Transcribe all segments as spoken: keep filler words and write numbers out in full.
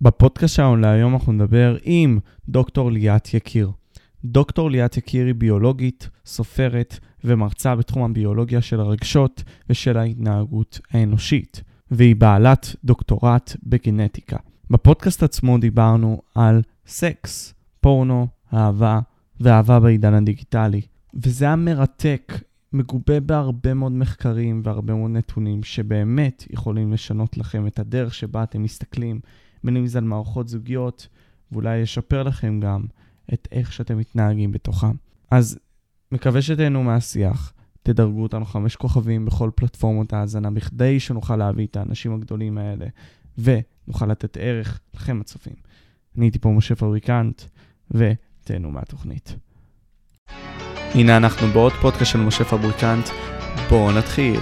בפודקאסט שלנו להיום אנחנו נדבר עם דוקטור ליאת יקיר. דוקטור ליאת יקיר היא ביולוגית, סופרת ומרצה בתחום הביולוגיה של הרגשות ושל ההתנהגות האנושית, והיא בעלת דוקטורט בגנטיקה. בפודקאסט עצמו דיברנו על סקס, פורנו, אהבה ואהבה בעידן הדיגיטלי, וזה היה מרתק, מגובה בהרבה מאוד מחקרים והרבה מאוד נתונים שבאמת יכולים לשנות לכם את הדרך שבה אתם מסתכלים, בין אם זה על מערכות זוגיות, ואולי ישפר לכם גם את איך שאתם מתנהגים בתוכם. אז מקווה שתהנו מהשיח, תדרגו אותנו חמש כוכבים בכל פלטפורמות ההאזנה, בכדי שנוכל להביא את האנשים הגדולים האלה, ונוכל לתת ערך לכם הצופים. אני הייתי פה משה פבריקנט, ותהנו מהתוכנית. הנה אנחנו בעוד פודקאסט של משה פבריקנט, בואו נתחיל.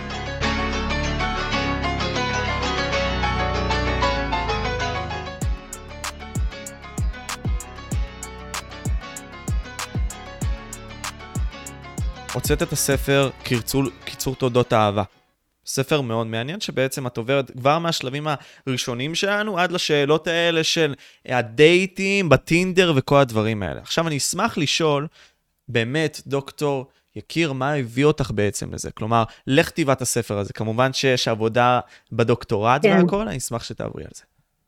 הוצאת את הספר קיצור, קיצור תולדות האהבה. ספר מאוד מעניין שבעצם את עוברת כבר מהשלבים הראשונים שלנו עד לשאלות האלה של הדייטים, בטינדר וכל הדברים האלה. עכשיו אני אשמח לשאול, באמת דוקטור יקיר, מה הביא אותך בעצם לזה? כלומר, לכתיבת הספר הזה. כמובן שיש עבודה בדוקטורט כן. והכל, אני אשמח שתעברי על זה.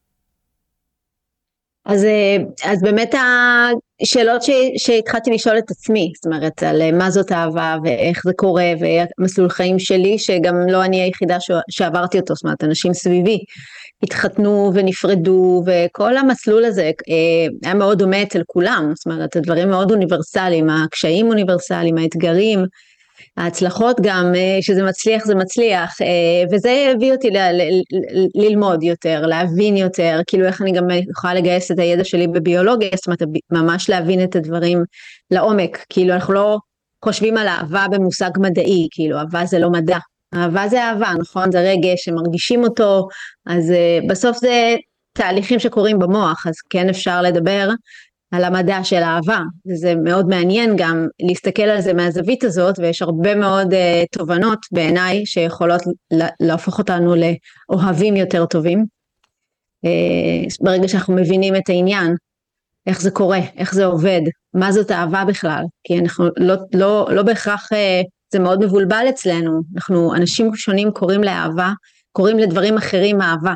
אז, אז באמת השאלות ש, שהתחלתי לשאול את עצמי, זאת אומרת, על מה זאת אהבה ואיך זה קורה, ומסלול חיים שלי, שגם לא אני היחידה שעברתי אותו, זאת אומרת, אנשים סביבי התחתנו ונפרדו, וכל המסלול הזה היה מאוד דומה אצל כולם, זאת אומרת, הדברים מאוד אוניברסליים, הקשיים אוניברסליים, האתגרים, ההצלחות גם, שזה מצליח זה מצליח, וזה הביא אותי ל- ל- ל- ללמוד יותר, להבין יותר, כאילו איך אני גם יכולה לגייס את הידע שלי בביולוגיה, זאת אומרת, ממש להבין את הדברים לעומק, כאילו אנחנו לא חושבים על אהבה במושג מדעי, כאילו אהבה זה לא מדע, אהבה זה אהבה, נכון? זה רגש שמרגישים אותו, אז בסוף זה תהליכים שקורים במוח, אז כן אפשר לדבר על המדע של האהבה, וזה מאוד מעניין גם להסתכל על זה מהזווית הזאת, ויש הרבה מאוד uh, תובנות בעיניי שיכולות להפוך אותנו לאוהבים יותר טובים, uh, ברגע שאנחנו מבינים את העניין, איך זה קורה, איך זה עובד, מה זאת אהבה בכלל, כי אנחנו לא, לא, לא בהכרח, uh, זה מאוד מבולבל אצלנו, אנחנו אנשים שונים קוראים לאהבה, קוראים לדברים אחרים אהבה,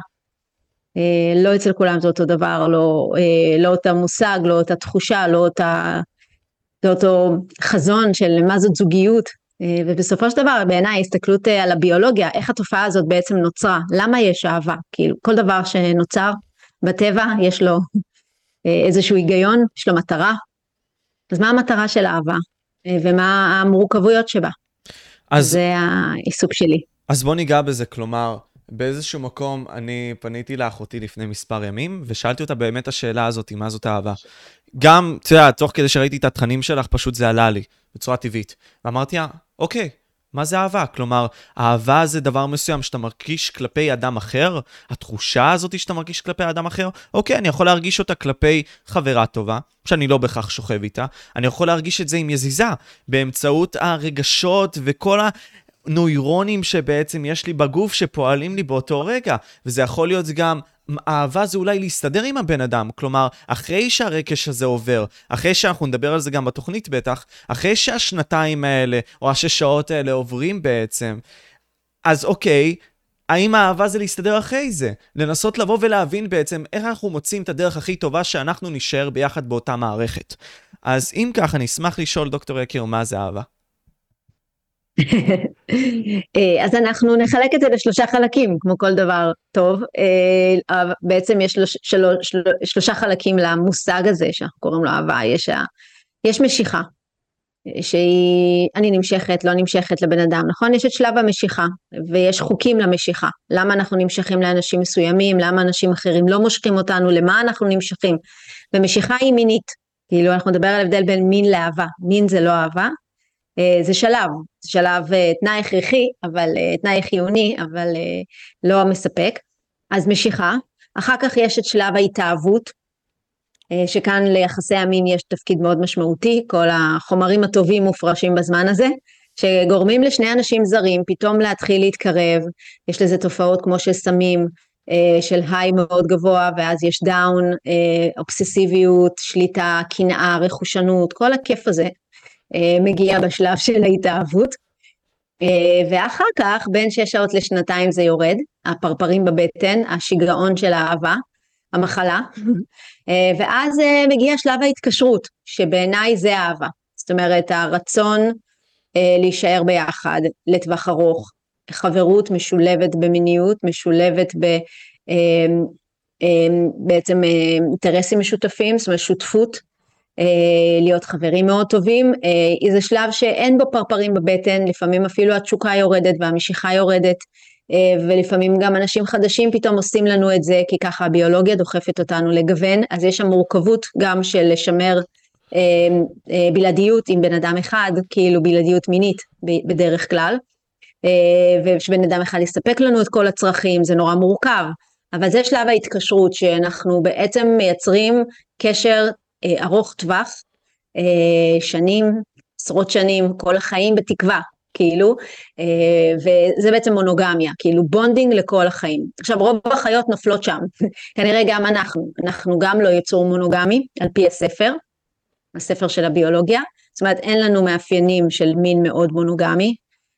לא אצל כולם זה אותו דבר, לא, לא אותה מושג, לא אותה תחושה, לא אותה, לא אותו חזון של מה זאת זוגיות, ובסופו של דבר בעיניי הסתכלות על הביולוגיה, איך התופעה הזאת בעצם נוצרה, למה יש אהבה, כאילו כל דבר שנוצר בטבע יש לו איזשהו היגיון, יש לו מטרה, אז מה המטרה של אהבה, ומה המורכבויות שבה, אז, זה העיסוק שלי. אז בוא ניגע בזה, כלומר, באיזשהו מקום אני פניתי לאחותי לפני מספר ימים, ושאלתי אותה באמת השאלה הזאת, מה זאת אהבה. גם, אתה יודע, תוך כדי שראיתי את התכנים שלך, פשוט זה עלה לי, בצורה טבעית. ואמרתי, אוקיי, מה זה אהבה? כלומר, אהבה זה דבר מסוים שאתה מרגיש כלפי אדם אחר, התחושה הזאת שאתה מרגיש כלפי אדם אחר, אוקיי, אני יכול להרגיש אותה כלפי חברה טובה, שאני לא בכך שוכב איתה, אני יכול להרגיש את זה עם יזיזה, באמצעות הרגשות וכל ה... נוירונים שבעצם יש לי בגוף שפועלים לי באותו רגע, וזה יכול להיות גם, אהבה זה אולי להסתדר עם הבן אדם, כלומר, אחרי שהרקש הזה עובר, אחרי שאנחנו נדבר על זה גם בתוכנית בטח, אחרי שהשנתיים האלה, או השש שעות האלה עוברים בעצם, אז אוקיי, האם האהבה זה להסתדר אחרי זה? לנסות לבוא ולהבין בעצם איך אנחנו מוצאים את הדרך הכי טובה שאנחנו נשאר ביחד באותה מערכת. אז אם כך, אני אשמח לשאול דוקטור יקיר, מה זה אהבה? אז אנחנו נחלק את זה לשלושה חלקים, כמו כל דבר טוב, בעצם יש שלוש, שלושה חלקים למושג הזה שאנחנו קוראים לו אהבה, יש, יש משיכה, שהיא, אני נמשכת, לא נמשכת לבן אדם, נכון? יש את שלב המשיכה, ויש חוקים למשיכה, למה אנחנו נמשכים לאנשים מסוימים, למה אנשים אחרים לא מושכים אותנו, למה אנחנו נמשכים, ומשיכה היא מינית, כאילו אנחנו נדבר על הבדל בין מין לאהבה, מין זה לא אהבה, זה שלב, זה שלב תנאי הכרחי, אבל תנאי חיוני, אבל לא המספק, אז משיכה, אחר כך יש את שלב ההתאהבות, שכאן ליחסי המין יש תפקיד מאוד משמעותי, כל החומרים הטובים מופרשים בזמן הזה, שגורמים לשני אנשים זרים פתאום להתחיל להתקרב, יש לזה תופעות כמו של סמים, של היי מאוד גבוה, ואז יש דאון, אובססיביות, שליטה, קנאה, רכושנות, כל הכיף הזה מגיע בשלב של ההתאהבות, ואחר כך בין שש שעות לשנתיים זה יורד, הפרפרים בבטן, השיגעון של האהבה, המחלה, ואז מגיע שלב ההתקשרות, שבעיניי זה אהבה, זאת אומרת הרצון להישאר ביחד לטווח ארוך, חברות משולבת במיניות, משולבת ב, בעצם אינטרסים משותפים, זאת אומרת שותפות, להיות חברים מאוד טובים, זה שלב שאין בו פרפרים בבטן, לפעמים אפילו התשוקה יורדת והמשיכה יורדת, ולפעמים גם אנשים חדשים פתאום עושים לנו את זה, כי ככה הביולוגיה דוחפת אותנו לגוון, אז יש שם מורכבות גם של לשמר בלעדיות עם בן אדם אחד, כאילו בלעדיות מינית בדרך כלל, ושבן אדם אחד יספק לנו את כל הצרכים, זה נורא מורכב, אבל זה שלב ההתקשרות, שאנחנו בעצם מייצרים קשר ארוך טווח, שנים, עשרות שנים, כל החיים בתקווה, כאילו, וזה בעצם מונוגמיה, כאילו בונדינג לכל החיים. עכשיו רוב החיות נופלות שם, כנראה גם אנחנו, אנחנו גם לא יצור מונוגמי, על פי הספר, הספר של הביולוגיה, זאת אומרת אין לנו מאפיינים של מין מאוד מונוגמי,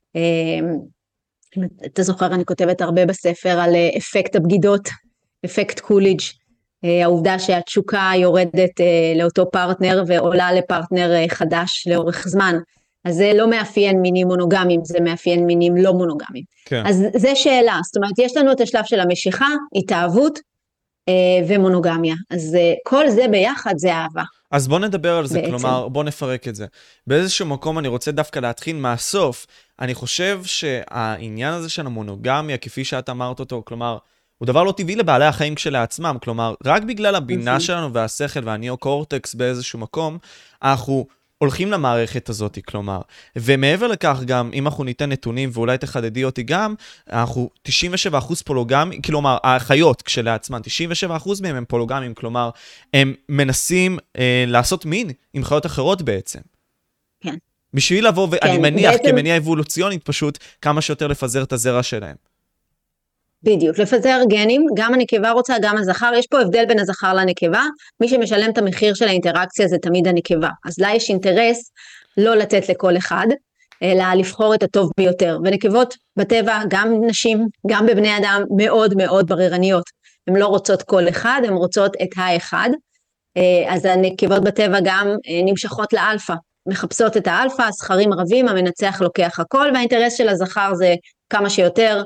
אתה זוכר, אני כותבת הרבה בספר על אפקט הבגידות, אפקט קוליג', העובדה שהתשוקה יורדת לאותו פרטנר ועולה לפרטנר חדש לאורך זמן, אז זה לא מאפיין מינים מונוגמיים, זה מאפיין מינים לא מונוגמיים. כן. אז זה שאלה, זאת אומרת יש לנו את השלב של המשיכה, התאהבות ומונוגמיה, אז כל זה ביחד זה אהבה. אז בוא נדבר על זה, בעצם. כלומר, בוא נפרק את זה. באיזשהו מקום אני רוצה דווקא להתחיל מהסוף, אני חושב שהעניין הזה של המונוגמיה, כפי שאת אמרת אותו, כלומר, הוא דבר לא טבעי לבעלי החיים כשלעצמם, כלומר, רק בגלל הבינה שלנו והשכל והניאו-קורטקס באיזשהו מקום, אנחנו הולכים למערכת הזאת, כלומר, ומעבר לכך גם, אם אנחנו ניתן נתונים, ואולי תחדדי אותי גם, אנחנו תשעים ושבעה אחוז פולוגמים, כלומר, החיות כשלעצמן, תשעים ושבעה אחוז מהם הם פולוגמים, כלומר, הם מנסים אה, לעשות מין עם חיות אחרות בעצם. כן. בשביל לבוא, ואני כן, מניח, בעצם... כמניע אבולוציונית, פשוט כמה שיותר לפזר את הזרע שלהם. בדיוק, לפזר גנים, גם הנקבה רוצה, גם הזכר, יש פה הבדל בין הזכר לנקבה, מי שמשלם את המחיר של האינטראקציה זה תמיד הנקבה, אז לה יש אינטרס לא לתת לכל אחד, אלא לבחור את הטוב ביותר, ונקבות בטבע, גם נשים, גם בבני אדם, מאוד מאוד בררניות, הן לא רוצות כל אחד, הן רוצות את האחד, אז הנקבות בטבע גם נמשכות לאלפא, מחפשות את האלפא, הזכרים רבים, המנצח לוקח הכל, והאינטרס של הזכר זה כמה שיותר,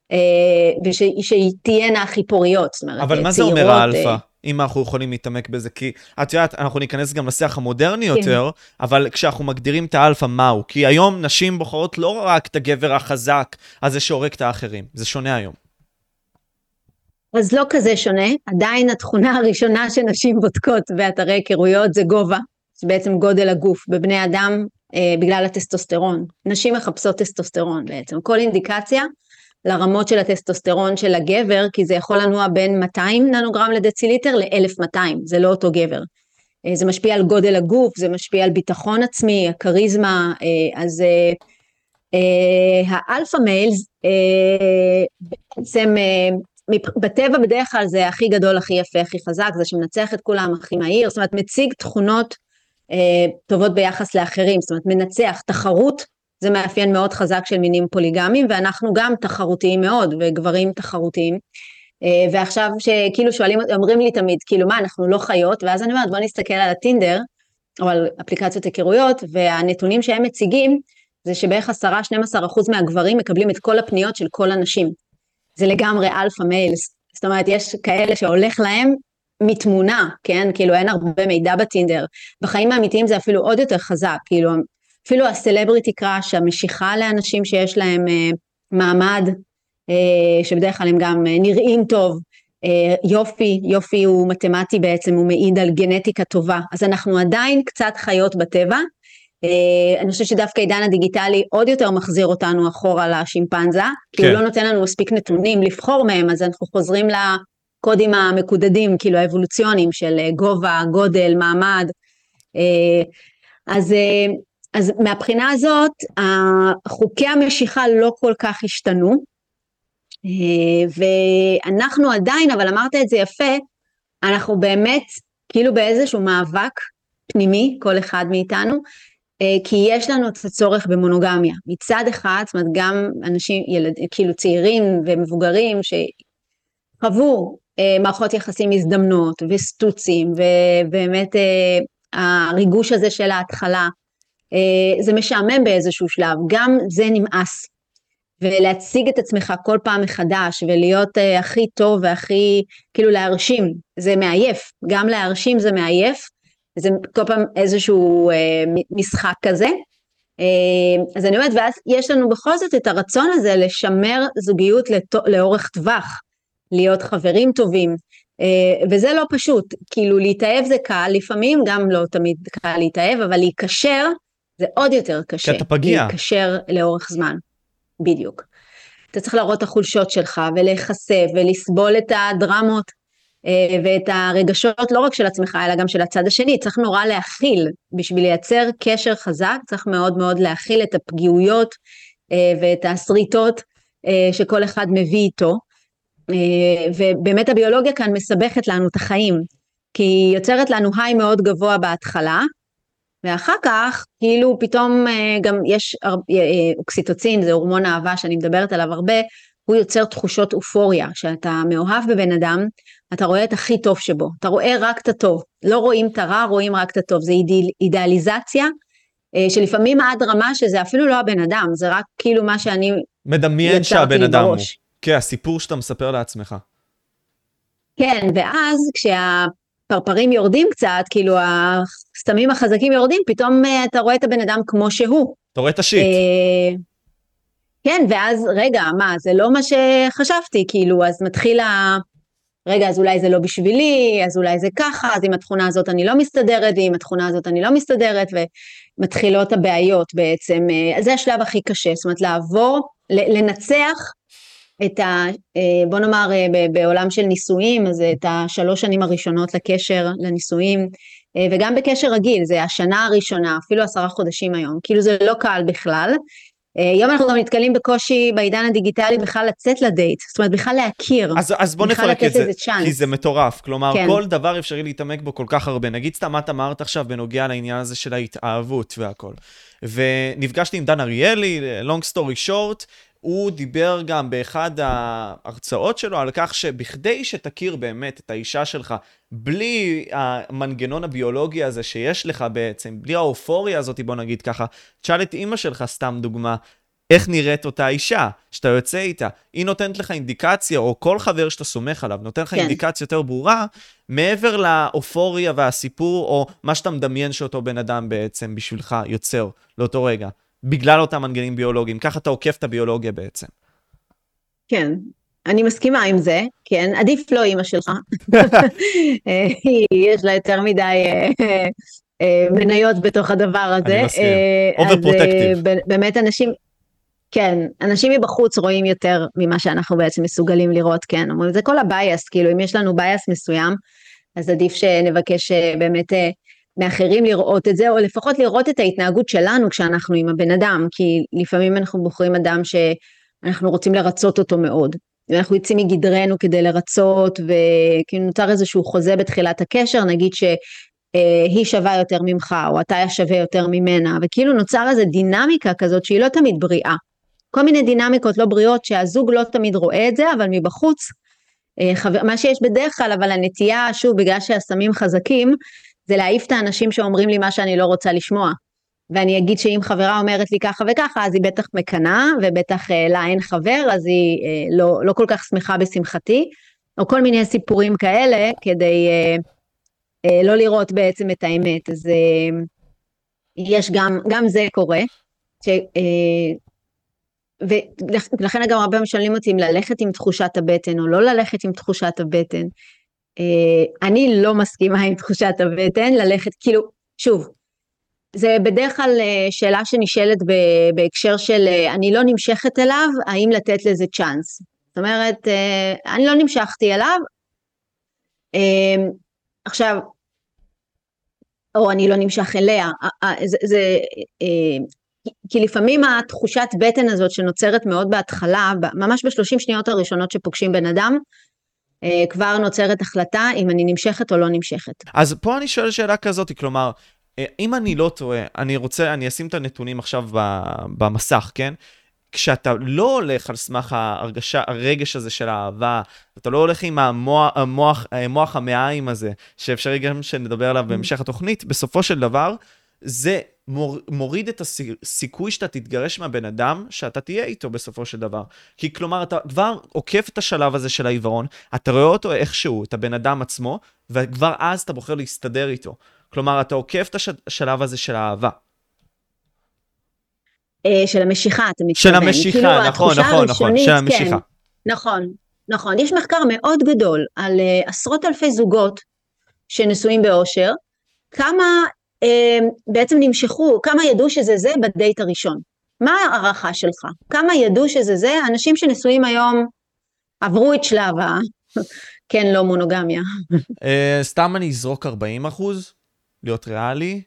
ושתהיינה הכי פוריות. אבל מה זה אומר האלפא? אם אנחנו יכולים להתעמק בזה, כי את יודעת, אנחנו ניכנס גם לשיח המודרני יותר, אבל כשאנחנו מגדירים את האלפא, מהו? כי היום נשים בוחרות לא רק את הגבר החזק, אז זה שהורג את האחרים. זה שונה היום. אז לא כזה שונה, עדיין התכונה הראשונה שנשים בודקות באתרי היכרויות זה גובה, זה בעצם גודל הגוף, בבני אדם בגלל הטסטוסטרון. נשים מחפשות טסטוסטרון בעצם, כל אינדיקציה, לרמות של הטסטוסטרון של הגבר, כי זה יכול לנוע בין מאתיים ננוגרם לדציליטר ל-אלף ומאתיים, זה לא אותו גבר. זה משפיע על גודל הגוף, זה משפיע על ביטחון עצמי, הקריזמה, אז האלפא מיילס, בעצם בטבע בדרך כלל זה הכי גדול, הכי יפה, הכי חזק, זה שמנצח את כולם הכי מהיר, זאת אומרת מציג תכונות טובות ביחס לאחרים, זאת אומרת מנצח, תחרות, זה מאפיין מאוד חזק של מינים פוליגמיים, ואנחנו גם תחרותיים מאוד, וגברים תחרותיים, ועכשיו שכאילו שואלים, אומרים לי תמיד, כאילו מה, אנחנו לא חיות, ואז אני אומרת, בוא נסתכל על הטינדר, או על אפליקציות היכרויות, והנתונים שהם מציגים, זה שבערך עשרה עד שנים עשר אחוז מהגברים מקבלים את כל הפניות של כל הנשים, זה לגמרי אלפא מיילס, זאת אומרת, יש כאלה שהולך להם מתמונה, כן, כאילו אין הרבה מידע בטינדר, בחיים האמיתיים זה אפילו עוד יותר חזק, כאילו, אפילו הסלבריטי קראש, המשיכה לאנשים שיש להם אה, מעמד, אה, שבדרך כלל הם גם אה, נראים טוב, אה, יופי, יופי הוא מתמטי בעצם, הוא מעיד על גנטיקה טובה, אז אנחנו עדיין קצת חיות בטבע, אה, אני חושבת שדווקא עידן הדיגיטלי עוד יותר מחזיר אותנו אחורה לשימפנזה, כי כן. הוא לא נותן לנו מספיק נתונים לבחור מהם, אז אנחנו חוזרים לקודים המקודדים, כאילו האבולוציונים של אה, גובה, גודל, מעמד, אה, אז... אה, אז מהבחינה הזאת, חוקי המשיכה לא כל כך השתנו, ואנחנו עדיין, אבל אמרת את זה יפה, אנחנו באמת כאילו באיזשהו מאבק פנימי, כל אחד מאיתנו, כי יש לנו את הצורך במונוגמיה. מצד אחד, זאת אומרת, גם אנשים, ילד, כאילו צעירים ומבוגרים שחוו מערכות יחסים מזדמנות וסטוצים, ובאמת הריגוש הזה של ההתחלה, זה משעמם באיזשהו שלב, גם זה נמאס. ולהציג את עצמך כל פעם מחדש, ולהיות uh, הכי טוב והכי, כאילו להרשים, זה מעייף, גם להרשים זה מעייף, זה כל פעם איזשהו uh, משחק כזה, uh, אז אני אומרת, ואז יש לנו בכל זאת את הרצון הזה, לשמר זוגיות לת... לאורך טווח, להיות חברים טובים, uh, וזה לא פשוט, כאילו להתאהב זה קל, לפעמים גם לא תמיד קל להתאהב, אבל להיקשר זה עוד יותר קשה, כי אתה פגיע. להיקשר לאורך זמן. בדיוק. אתה צריך להראות את החולשות שלך ולהיחשף ולסבול את הדרמות ואת הרגשות לא רק של עצמך אלא גם של הצד השני. צריך נורא להכיל, בשביל לייצר קשר חזק צריך מאוד מאוד להכיל את הפגיעויות ואת הסריטות שכל אחד מביא איתו, ובאמת הביולוגיה כאן מסבכת לנו את החיים, כי היא יוצרת לנו היי מאוד גבוה בהתחלה, ואחר כך, כאילו פתאום גם יש אוקסיטוצין, זה הורמון האהבה שאני מדברת עליו הרבה, הוא יוצר תחושות אופוריה, שאתה מאוהב בבן אדם, אתה רואה את הכי טוב שבו, אתה רואה רק את הטוב, לא רואים את הרע, רואים רק את הטוב, זה אידיאליזציה, שלפעמים עד רמה שזה אפילו לא הבן אדם, זה רק כאילו מה שאני מדמיין שהבן אדם הוא, כן, הסיפור שאתה מספר לעצמך. כן, ואז כשה... פרפרים יורדים קצת, כאילו הסתמים החזקים יורדים, פתאום אתה רואה את הבן אדם כמו שהוא. אתה רואה את השיט. כן, ואז רגע, מה, זה לא מה שחשבתי, כאילו, אז מתחיל ה... רגע, אז אולי זה לא בשבילי, אז אולי זה ככה, אז עם התכונה הזאת אני לא מסתדרת, ועם התכונה הזאת אני לא מסתדרת, ומתחילות הבעיות בעצם. אז זה השלב הכי קשה, זאת אומרת, לעבור, לנצח, את ה, בוא נאמר בעולם של נישואים, אז את השלוש שנים הראשונות לקשר לנישואים, וגם בקשר רגיל, זה השנה הראשונה, אפילו עשרה חודשים היום, כאילו זה לא קל בכלל, היום אנחנו גם נתקלים בקושי בעידן הדיגיטלי בכלל לצאת לדייט, זאת אומרת בכלל להכיר, אז, אז בוא נפרק את זה, כי זה מטורף, כלומר כן. כל דבר אפשרי להתעמק בו כל כך הרבה, נגיד סתם מה את אמרת עכשיו בנוגע לעניין הזה של ההתאהבות והכל, ונפגשתי עם דן אריאלי, long story short, הוא דיבר גם באחד ההרצאות שלו על כך שבכדי שתכיר באמת את האישה שלך, בלי המנגנון הביולוגי הזה שיש לך בעצם, בלי האופוריה הזאת, בוא נגיד ככה, תשאל את אמא שלך סתם דוגמה, איך נראית אותה אישה שאתה יוצא איתה, היא נותנת לך אינדיקציה, או כל חבר שאתה סומך עליו, נותן לך כן. אינדיקציה יותר ברורה, מעבר לאופוריה והסיפור, או מה שאתה מדמיין שאותו בן אדם בעצם בשבילך יוצר לאותו רגע. בגלל אותם מנגנים ביולוגיים, ככה אתה עוקף את הביולוגיה בעצם. כן, אני מסכימה עם זה, כן, עדיף לא אמא שלך, יש לה יותר מדי מניות בתוך הדבר הזה. אני מסכים, אוברפרוטקטיב. באמת אנשים, כן, אנשים מבחוץ רואים יותר ממה שאנחנו בעצם מסוגלים לראות, כן, אומרים, זה כל הבייס, כאילו אם יש לנו בייס מסוים, אז עדיף שנבקש באמת מאחרים לראות את זה, או לפחות לראות את ההתנהגות שלנו כשאנחנו עם הבן אדם, כי לפעמים אנחנו בוחרים אדם שאנחנו רוצים לרצות אותו מאוד, ואנחנו יוצאים מגדרנו כדי לרצות, וכאילו נוצר איזשהו חוזה בתחילת הקשר, נגיד שהיא שווה יותר ממך, או אתה שווה יותר ממנה, וכאילו נוצר איזו דינמיקה כזאת שהיא לא תמיד בריאה, כל מיני דינמיקות לא בריאות שהזוג לא תמיד רואה את זה, אבל מבחוץ, מה שיש בדרך כלל, אבל הנטייה, שוב, בגלל שהסמים חזקים, זה להעיף את האנשים שאומרים לי מה שאני לא רוצה לשמוע, ואני אגיד שאם חברה אומרת לי ככה וככה, אז היא בטח מקנה, ובטח לה אין חבר, אז היא לא, לא כל כך שמחה בשמחתי, או כל מיני סיפורים כאלה, כדי לא לראות בעצם את האמת. אז יש גם, גם זה קורה, ש, ולכן גם הרבה משלים אותי אם ללכת עם תחושת הבטן, או לא ללכת עם תחושת הבטן. אני לא מסכימה עם תחושת הבטן, ללכת, כאילו, שוב, זה בדרך כלל שאלה שנשאלת בהקשר של אני לא נמשכת אליו, האם לתת לזה צ'אנס? זאת אומרת, אני לא נמשכתי אליו, עכשיו, או אני לא נמשך אליה, זה, זה, כי לפעמים התחושת בטן הזאת שנוצרת מאוד בהתחלה, ממש בשלושים שניות הראשונות שפוגשים בן אדם, כבר נוצרת החלטה אם אני נמשכת או לא נמשכת. אז פה אני שואל שאלה כזאת, כלומר, אם אני לא טועה, אני רוצה, אני אשים את הנתונים עכשיו במסך, כן? כשאתה לא הולך על סמך ההרגשה, הרגש הזה של האהבה, אתה לא הולך עם המוח, המוח, המוח המעיים הזה, שאפשר גם שנדבר עליו בהמשך התוכנית, בסופו של דבר, זה מוריד את הסיכוי שאתה תתגרש מהבן אדם, שאתה תהיה איתו בסופו של דבר. כי כלומר, אתה כבר עוקף את השלב הזה של העיוורון, אתה רואה אותו איכשהו, את הבן אדם עצמו, וכבר אז אתה בוחר להסתדר איתו. כלומר, אתה עוקף את השלב הזה של האהבה. של המשיכה, אתה מתכוון. של המשיכה, כאילו, נכון, נכון, נכון, של המשיכה. כן, נכון, נכון. יש מחקר מאוד גדול על uh, עשרות אלפי זוגות שנשואים באושר, כמה uh, בעצם נמשכו, כמה ידעו שזה זה בדייט הראשון. מה הערכה שלך? כמה ידעו שזה זה? אנשים שנשואים היום עברו את שלב ה... כן, לא מונוגמיה. uh, סתם אני אזרוק ארבעים אחוז, להיות ריאלי.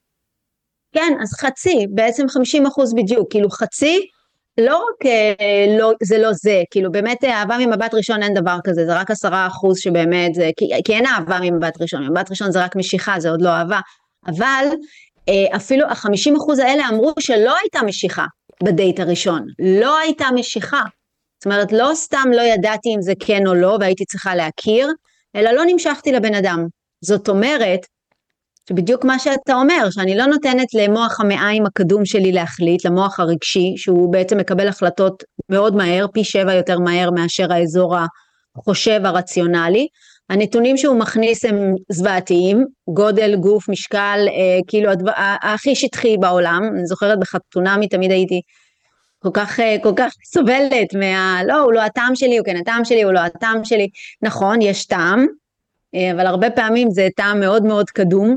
כן, אז חצי, בעצם חמישים אחוז בדיוק, כאילו חצי, לא רק, לא, זה לא זה, כאילו באמת אהבה ממבט ראשון אין דבר כזה, זה רק עשרה אחוז שבאמת, זה, כי, כי אין אהבה ממבט ראשון, ממבט ראשון זה רק משיכה, זה עוד לא אהבה, אבל אפילו החמישים אחוז האלה אמרו שלא הייתה משיכה בדייט הראשון, לא הייתה משיכה, זאת אומרת לא סתם לא ידעתי אם זה כן או לא, והייתי צריכה להכיר, אלא לא נמשכתי לבן אדם, זאת אומרת, שבדיוק מה שאתה אומר, שאני לא נותנת למוח המעיים הקדום שלי להחליט, למוח הרגשי, שהוא בעצם מקבל החלטות מאוד מהר, פי שבע יותר מהר מאשר האזור החושב הרציונלי, הנתונים שהוא מכניס הם זוועתיים, גודל, גוף, משקל, אה, כאילו הדבר, הכי שטחי בעולם, אני זוכרת בחתונמי תמיד הייתי כל כך, כל כך סובלת מה, לא, הוא לא הטעם שלי, הוא כן הטעם שלי, הוא לא הטעם שלי, נכון, יש טעם, אבל הרבה פעמים זה טעם מאוד מאוד קדום,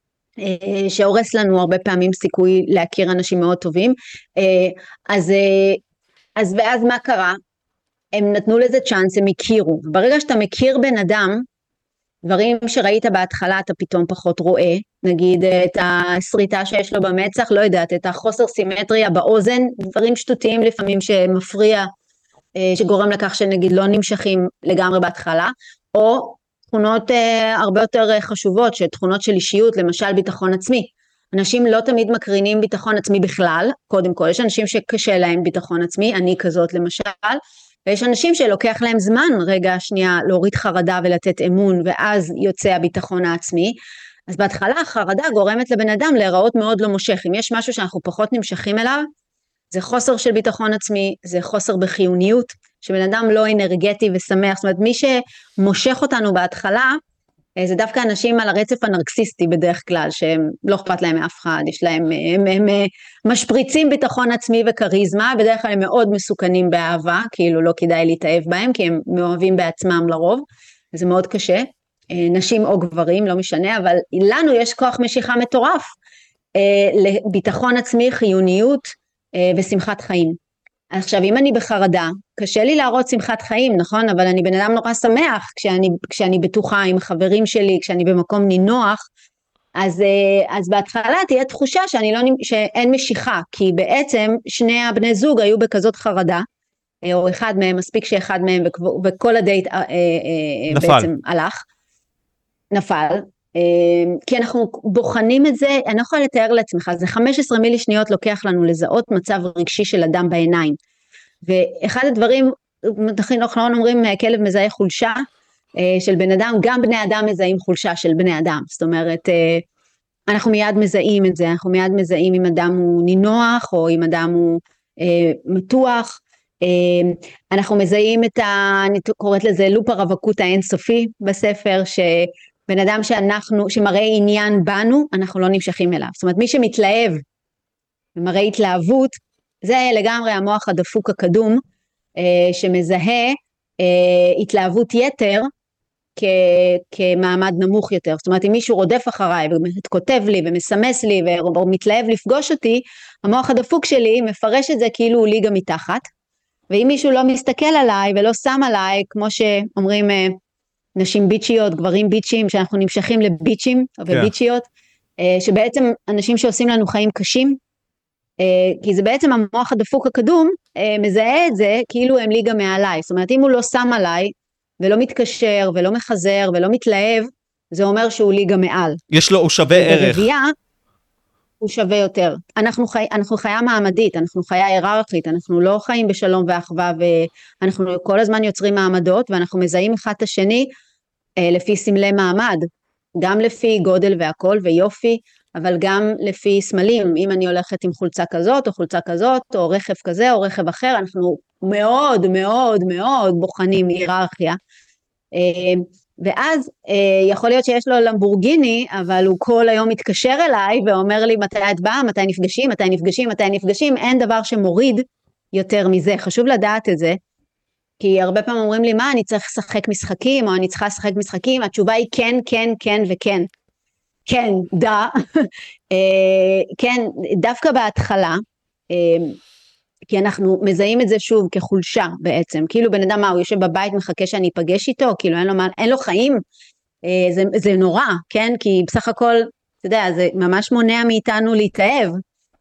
שהורס לנו הרבה פעמים סיכוי להכיר אנשים מאוד טובים, אז, אז ואז מה קרה? הם נתנו לזה צ'אנס, הם הכירו, ברגע שאתה מכיר בן אדם, דברים שראית בהתחלה אתה פתאום פחות רואה, נגיד את הסריטה שיש לו במצח, לא יודעת, את החוסר סימטריה באוזן, דברים שטותיים לפעמים שמפריע, שגורם לכך שנגיד לא נמשכים לגמרי בהתחלה, או תכונות אה, הרבה יותר חשובות, שתכונות של אישיות, למשל ביטחון עצמי. אנשים לא תמיד מקרינים ביטחון עצמי בכלל, קודם כל, יש אנשים שקשה להם ביטחון עצמי, אני כזאת למשל, ויש אנשים שלוקח להם זמן, רגע שנייה, להוריד חרדה ולתת אמון, ואז יוצא הביטחון העצמי, אז בהתחלה החרדה גורמת לבן אדם להיראות מאוד לא מושך, אם יש משהו שאנחנו פחות נמשכים אליו, זה חוסר של ביטחון עצמי, זה חוסר בחיוניות, שבן אדם לא אנרגטי ושמח, זאת אומרת מי שמושך אותנו בהתחלה, זה דווקא אנשים על הרצף הנרקסיסטי בדרך כלל, שהם לא אכפת להם מאף אחד, יש להם, הם, הם, הם משפריצים ביטחון עצמי וקריזמה, בדרך כלל הם מאוד מסוכנים באהבה, כאילו לא כדאי להתאהב בהם, כי הם מאוהבים בעצמם לרוב, זה מאוד קשה, נשים או גברים, לא משנה, אבל לנו יש כוח משיכה מטורף, לביטחון עצמי, חיוניות ושמחת חיים. עכשיו אם אני בחרדה, קשה לי להראות שמחת חיים, נכון? אבל אני בן אדם נורא שמח כשאני, כשאני בטוחה עם החברים שלי, כשאני במקום נינוח, אז, אז בהתחלה תהיה תחושה שאני לא, שאין משיכה, כי בעצם שני הבני זוג היו בכזאת חרדה, או אחד מהם, מספיק שאחד מהם, וכל הדייט נפל. בעצם הלך, נפל, כי אנחנו בוחנים את זה, אני לא יכולה לתאר לעצמך, זה חמש עשרה מילי שניות לוקח לנו לזהות מצב רגשי של אדם בעיניים, ואחד הדברים, אנחנו אומרים כלב מזהה חולשה של בן אדם, גם בני אדם מזהים חולשה של בני אדם, זאת אומרת, אנחנו מיד מזהים את זה, אנחנו מיד מזהים אם אדם הוא נינוח, או אם אדם הוא מתוח, אנחנו מזהים את ה... אני קוראת לזה לופ הרווקות האינסופי בספר, שבן אדם שאנחנו, שמראה עניין בנו, אנחנו לא נמשכים אליו. זאת אומרת, מי שמתלהב ומראה התלהבות, זה לגמרי המוח הדפוק הקדום, שמזהה התלהבות יתר כ... כמעמד נמוך יותר. זאת אומרת, אם מישהו רודף אחריי וכותב לי ומסמס לי ומתלהב לפגוש אותי, המוח הדפוק שלי מפרש את זה כאילו הוא ליגה מתחת, ואם מישהו לא מסתכל עליי ולא שם עליי, כמו שאומרים נשים ביצ'יות, גברים ביצ'ים, שאנחנו נמשכים לביצ'ים וביצ'יות, שבעצם אנשים שעושים לנו חיים קשים, כי זה בעצם המוח הדפוק הקדום, מזהה את זה כאילו הם ליגה מעליי, זאת אומרת אם הוא לא שם עליי, ולא מתקשר ולא מחזר ולא מתלהב, זה אומר שהוא ליגה מעל. יש לו, הוא שווה ערך. ברבייה, הוא שווה יותר. אנחנו, חי, אנחנו חיה מעמדית, אנחנו חיה היררכית, אנחנו לא חיים בשלום ואחווה, ואנחנו כל הזמן יוצרים מעמדות, ואנחנו מזהים אחד את השני אה, לפי סמלי מעמד, גם לפי גודל והכל ויופי, אבל גם לפי סמלים, אם אני הולכת עם חולצה כזאת, או חולצה כזאת, או רכב כזה, או רכב אחר, אנחנו מאוד מאוד מאוד בוחנים היררכיה, אה, ואז אה, יכול להיות שיש לו למבורגיני, אבל הוא כל היום מתקשר אליי, ואומר לי מתי את באה, מתי נפגשים, מתי נפגשים, מתי נפגשים, אין דבר שמוריד יותר מזה, חשוב לדעת את זה, כי הרבה פעמים אומרים לי, מה, אני צריך לשחק משחקים, או אני צריכה לשחק משחקים, התשובה היא כן, כן, כן וכן, כן, דה, אה, כן, דווקא בהתחלה, אה, כי אנחנו מזהים את זה שוב כחולשה בעצם, כאילו בן אדם מה, הוא יושב בבית מחכה שאני אפגש איתו, כאילו אין לו, אין לו חיים, אה, זה, זה נורא, כן, כי בסך הכל, אתה יודע, זה ממש מונע מאיתנו להתאהב,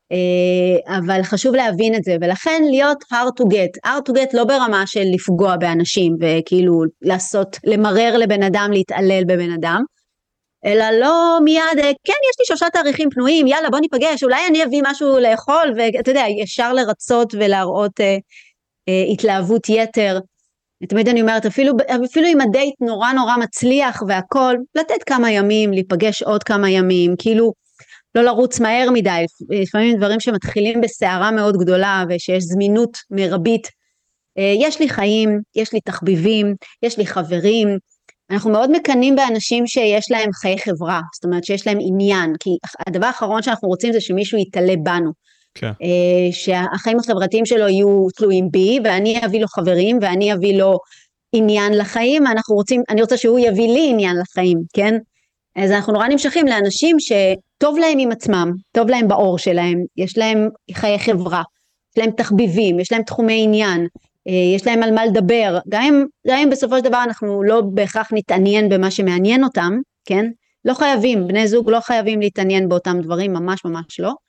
אה, אבל חשוב להבין את זה, ולכן להיות hard to get, hard to get לא ברמה של לפגוע באנשים, וכאילו לעשות, למרר לבן אדם, להתעלל בבן אדם, אלא לא מיד, כן, יש לי שלושה תאריכים פנויים, יאללה, בוא ניפגש, אולי אני אביא משהו לאכול, ואתה יודע, ישר לרצות ולהראות אה, אה, התלהבות יתר. תמיד אני אומרת, אפילו, אפילו אם הדייט נורא נורא מצליח והכל, לתת כמה ימים, להיפגש עוד כמה ימים, כאילו, לא לרוץ מהר מדי, לפעמים דברים שמתחילים בסערה מאוד גדולה, ושיש זמינות מרבית, אה, יש לי חיים, יש לי תחביבים, יש לי חברים, אנחנו מאוד מקנים באנשים שיש להם חיי חברה, זאת אומרת שיש להם עניין, כי הדבר האחרון שאנחנו רוצים זה שמישהו יתעלה בנו, כן. שהחיים החברתיים שלו יהיו תלויים בי, ואני אביא לו חברים, ואני אביא לו עניין לחיים, אנחנו רוצים, אני רוצה שהוא יביא לי עניין לחיים, כן? אז אנחנו נורא נמשכים לאנשים שטוב להם עם עצמם, טוב להם באור שלהם, יש להם חיי חברה, יש להם תחביבים, יש להם תחומי עניין, יש להם על מה לדבר, גם אם, גם אם בסופו של דבר אנחנו לא בהכרח נתעניין במה שמעניין אותם, כן? לא חייבים, בני זוג לא חייבים להתעניין באותם דברים, ממש ממש לא.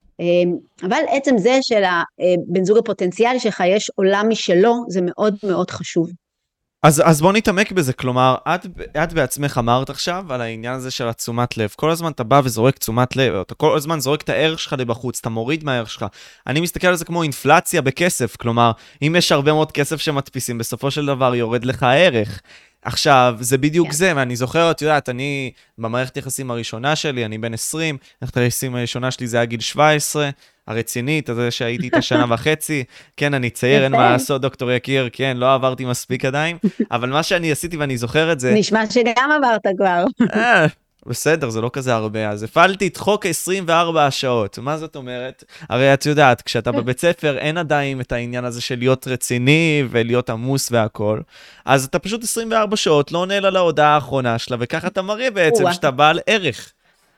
אבל עצם זה של הבן זוג הפוטנציאלי שלך יש עולם משלו, זה מאוד מאוד חשוב. אז, אז בוא נתעמק בזה, כלומר, את, את בעצמך אמרת עכשיו על העניין הזה של התשומת לב, כל הזמן אתה בא וזורק תשומת לב, אתה כל הזמן זורק את הערך שלך לבחוץ, אתה מוריד מהערך שלך, אני מסתכל על זה כמו אינפלציה בכסף, כלומר, אם יש הרבה מאוד כסף שמדפיסים, בסופו של דבר יורד לך הערך, עכשיו, זה בדיוק yeah. זה, ואני זוכר, את יודעת, אני במערכת יחסים הראשונה שלי, אני בן עשרים, מערכת היחסים הראשונה שלי זה היה גיל שבע עשרה, הרצינית, הזה שהייתי את השנה וחצי, כן, אני צייר, אין מה לעשות, דוקטור יקיר, כן, לא עברתי מספיק עדיין, אבל מה שאני עשיתי ואני זוכר את זה... נשמע שגם עברת כבר. בסדר, זה לא כזה הרבה, אז הפעלתי את חוק עשרים וארבע השעות, מה זאת אומרת? הרי את יודעת, כשאתה בבית ספר, אין עדיין את העניין הזה של להיות רציני ולהיות עמוס והכל, אז אתה פשוט עשרים וארבע שעות, לא עונה לה להודעה האחרונה שלה, וככה אתה מראה בעצם שאתה בעל ערך.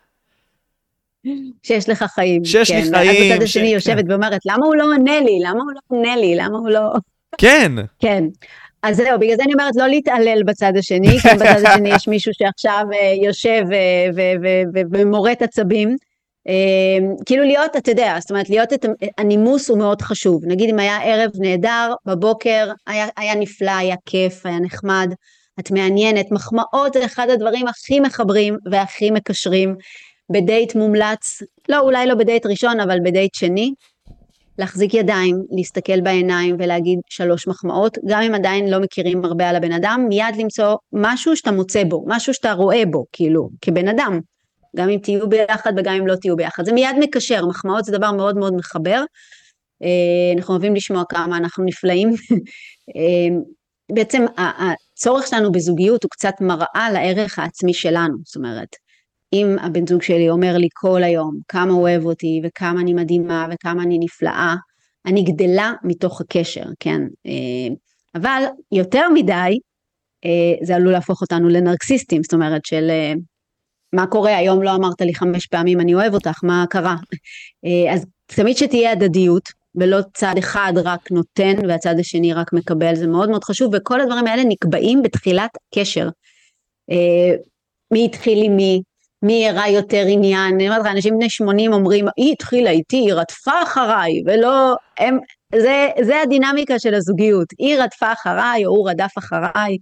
שיש לך חיים. שיש כן. לי חיים. ואז בצד השני ש... יושבת כן. ואומרת, למה הוא לא עונה לי? למה הוא לא עונה לי? למה הוא לא... כן. כן. אז זהו, בגלל זה אני אומרת, לא להתעלל בצד השני, כי בצד השני יש מישהו שעכשיו uh, יושב ומורט עצבים. Uh, כאילו להיות, אתה יודע, זאת אומרת, להיות את הנימוס הוא מאוד חשוב. נגיד אם היה ערב נהדר, בבוקר היה, היה נפלא, היה כיף, היה נחמד, את מעניינת, מחמאות זה אחד הדברים הכי מחברים והכי מקשרים. בדייט מומלץ, לא, אולי לא בדייט ראשון, אבל בדייט שני, להחזיק ידיים, להסתכל בעיניים ולהגיד שלוש מחמאות, גם אם עדיין לא מכירים הרבה על הבן אדם, מיד למצוא משהו שאתה מוצא בו, משהו שאתה רואה בו, כאילו, כבן אדם, גם אם תהיו ביחד וגם אם לא תהיו ביחד, זה מיד מקשר, מחמאות זה דבר מאוד מאוד מחבר, אנחנו אוהבים לשמוע כמה אנחנו נפלאים, בעצם הצורך שלנו בזוגיות הוא קצת מראה לערך העצמי שלנו, זאת אומרת, אם הבן זוג שלי אומר לי כל היום כמה הוא אוהב אותי וכמה אני מדהימה וכמה אני נפלאה, אני גדלה מתוך הקשר, כן? אבל יותר מדי, זה עלול להפוך אותנו לנרקסיסטים, זאת אומרת של מה קורה, היום לא אמרת לי חמש פעמים אני אוהב אותך, מה קרה? אז תמיד שתהיה הדדיות, ולא צד אחד רק נותן והצד השני רק מקבל, זה מאוד מאוד חשוב, וכל הדברים האלה נקבעים בתחילת קשר. מי התחיל עם מי, מי הראה יותר עניין, אני אומרת לך, אנשים בני שמונים אומרים, היא התחילה איתי, היא רדפה אחריי, ולא, הם, זה, זה הדינמיקה של הזוגיות, היא רדפה אחריי, או הוא רדף אחריי,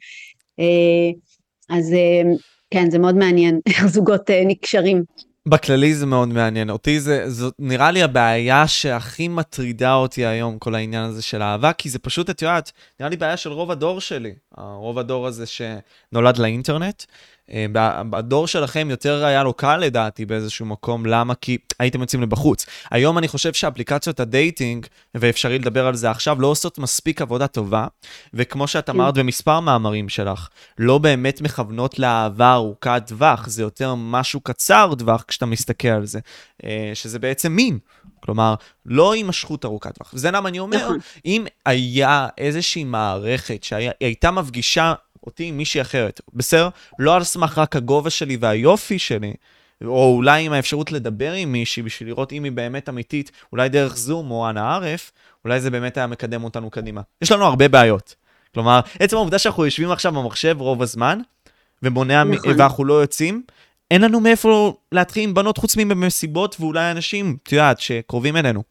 אז כן, זה מאוד מעניין, איך זוגות נקשרים. בכללי זה מאוד מעניין, אותי זה, זאת נראה לי הבעיה שהכי מטרידה אותי היום, כל העניין הזה של אהבה, כי זה פשוט, את יודעת, נראה לי בעיה של רוב הדור שלי, רוב הדור הזה שנולד לאינטרנט, בדור שלכם יותר היה לו קל לדעתי באיזשהו מקום, למה? כי הייתם יוצאים לבחוץ. היום אני חושב שאפליקציות הדייטינג, ואפשרי לדבר על זה עכשיו, לא עושות מספיק עבודה טובה, וכמו שאת אמרת במספר מאמרים שלך, לא באמת מכוונות לאהבה ארוכת טווח, זה יותר משהו קצר טווח כשאתה מסתכל על זה, שזה בעצם מין. כלומר, לא הימשכות ארוכת טווח. וזה למה אני אומר, אם היה איזושהי מערכת שהייתה מפגישה אותי עם מישהי אחרת, בסדר? לא על סמך רק הגובה שלי והיופי שלי, או אולי עם האפשרות לדבר עם מישהי בשביל לראות אם היא באמת אמיתית, אולי דרך זום או אנא ערף, אולי זה באמת היה מקדם אותנו קדימה. יש לנו הרבה בעיות. כלומר, עצם העובדה שאנחנו יושבים עכשיו במחשב רוב הזמן, ומונע, נכון. ואנחנו לא יוצאים, אין לנו מאיפה להתחיל עם בנות חוץ ממסיבות, ואולי אנשים, תייודעת, שקרובים אלינו.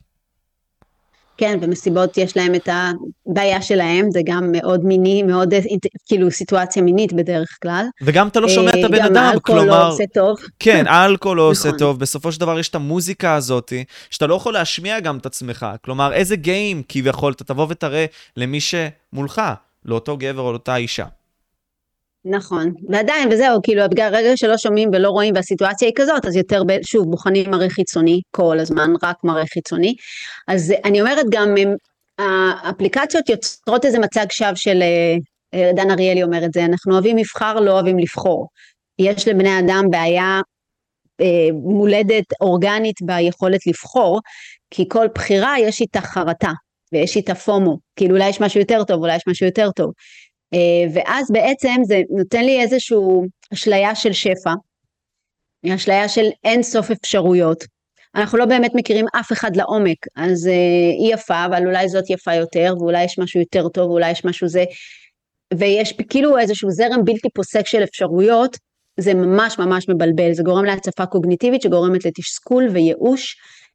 כן, במסיבות יש להם את הבעיה שלהם, זה גם מאוד מיני, מאוד כאילו סיטואציה מינית בדרך כלל. וגם אתה לא שומע את הבן אדם, גם האלכוהול לא עושה טוב. כן, האלכוהול לא עושה טוב, בסופו של דבר יש את המוזיקה הזאת, שאתה לא יכול להשמיע גם את עצמך, כלומר איזה גיים כביכול, אתה תבוא ותראה למי שמולך, לאותו גבר או לאותה אישה. נכון, ועדיין, וזהו, כאילו, ברגע שלא שומעים ולא רואים, והסיטואציה היא כזאת, אז יותר, שוב, בוחנים מראה חיצוני כל הזמן, רק מראה חיצוני, אז אני אומרת גם, האפליקציות יוצרות איזה מצג שווא של, דן אריאלי אומר את זה, אנחנו אוהבים מבחר, לא אוהבים לבחור, יש לבני אדם בעיה מולדת, אורגנית, ביכולת לבחור, כי כל בחירה יש איתה חרטה, ויש איתה פומו, כאילו אולי יש משהו יותר טוב, אולי יש משהו יותר טוב, ואז בעצם זה נותן לי איזשהו אשליה של שפע, אשליה של אין סוף אפשרויות, אנחנו לא באמת מכירים אף אחד לעומק, אז היא יפה, אבל אולי זאת יפה יותר, ואולי יש משהו יותר טוב, ואולי יש משהו זה, ויש כאילו איזשהו זרם בלתי פוסק של אפשרויות, זה ממש ממש מבלבל, זה גורם להצפה קוגניטיבית, שגורמת לתסכול וייאוש,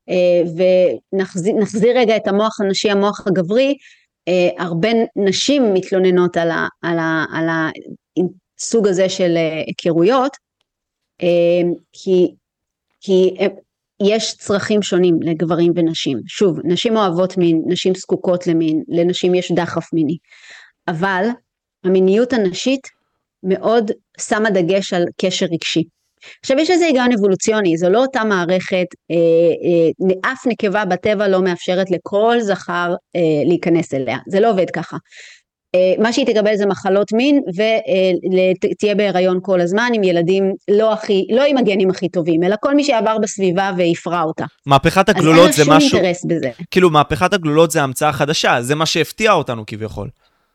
ונחזיר רגע את המוח הנשי, המוח הגברי, Uh, הרבה נשים מתלוננות על, ה, על, ה, על הסוג הזה של uh, היכרויות, uh, כי, כי uh, יש צרכים שונים לגברים ונשים, שוב, נשים אוהבות מין, נשים זקוקות למין, לנשים יש דחף מיני, אבל המיניות הנשית מאוד שמה דגש על קשר רגשי, עכשיו יש איזה היגיון אבולוציוני, זו לא אותה מערכת, אה, אה, אף נקבה בטבע לא מאפשרת לכל זכר אה, להיכנס אליה, זה לא עובד ככה, אה, מה שהיא תקבל זה מחלות מין, ותהיה אה, בהיריון כל הזמן עם ילדים לא, הכי, לא עם הגנים הכי טובים, אלא כל מי שעבר בסביבה והפרע אותה. מהפכת הגלולות זה משהו, אז אין לה שום אינטרס בזה. כאילו מהפכת הגלולות זה המצאה חדשה, זה מה שהפתיע אותנו כביכול.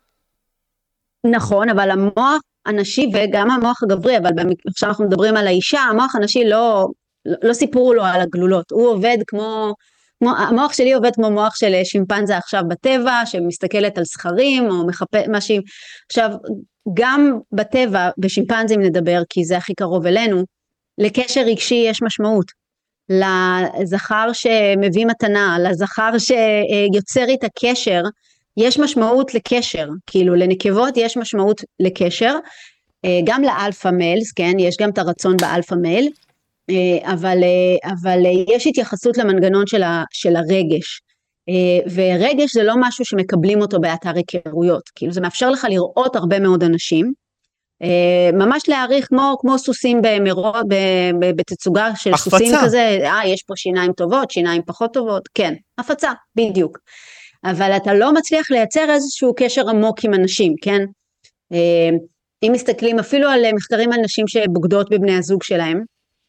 נכון, אבל המוח הנשי וגם המוח הגברי, אבל עכשיו אנחנו מדברים על האישה, המוח הנשי לא, לא, לא סיפרו לו על הגלולות, הוא עובד כמו, כמו, המוח שלי עובד כמו מוח של שימפנזה עכשיו בטבע, שמסתכלת על סחרים, או מחפש משהו, עכשיו, גם בטבע, בשימפנזים נדבר, כי זה הכי קרוב אלינו, לקשר רגשי יש משמעות, לזכר שמביא מתנה, לזכר שיוצר איתה קשר, יש משמעות לקשר, כאילו לנקבות יש משמעות לקשר, גם לאלפא מיילס, כן, יש גם את הרצון באלפא מייל, אבל, אבל יש התייחסות למנגנון של, ה, של הרגש, ורגש זה לא משהו שמקבלים אותו באתר היכרויות, כאילו זה מאפשר לך לראות הרבה מאוד אנשים, ממש להעריך כמו, כמו סוסים במרוד, בתצוגה של הפצה. סוסים כזה, אה, יש פה שיניים טובות, שיניים פחות טובות, כן, הפצה, בדיוק. אבל אתה לא מצליח לייצר איזשהו קשר עמוק עם אנשים, כן? אם מסתכלים אפילו על מחקרים על נשים שבוגדות בבני הזוג שלהם,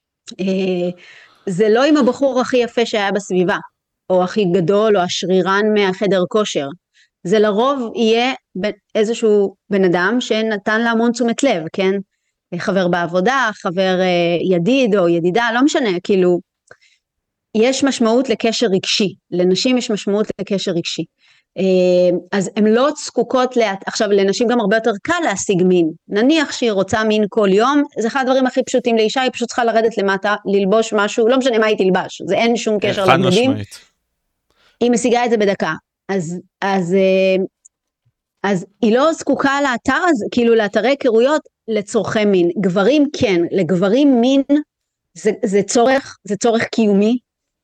זה לא עם הבחור הכי יפה שהיה בסביבה, או הכי גדול, או השרירן מהחדר כושר, זה לרוב יהיה איזשהו בן אדם שנתן לה המון תשומת לב, כן? חבר בעבודה, חבר ידיד או ידידה, לא משנה, כאילו, יש משמעות לקשר רגשי, לנשים יש משמעות לקשר רגשי, אז הן לא זקוקות, לה... עכשיו לנשים גם הרבה יותר קל להשיג מין, נניח שהיא רוצה מין כל יום, זה אחד הדברים הכי פשוטים לאישה, היא פשוט צריכה לרדת למטה, ללבוש משהו, לא משנה מה היא תלבש, זה אין שום קשר לבגדים, היא משיגה את זה בדקה, אז, אז, אז היא לא זקוקה לאתר הזה, כאילו לאתרי היכרויות לצורכי מין, גברים כן, לגברים מין זה, זה צורך, זה צורך קיומי,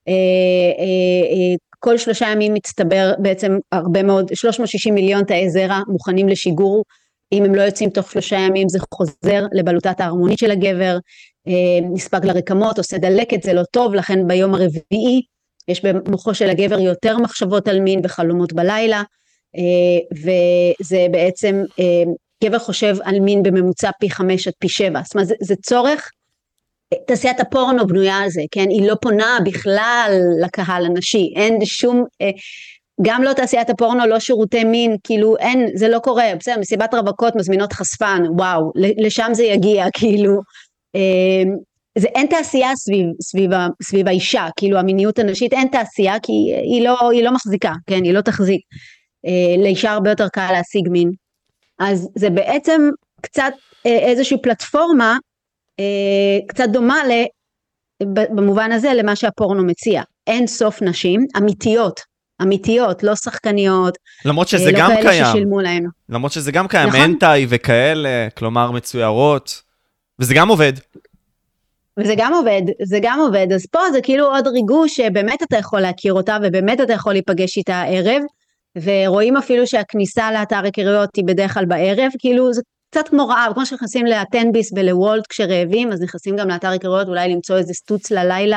כל שלושה ימים מצטבר בעצם הרבה מאוד, שלוש מאות ושישים מיליון תאי זרע מוכנים לשיגור, אם הם לא יוצאים תוך שלושה ימים זה חוזר לבלוטת ההרמונית של הגבר, נספג לרקמות, עושה דלקת, זה לא טוב, לכן ביום הרביעי יש במוחו של הגבר יותר מחשבות על מין וחלומות בלילה, וזה בעצם, גבר חושב על מין בממוצע פי חמש עד פי שבע, זאת אומרת זה, זה צורך, תעשיית הפורנו בנויה על זה, כן? היא לא פונה בכלל לקהל הנשי, אין שום, גם לא תעשיית הפורנו, לא שירותי מין, כאילו אין, זה לא קורה, בסדר, מסיבת רווקות מזמינות חשפן, וואו, לשם זה יגיע, כאילו, זה אין תעשייה סביב, סביב, סביב האישה, כאילו המיניות הנשית, אין תעשייה, כי היא לא, היא לא מחזיקה, כן? היא לא תחזיק, לאישה הרבה יותר קל להשיג מין, אז זה בעצם קצת איזושהי פלטפורמה, קצת דומה במובן הזה למה שהפורנו מציע, אין סוף נשים אמיתיות, אמיתיות, לא שחקניות, למרות שזה לא גם כאלה קיים, ששילמו להן. למרות שזה גם קיים, נכון? אנטאי וכאלה, כלומר מצוירות, וזה גם עובד. וזה גם עובד, זה גם עובד, אז פה זה כאילו עוד ריגוש שבאמת אתה יכול להכיר אותה, ובאמת אתה יכול להיפגש איתה הערב, ורואים אפילו שהכניסה לאתר היכרויות היא בדרך כלל בערב, כאילו זה קצת כמו רעב, כמו שנכנסים לטנביס ולוולט כשרעבים, אז נכנסים גם לאתר היכרויות, אולי למצוא איזה סטוץ ללילה,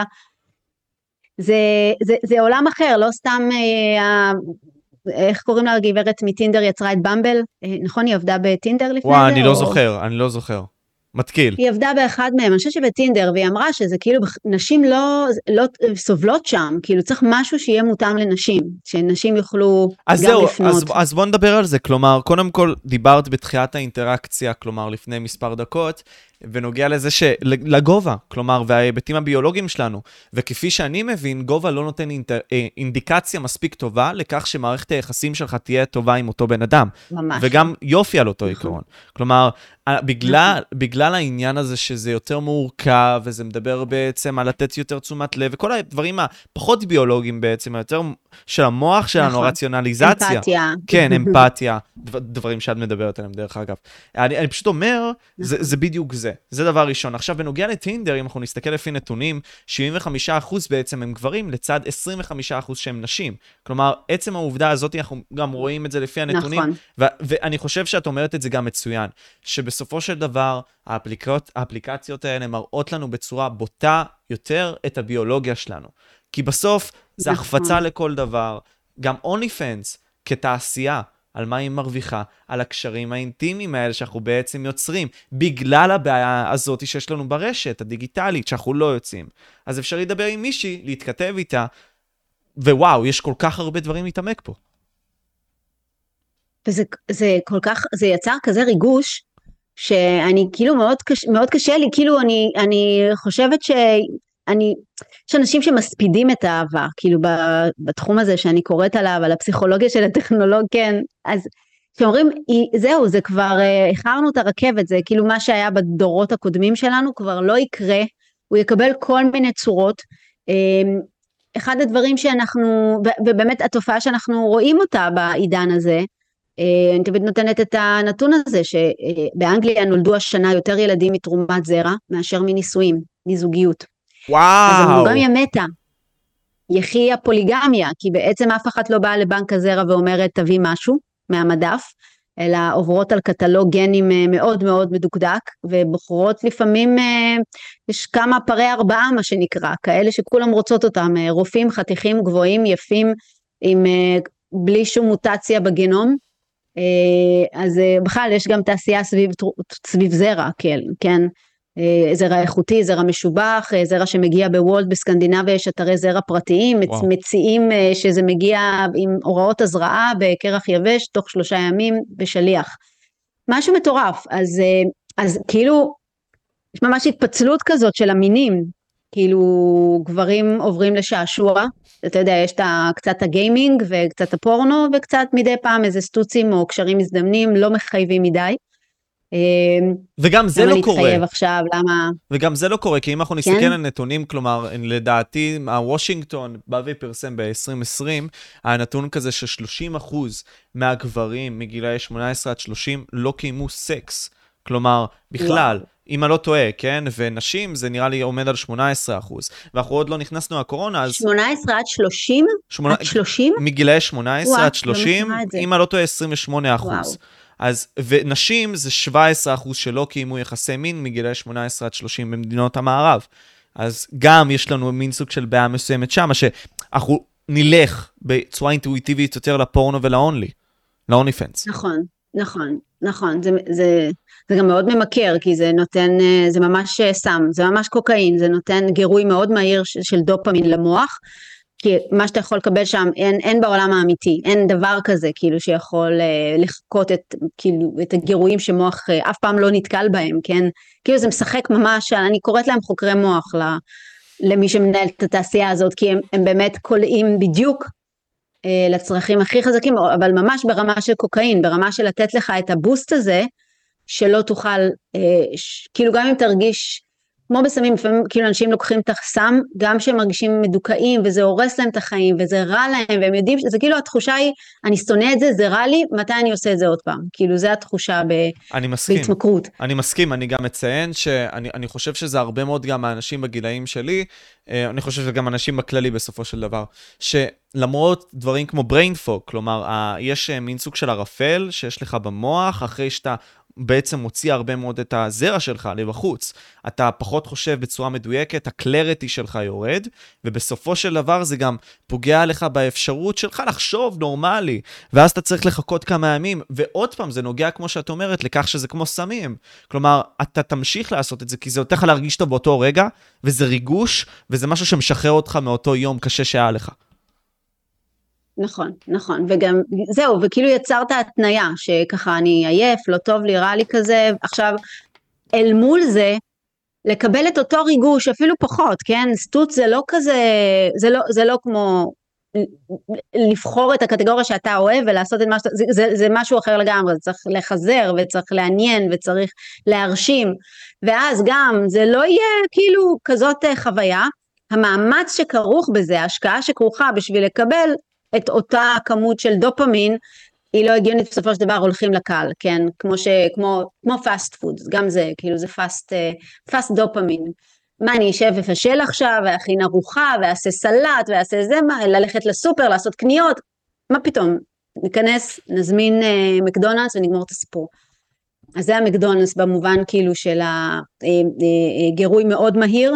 זה, זה, זה עולם אחר, לא סתם, אה, איך קוראים לה גברת מטינדר יצרה את במבל, אה, נכון היא עבדה בטינדר לפני וואו, זה? אני או... לא זוכר, אני לא זוכר. מתקיל. היא עבדה באחד מהם, אני חושבת שבטינדר, והיא אמרה שזה כאילו, נשים לא, לא סובלות שם, כאילו צריך משהו שיהיה מותאם לנשים, שנשים יוכלו אז גם זהו, לפנות. אז, אז בוא נדבר על זה, כלומר, קודם כל דיברת בתחילת האינטראקציה, כלומר לפני מספר דקות, ונוגע לזה שלגובה, כלומר, וההיבטים הביולוגיים שלנו, וכפי שאני מבין, גובה לא נותן אינטר, אינדיקציה מספיק טובה, לכך שמערכת היחסים שלך תהיה טובה עם אותו בן אדם. ממש. וגם יופי על אותו עיקרון. כלומר, בגלל, בגלל העניין הזה שזה יותר מורכב, וזה מדבר בעצם על לתת יותר תשומת לב, וכל הדברים הפחות ביולוגיים בעצם, היותר של המוח שלנו, רציונליזציה. אמפתיה. כן, אמפתיה, דברים שאת מדברת עליהם דרך אגב. אני, אני פשוט אומר, זה, זה בדיוק זה. זה דבר ראשון. עכשיו, בנוגע לטינדר, אם אנחנו נסתכל לפי נתונים, שבעים וחמישה אחוז בעצם הם גברים, לצד עשרים וחמישה אחוז שהם נשים. כלומר, עצם העובדה הזאת, אנחנו גם רואים את זה לפי הנתונים, נכון. ו- ואני חושב שאת אומרת את זה גם מצוין, שבסופו של דבר, האפליקציות, האפליקציות האלה מראות לנו בצורה בוטה יותר את הביולוגיה שלנו. כי בסוף, זה החפצה לכל דבר. גם OnlyFans, כתעשייה, על מה היא מרוויחה, על הקשרים האינטימיים האלה שאנחנו בעצם יוצרים, בגלל הבעיה הזאת שיש לנו ברשת, הדיגיטלית, שאנחנו לא יוצאים. אז אפשר לדבר עם מישהי, להתכתב איתה, ווואו, יש כל כך הרבה דברים להתעמק פה. וזה זה כל כך, זה יצר כזה ריגוש, שאני כאילו מאוד קשה, מאוד קשה לי, כאילו אני, אני חושבת ש... אני, יש אנשים שמספידים את האהבה, כאילו בתחום הזה שאני קוראת עליו, על הפסיכולוגיה של הטכנולוגיה, כן, אז שאומרים, זהו, זה כבר, הכרנו את הרכבת, זה כאילו מה שהיה בדורות הקודמים שלנו, כבר לא יקרה, הוא יקבל כל מיני צורות, אחד הדברים שאנחנו, ובאמת התופעה שאנחנו רואים אותה בעידן הזה, אני תמיד נותנת את הנתון הזה, שבאנגליה נולדו השנה יותר ילדים מתרומת זרע, מאשר מנישואים, מזוגיות. וואו. אז המונוגמיה מתה, יחי הפוליגמיה, כי בעצם אף אחת לא באה לבנק הזרע ואומרת תביא משהו מהמדף, אלא עוברות על קטלוג גנים מאוד מאוד מדוקדק, ובוחרות לפעמים, יש כמה פרי ארבעה מה שנקרא, כאלה שכולם רוצות אותם, רופאים, חתיכים, גבוהים, יפים, עם, בלי שום מוטציה בגנום, אז בכלל יש גם תעשייה סביב, סביב זרע, כן, כן, זרע איכותי, זרע משובח, זרע שמגיע בוולט בסקנדינביה, יש אתרי זרע פרטיים, וואו. מציעים שזה מגיע עם הוראות הזרעה בקרח יבש, תוך שלושה ימים בשליח. משהו מטורף, אז, אז כאילו, יש ממש התפצלות כזאת של המינים, כאילו גברים עוברים לשעשוע, אתה יודע, יש קצת הגיימינג וקצת הפורנו וקצת מדי פעם איזה סטוצים או קשרים מזדמנים, לא מחייבים מדי. וגם זה לא קורה. למה להתחייב עכשיו, למה... וגם זה לא קורה, כי אם אנחנו נסתכל על נתונים, כלומר, לדעתי, הוושינגטון בא ופרסם ב-עשרים עשרים, הנתון כזה ש-שלושים אחוז מהגברים מגילאי שמונה עשרה עד שלושים לא קיימו סקס. כלומר, בכלל, אם אני לא טועה, כן? ונשים, זה נראה לי עומד על שמונה עשרה אחוז. ואנחנו עוד לא נכנסנו לקורונה, אז... שמונה עשרה עד שלושים? עד שלושים? מגילאי שמונה עשרה עד שלושים, אם אני לא טועה, עשרים ושמונה אחוז. אז, ונשים זה שבעה עשר אחוז שלא קיימו יחסי מין מגילאי שמונה עשרה עד שלושים במדינות המערב. אז גם יש לנו מין סוג של בעיה מסוימת שם, שאנחנו נלך בצורה אינטואיטיבית יותר לפורנו ולאונלי, לאוני פנס. נכון, נכון, נכון. זה, זה, זה גם מאוד ממכר, כי זה נותן, זה ממש סם, זה ממש קוקאין, זה נותן גירוי מאוד מהיר של, של דופמין למוח, כי מה שאתה יכול לקבל שם, אין, אין בעולם האמיתי, אין דבר כזה, כאילו, שיכול אה, לחכות את, כאילו, את הגירויים שמוח אה, אף פעם לא נתקל בהם, כן? כאילו זה משחק ממש, אני קוראת להם חוקרי מוח, ל, למי שמנהל את התעשייה הזאת, כי הם, הם באמת קולעים בדיוק אה, לצרכים הכי חזקים, אבל ממש ברמה של קוקאין, ברמה של לתת לך את הבוסט הזה, שלא תוכל, אה, ש, כאילו גם אם תרגיש, כמו בסמים, לפעמים כאילו אנשים לוקחים את הסם, גם שהם מרגישים מדוכאים, וזה הורס להם את החיים, וזה רע להם, והם יודעים, זה כאילו התחושה היא, אני שונא את זה, זה רע לי, מתי אני עושה את זה עוד פעם? כאילו זה התחושה ב... אני מסכים. בהתמכרות. אני מסכים, אני גם מציין שאני אני חושב שזה הרבה מאוד גם האנשים בגילאים שלי, אני חושב שזה גם אנשים בכללי בסופו של דבר, שלמרות דברים כמו brain fog, כלומר, יש מין סוג של ערפל שיש לך במוח, אחרי שאתה בעצם מוציא הרבה מאוד את הזרע שלך לבחוץ. אתה פחות חושב בצורה מדויקת, הקלריטי שלך יורד, ובסופו של דבר זה גם פוגע לך באפשרות שלך לחשוב נורמלי, ואז אתה צריך לחכות כמה ימים, ועוד פעם זה נוגע כמו שאת אומרת, לכך שזה כמו סמים. כלומר, אתה תמשיך לעשות את זה, כי זה יותר לך להרגיש טוב באותו רגע, וזה ריגוש, וזה משהו שמשחרר אותך מאותו יום קשה שהיה לך. נכון, נכון, וגם זהו, וכאילו יצרת התניה, שככה אני עייף, לא טוב לי, רע לי כזה, עכשיו אל מול זה, לקבל את אותו ריגוש, אפילו פחות, כן, סטוץ זה לא כזה, זה לא, זה לא כמו לבחור את הקטגוריה שאתה אוהב, ולעשות את מה שאתה, זה, זה, זה משהו אחר לגמרי, צריך לחזר, וצריך לעניין, וצריך להרשים, ואז גם זה לא יהיה כאילו כזאת חוויה, המאמץ שכרוך בזה, ההשקעה שכרוכה בשביל לקבל, את אותה כמות של דופמין, היא לא הגיונית, בסופו של דבר הולכים לקהל, כן, כמו ש, כמו, כמו פאסט פוד, גם זה, כאילו זה פאסט, פאסט דופמין, מה אני אשב ופשל עכשיו, ואכין ארוחה, ועשה סלט, ועשה זה, מה, ללכת לסופר, לעשות קניות, מה פתאום, ניכנס, נזמין אה, מקדונלדס, ונגמור את הסיפור. אז זה המקדונלדס, במובן כאילו של הגירוי מאוד מהיר,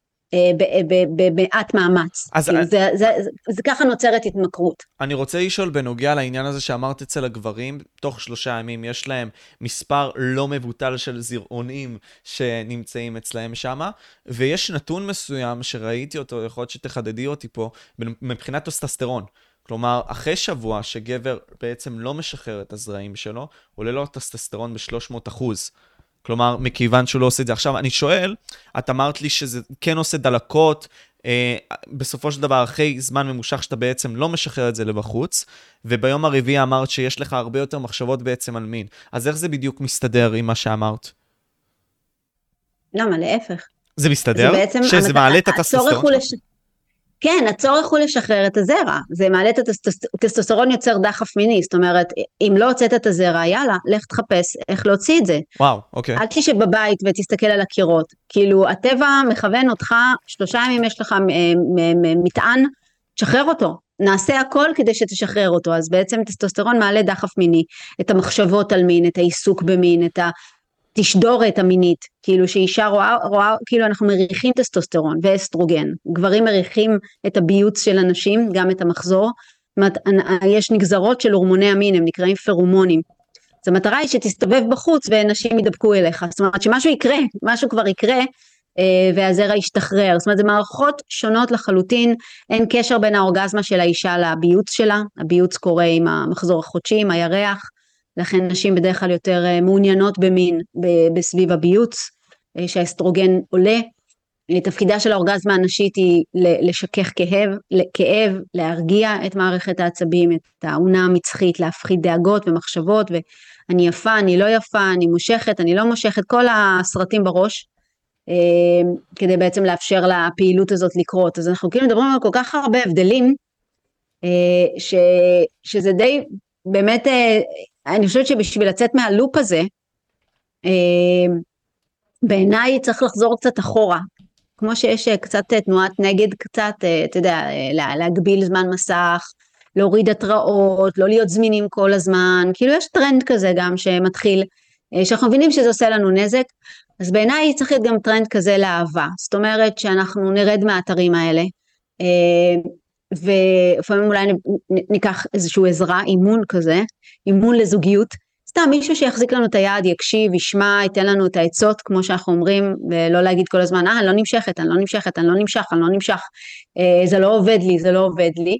במעט מאמץ. זה ככה נוצרת התמכרות. אני רוצה לשאול בנוגע לעניין הזה שאמרת אצל הגברים, תוך שלושה ימים יש להם מספר לא מבוטל של זרעונים שנמצאים אצלהם שמה, ויש נתון מסוים שראיתי אותו, יכול להיות שתחדדי אותי פה, מבחינת טסטוסטרון. כלומר, אחרי שבוע שגבר בעצם לא משחרר את הזרעים שלו, עולה לו טסטוסטרון ב-שלוש מאות אחוז. כלומר, מכיוון שהוא לא עושה את זה. עכשיו, אני שואל, את אמרת לי שזה כן עושה דלקות, אה, בסופו של דבר, אחרי זמן ממושך שאתה בעצם לא משחרר את זה לבחוץ, וביום הרביעי אמרת שיש לך הרבה יותר מחשבות בעצם על מין. אז איך זה בדיוק מסתדר עם מה שאמרת? למה, להפך. זה מסתדר? זה שזה המת... מעלה את הטסטוסטרון? לש... כן, הצורך הוא לשחרר את הזרע, זה מעלה את הטסטוסטרון, יוצר דחף מיני, זאת אומרת, אם לא הוצאת את הזרע, יאללה, לך תחפש איך להוציא את זה. וואו, אוקיי. אל תשב בבית ותסתכל על הקירות, כאילו הטבע מכוון אותך, שלושה ימים יש לך מטען, תשחרר אותו, נעשה הכל כדי שתשחרר אותו, אז בעצם טסטוסטרון מעלה דחף מיני, את המחשבות על מין, את העיסוק במין, את ה... תשדורת המינית, כאילו שאישה רואה, רואה, כאילו אנחנו מריחים טסטוסטרון ואסטרוגן, גברים מריחים את הביוץ של הנשים, גם את המחזור, יש נגזרות של הורמוני המין, הם נקראים פרומונים, אז המטרה היא שתסתובב בחוץ ונשים ידבקו אליך, זאת אומרת שמשהו יקרה, משהו כבר יקרה, והזרע ישתחרר, זאת אומרת זה מערכות שונות לחלוטין, אין קשר בין האורגזמה של האישה לביוץ שלה, הביוץ קורה עם המחזור החודשי, עם הירח, לכן נשים בדרך כלל יותר מעוניינות במין בסביב הביוץ, שהאסטרוגן עולה, תפקידה של האורגזמה הנשית היא לשכך כאב, כאב, להרגיע את מערכת העצבים, את האונה המצחית, להפחית דאגות ומחשבות, ואני יפה, אני לא יפה, אני מושכת, אני לא מושכת, כל הסרטים בראש, כדי בעצם לאפשר לפעילות הזאת לקרות. אז אנחנו כאילו מדברים על כל כך הרבה הבדלים, ש, שזה די, באמת, אני חושבת שבשביל לצאת מהלופ הזה, בעיניי צריך לחזור קצת אחורה, כמו שיש קצת תנועת נגד, קצת, אתה יודע, להגביל זמן מסך, להוריד התראות, לא להיות זמינים כל הזמן, כאילו יש טרנד כזה גם שמתחיל, שאנחנו מבינים שזה עושה לנו נזק, אז בעיניי צריך להיות גם טרנד כזה לאהבה, זאת אומרת שאנחנו נרד מהאתרים האלה, ולפעמים אולי ניקח איזשהו עזרה, אימון כזה, אימון לזוגיות, סתם מישהו שיחזיק לנו את היד, יקשיב, ישמע, ייתן לנו את העצות, כמו שאנחנו אומרים, ולא להגיד כל הזמן, אה, אני לא נמשכת, אני לא נמשכת, אני לא נמשך, אני לא נמשך, זה לא עובד לי, זה לא עובד לי,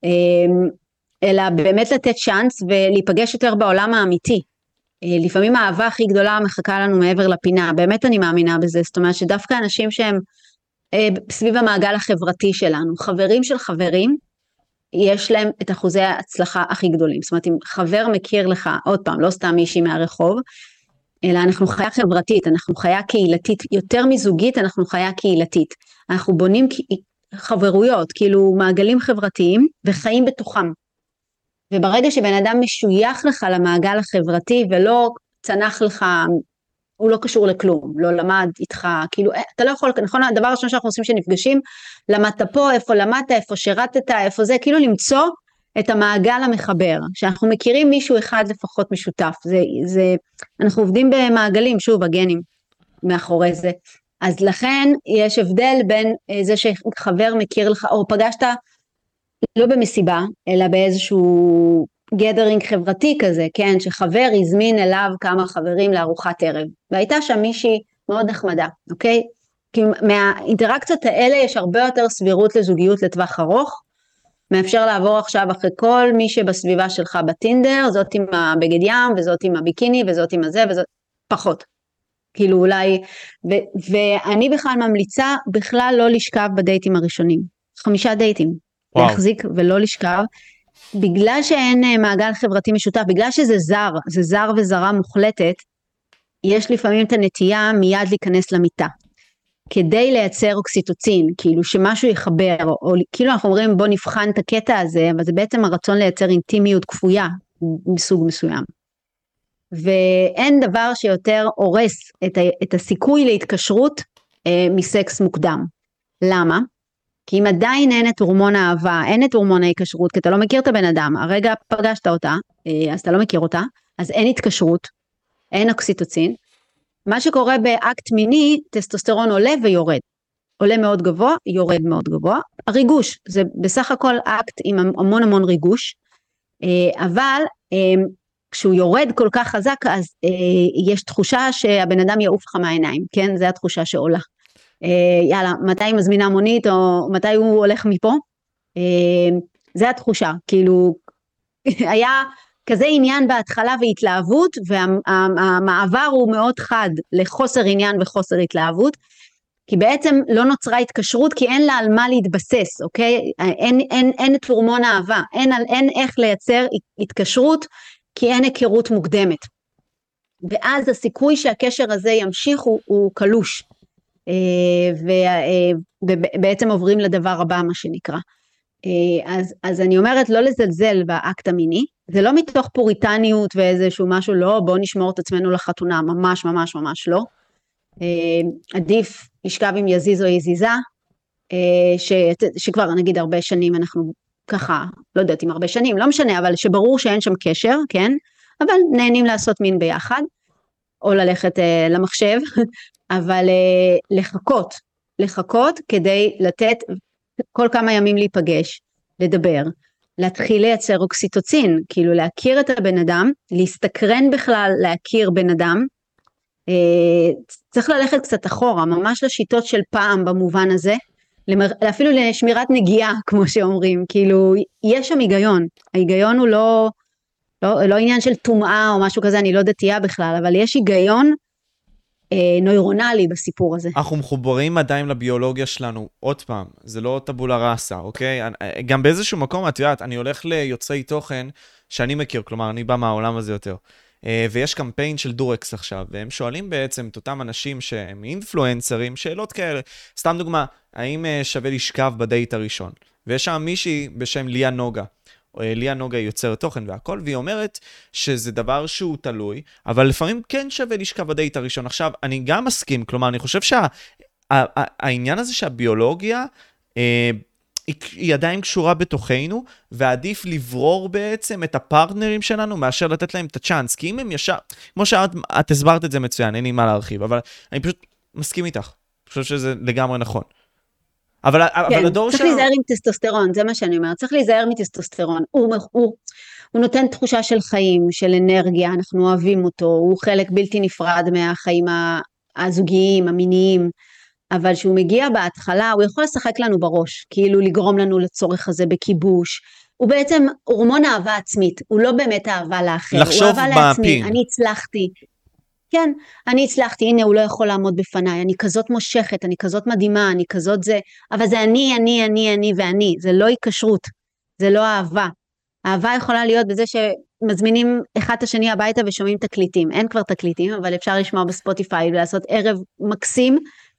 אלא באמת לתת צ'אנס ולהיפגש יותר בעולם האמיתי. לפעמים האהבה הכי גדולה מחכה לנו מעבר לפינה, באמת אני מאמינה בזה, זאת אומרת שדווקא אנשים שהם סביב המעגל החברתי שלנו, חברים של חברים, יש להם את אחוזי ההצלחה הכי גדולים, זאת אומרת אם חבר מכיר לך, עוד פעם, לא סתם מישהי מהרחוב, אלא אנחנו חיה חברתית, אנחנו חיה קהילתית, יותר מזוגית אנחנו חיה קהילתית, אנחנו בונים חברויות, כאילו מעגלים חברתיים וחיים בתוכם, וברגע שבן אדם משוייך לך למעגל החברתי ולא צנח לך, הוא לא קשור לכלום, לא למד איתך, כאילו אתה לא יכול, נכון, הדבר הראשון שאנחנו עושים שנפגשים, למדת פה, איפה למדת, איפה שירתת, איפה זה, כאילו למצוא את המעגל המחבר, שאנחנו מכירים מישהו אחד לפחות משותף, זה, זה, אנחנו עובדים במעגלים, שוב, הגנים מאחורי זה, אז לכן יש הבדל בין זה שחבר מכיר לך, או פגשת לא במסיבה, אלא באיזשהו גדרינג חברתי כזה, כן, שחבר הזמין אליו כמה חברים לארוחת ערב, והייתה שם מישהי מאוד נחמדה, אוקיי? כי מהאינטראקציות האלה יש הרבה יותר סבירות לזוגיות לטווח ארוך, מאפשר לעבור עכשיו אחרי כל מי שבסביבה שלך בטינדר, זאת עם הבגד ים, וזאת עם הביקיני, וזאת עם הזה, וזאת פחות. כאילו אולי, ו- ואני בכלל ממליצה בכלל לא לשכב בדייטים הראשונים, חמישה דייטים, וואו. להחזיק ולא לשכב, בגלל שאין מעגל חברתי משותף, בגלל שזה זר, זה זר וזרה מוחלטת, יש לפעמים את הנטייה מיד להיכנס למיטה, כדי לייצר אוקסיטוצין, כאילו שמשהו יחבר, או, או כאילו אנחנו אומרים בוא נבחן את הקטע הזה, אבל זה בעצם הרצון לייצר אינטימיות כפויה, מסוג מסוים. ואין דבר שיותר הורס את, ה, את הסיכוי להתקשרות אה, מסקס מוקדם. למה? כי אם עדיין אין את הורמון האהבה, אין את הורמון ההיקשרות, כי אתה לא מכיר את הבן אדם, הרגע פגשת אותה, אז אתה לא מכיר אותה, אז אין התקשרות, אין אוקסיטוצין, מה שקורה באקט מיני, טסטוסטרון עולה ויורד, עולה מאוד גבוה, יורד מאוד גבוה, הריגוש, זה בסך הכל אקט עם המון המון ריגוש, אבל כשהוא יורד כל כך חזק, אז יש תחושה שהבן אדם יעוף לך מהעיניים, כן, זה התחושה שעולה. יאללה, מתי היא מזמינה מונית, או מתי הוא הולך מפה, זה התחושה, כאילו, היה כזה עניין בהתחלה והתלהבות, והמעבר הוא מאוד חד לחוסר עניין וחוסר התלהבות, כי בעצם לא נוצרה התקשרות, כי אין לה על מה להתבסס, אוקיי? אין, אין, אין את הורמון האהבה, אין, אין איך לייצר התקשרות, כי אין היכרות מוקדמת, ואז הסיכוי שהקשר הזה ימשיך הוא, הוא קלוש, ובעצם עוברים לדבר הבא מה שנקרא, אז, אז אני אומרת לא לזלזל באקט המיני, זה לא מתוך פוריטניות ואיזשהו משהו, לא בוא נשמור את עצמנו לחתונה, ממש ממש ממש לא, עדיף לשכב עם יזיז או יזיזה, ש, שכבר נגיד הרבה שנים אנחנו ככה, לא יודעת אם הרבה שנים, לא משנה, אבל שברור שאין שם קשר, כן, אבל נהנים לעשות מין ביחד, או ללכת אה, למחשב, אבל אה, לחכות, לחכות כדי לתת כל כמה ימים להיפגש, לדבר, להתחיל לייצר אוקסיטוצין, כאילו להכיר את הבן אדם, להסתקרן בכלל להכיר בן אדם, אה, צריך ללכת קצת אחורה, ממש לשיטות של פעם במובן הזה, למר, אפילו לשמירת נגיעה, כמו שאומרים, כאילו יש שם היגיון, ההיגיון הוא לא... לא, לא עניין של טומאה או משהו כזה, אני לא דתייה בכלל, אבל יש היגיון נוירונלי בסיפור הזה. אנחנו מחוברים עדיין לביולוגיה שלנו, עוד פעם, זה לא טבולה ראסה, אוקיי? גם באיזשהו מקום, את יודעת, אני הולך ליוצרי תוכן שאני מכיר, כלומר, אני בא מהעולם הזה יותר. ויש קמפיין של דורקס עכשיו, והם שואלים בעצם את אותם אנשים שהם אינפלואנסרים, שאלות כאלה. סתם דוגמה, האם שווה לשכב בדייט הראשון? ויש שם מישהי בשם ליה נוגה. ליה נוגה יוצרת תוכן והכל, והיא אומרת שזה דבר שהוא תלוי, אבל לפעמים כן שווה לשכב בדייט הראשון. עכשיו, אני גם מסכים, כלומר, אני חושב שהעניין הזה שהביולוגיה, היא עדיין קשורה בתוכנו, ועדיף לברור בעצם את הפרטנרים שלנו, מאשר לתת להם את הצ'אנס, כי אם הם ישר, כמו שאת את הסברת את זה מצוין, אין לי מה להרחיב, אבל אני פשוט מסכים איתך, אני חושב שזה לגמרי נכון. אבל, כן, אבל הדור צריך שלנו... להיזהר עם טסטוסטרון, זה מה שאני אומרת, צריך להיזהר מטסטוסטרון, הוא, הוא, הוא נותן תחושה של חיים, של אנרגיה, אנחנו אוהבים אותו, הוא חלק בלתי נפרד מהחיים הזוגיים, המיניים, אבל שהוא מגיע בהתחלה, הוא יכול לשחק לנו בראש, כאילו לגרום לנו לצורך הזה בכיבוש, הוא בעצם הורמון אהבה עצמית, הוא לא באמת אהבה לאחר, לחשוב הוא אהבה לעצמי, בפין. אני הצלחתי, כן, אני הצלחתי, הנה הוא לא יכול לעמוד בפניי, אני כזאת מושכת, אני כזאת מדהימה, אני כזאת זה, אבל זה אני, אני, אני, אני ואני, זה לא היקשרות, זה לא אהבה, אהבה יכולה להיות בזה שמזמינים אחד את השני הביתה ושומעים תקליטים, אין כבר תקליטים, אבל אפשר לשמוע בספוטיפיי ולעשות ערב מקסים,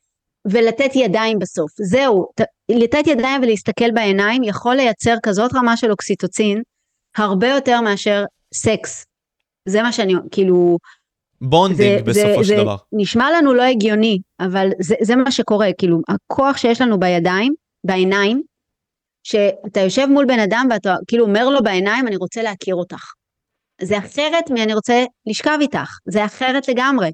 ולתת ידיים בסוף, זהו, לתת ידיים ולהסתכל בעיניים, יכול לייצר כזאת רמה של אוקסיטוצין, הרבה יותר מאשר סקס, זה מה שאני, כאילו, בונדינג זה, בסופו זה, של זה דבר. נשמע לנו לא הגיוני, אבל זה, זה מה שקורה, כאילו, הכוח שיש לנו בידיים, בעיניים, שאתה יושב מול בן אדם, ואתה כאילו אומר לו בעיניים, אני רוצה להכיר אותך, זה אחרת מי אני רוצה לשכב איתך, זה אחרת לגמרי,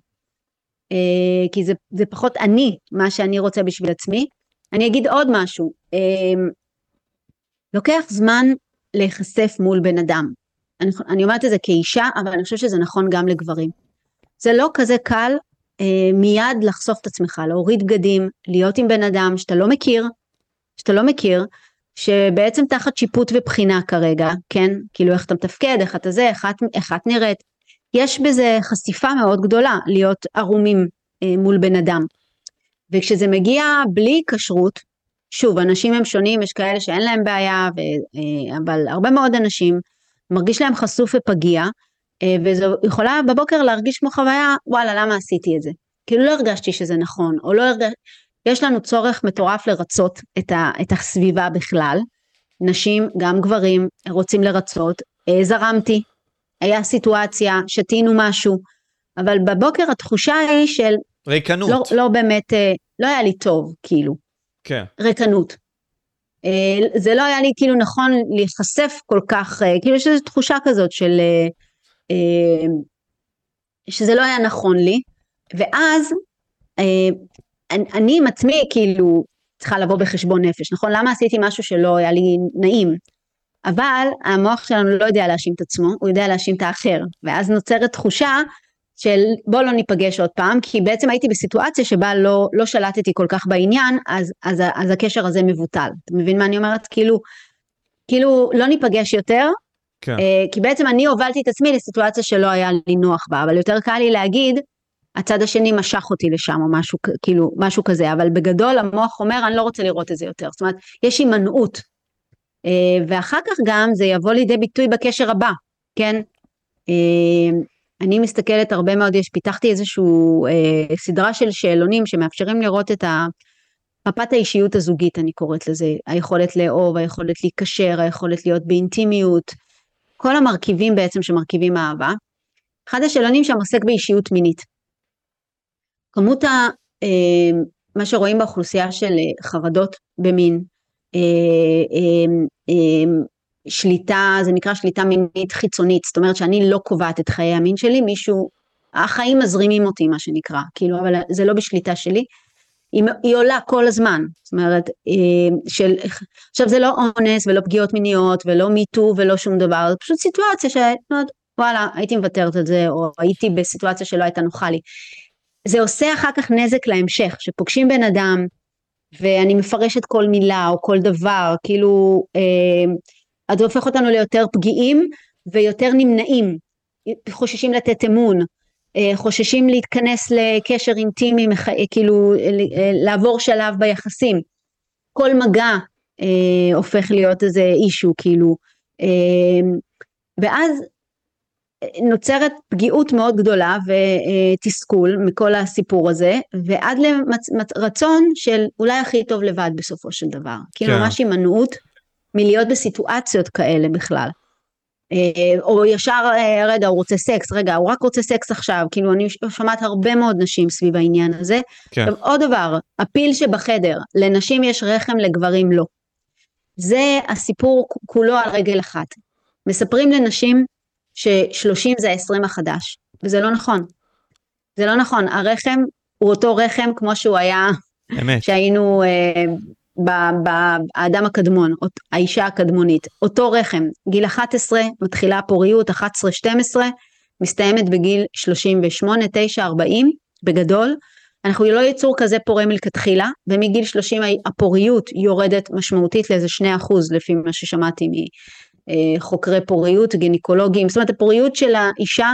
Uh, כי זה, זה פחות אני, מה שאני רוצה בשביל עצמי. אני אגיד עוד משהו, uh, לוקח זמן להיחשף מול בן אדם, אני, אני אומרת את זה כאישה, אבל אני חושבת שזה נכון גם לגברים, זה לא כזה קל uh, מיד לחשוף את עצמך, להוריד בגדים, להיות עם בן אדם שאתה לא מכיר, שאתה לא מכיר, שבעצם תחת שיפוט ובחינה כרגע, כן, כאילו איך אתה מתפקד, איך אתה זה, איך את, איך את נראית, יש בזה חשיפה מאוד גדולה, להיות ערומים אה, מול בן אדם, וכשזה מגיע בלי כשרות, שוב, אנשים הם שונים, יש כאלה שאין להם בעיה, ו, אה, אבל הרבה מאוד אנשים, מרגיש להם חשוף ופגיע, אה, וזו יכולה בבוקר להרגיש כמו חוויה, וואלה, למה עשיתי את זה? כאילו לא הרגשתי שזה נכון, או לא הרגש... יש לנו צורך מטורף לרצות את, ה, את הסביבה בכלל, נשים, גם גברים, רוצים לרצות, אה, זרמתי, היה סיטואציה, שתינו משהו, אבל בבוקר התחושה היא של... ריקנות. לא, לא באמת, לא היה לי טוב, כאילו. כן. ריקנות. זה לא היה לי כאילו נכון להיחשף כל כך, כאילו יש איזו תחושה כזאת של... שזה לא היה נכון לי, ואז אני עם עצמי כאילו צריכה לבוא בחשבון נפש, נכון? למה עשיתי משהו שלא היה לי נעים? אבל המוח שלנו לא יודע להאשים את עצמו, הוא יודע להאשים את האחר, ואז נוצרת תחושה של בוא לא ניפגש עוד פעם, כי בעצם הייתי בסיטואציה שבה לא, לא שלטתי כל כך בעניין, אז, אז, אז הקשר הזה מבוטל. אתה מבין מה אני אומרת? כאילו, כאילו לא ניפגש יותר, כן. כי בעצם אני הובלתי את עצמי לסיטואציה שלא היה לי נוח בה, אבל יותר קל לי להגיד, הצד השני משך אותי לשם, או משהו, כאילו, משהו כזה, אבל בגדול המוח אומר, אני לא רוצה לראות את זה יותר, זאת אומרת, יש הימנעות, ואחר כך גם זה יבוא לידי ביטוי בקשר הבא, כן? אני מסתכלת הרבה מאוד, יש, פיתחתי איזשהו סדרה של שאלונים שמאפשרים לראות את מפת האישיות הזוגית, אני קוראת לזה, היכולת לאהוב, היכולת להיקשר, היכולת להיות באינטימיות, כל המרכיבים בעצם שמרכיבים אהבה. אחד השאלונים שם עוסק באישיות מינית. כמות ה, מה שרואים באוכלוסייה של חרדות במין, שליטה, זה נקרא שליטה מינית חיצונית, זאת אומרת שאני לא קובעת את חיי המין שלי, מישהו, החיים מזרימים אותי מה שנקרא, כאילו, אבל זה לא בשליטה שלי, היא, היא עולה כל הזמן, זאת אומרת, של, עכשיו זה לא אונס ולא פגיעות מיניות ולא מיטו ולא שום דבר, זה פשוט סיטואציה שאת, וואלה, הייתי מוותרת על זה, או הייתי בסיטואציה שלא הייתה נוחה לי, זה עושה אחר כך נזק להמשך, שפוגשים בן אדם, ואני מפרשת כל מילה או כל דבר, כאילו, אה, זה הופך אותנו ליותר פגיעים ויותר נמנעים, חוששים לתת אמון, חוששים להתכנס לקשר אינטימי, כאילו לעבור שלב ביחסים. כל מגע אה, הופך להיות איזה אישו, כאילו, אה, ואז נוצרת פגיעות מאוד גדולה ותסכול מכל הסיפור הזה, ועד לרצון של אולי הכי טוב לבד בסופו של דבר. כאילו כן. ממש הימנעות מלהיות בסיטואציות כאלה בכלל. או ישר, רגע, הוא רוצה סקס, רגע, הוא רק רוצה סקס עכשיו, כאילו אני שומעת הרבה מאוד נשים סביב העניין הזה. כן. עוד דבר, הפיל שבחדר, לנשים יש רחם, לגברים לא. זה הסיפור כולו על רגל אחת. מספרים לנשים ששלושים זה העשרים החדש, וזה לא נכון. זה לא נכון, הרחם הוא אותו רחם כמו שהוא היה, אמת. שהיינו אה, באדם הקדמון, האישה הקדמונית, אותו רחם, גיל אחת עשרה, מתחילה פוריות, אחת עשרה שתים עשרה, מסתיימת בגיל שלושים ושמונה, תשע, ארבעים, בגדול, אנחנו לא יצור כזה פורה מלכתחילה, ומגיל שלושים הפוריות יורדת משמעותית לאיזה שני אחוז, לפי מה ששמעתי מחוקרי פוריות, גינקולוגים, זאת אומרת הפוריות של האישה,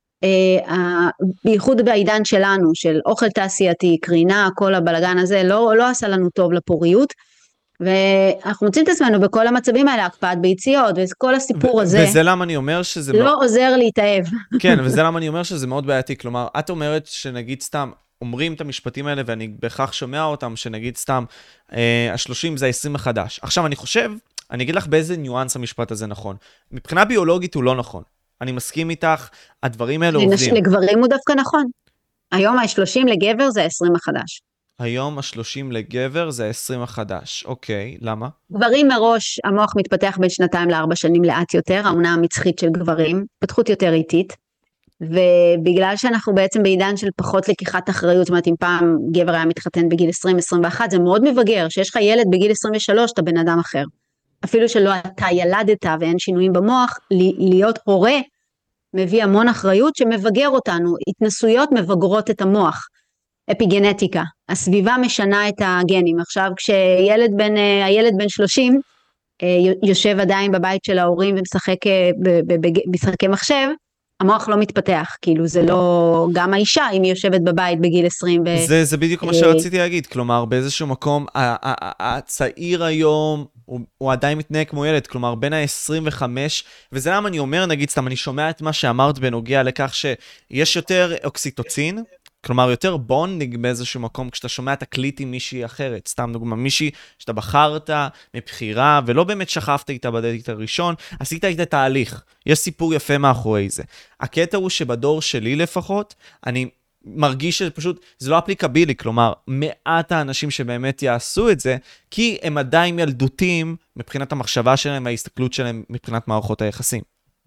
בייחוד בעידן שלנו, של אוכל תעשייתי, קרינה, כל הבלגן הזה, לא, לא עשה לנו טוב לפוריות, ואנחנו מוצאים את עצמנו בכל המצבים האלה, הקפאת ביציות, וכל הסיפור ו- הזה, וזה למה אני אומר שזה לא מאוד... לא... עוזר להתאהב. כן, וזה למה אני אומר שזה מאוד בעייתי, כלומר, את אומרת שנגיד סתם, אומרים את המשפטים האלה, ואני בהכרח שומע אותם, שנגיד סתם, אה, השלושים זה העשרים החדש. עכשיו, אני חושב, אני אגיד לך באיזה ניואנס המשפט הזה נכון. מבחינה ביולוגית הוא לא נכון. אני מסכים איתך, הדברים האלה עובדים. לגברים הוא דווקא נכון. היום ה-שלושים לגבר זה ה-עשרים החדש. היום ה-שלושים לגבר זה ה-עשרים החדש. אוקיי, למה? גברים מראש, המוח מתפתח בין שנתיים לארבע שנים לאט יותר, העונה המצחית של גברים, פתחות יותר איטית, ובגלל שאנחנו בעצם בעידן של פחות לקיחת אחריות, זאת אומרת אם פעם גבר היה מתחתן בגיל עשרים עשרים ואחת, זה מאוד מבגר, שיש לך ילד בגיל עשרים ושלוש, אתה בן אדם אחר. אפילו שלא אתה ילדת ואין שינויים במוח, להיות הורה מביא המון אחריות שמבגר אותנו, התנסויות מבגרות את המוח, אפיגנטיקה, הסביבה משנה את הגנים. עכשיו כשילד בן, הילד בן שלושים יושב עדיין בבית של ההורים ומשחק במשחקי מחשב, המוח לא מתפתח, כאילו זה לא, גם האישה אם היא יושבת בבית בגיל עשרים. ו... זה, זה בדיוק מה שרציתי להגיד, כלומר באיזשהו מקום, הצעיר היום הוא, הוא עדיין מתנהג כמו ילד, כלומר בין ה-עשרים וחמש, וזה למה אני אומר, נגיד סתם, אני שומע את מה שאמרת בנוגע לכך שיש יותר אוקסיטוצין, כלומר יותר בונדינג באיזשהו מקום, כשאתה שומע תקליט עם מישהי אחרת, סתם דוגמה, מישהי שאתה בחרת מבחירה, ולא באמת שכבת איתה בדייט הראשון, עשית איתה תהליך, יש סיפור יפה מאחורי זה. הקטע הוא שבדור שלי לפחות, אני מרגיש שפשוט, זה לא אפליקבילי, כלומר, מעט האנשים שבאמת יעשו את זה, כי הם עדיין ילדותיים, מבחינת המחשבה שלהם, ההסתכלות שלהם, מבחינת מערכות היחסים.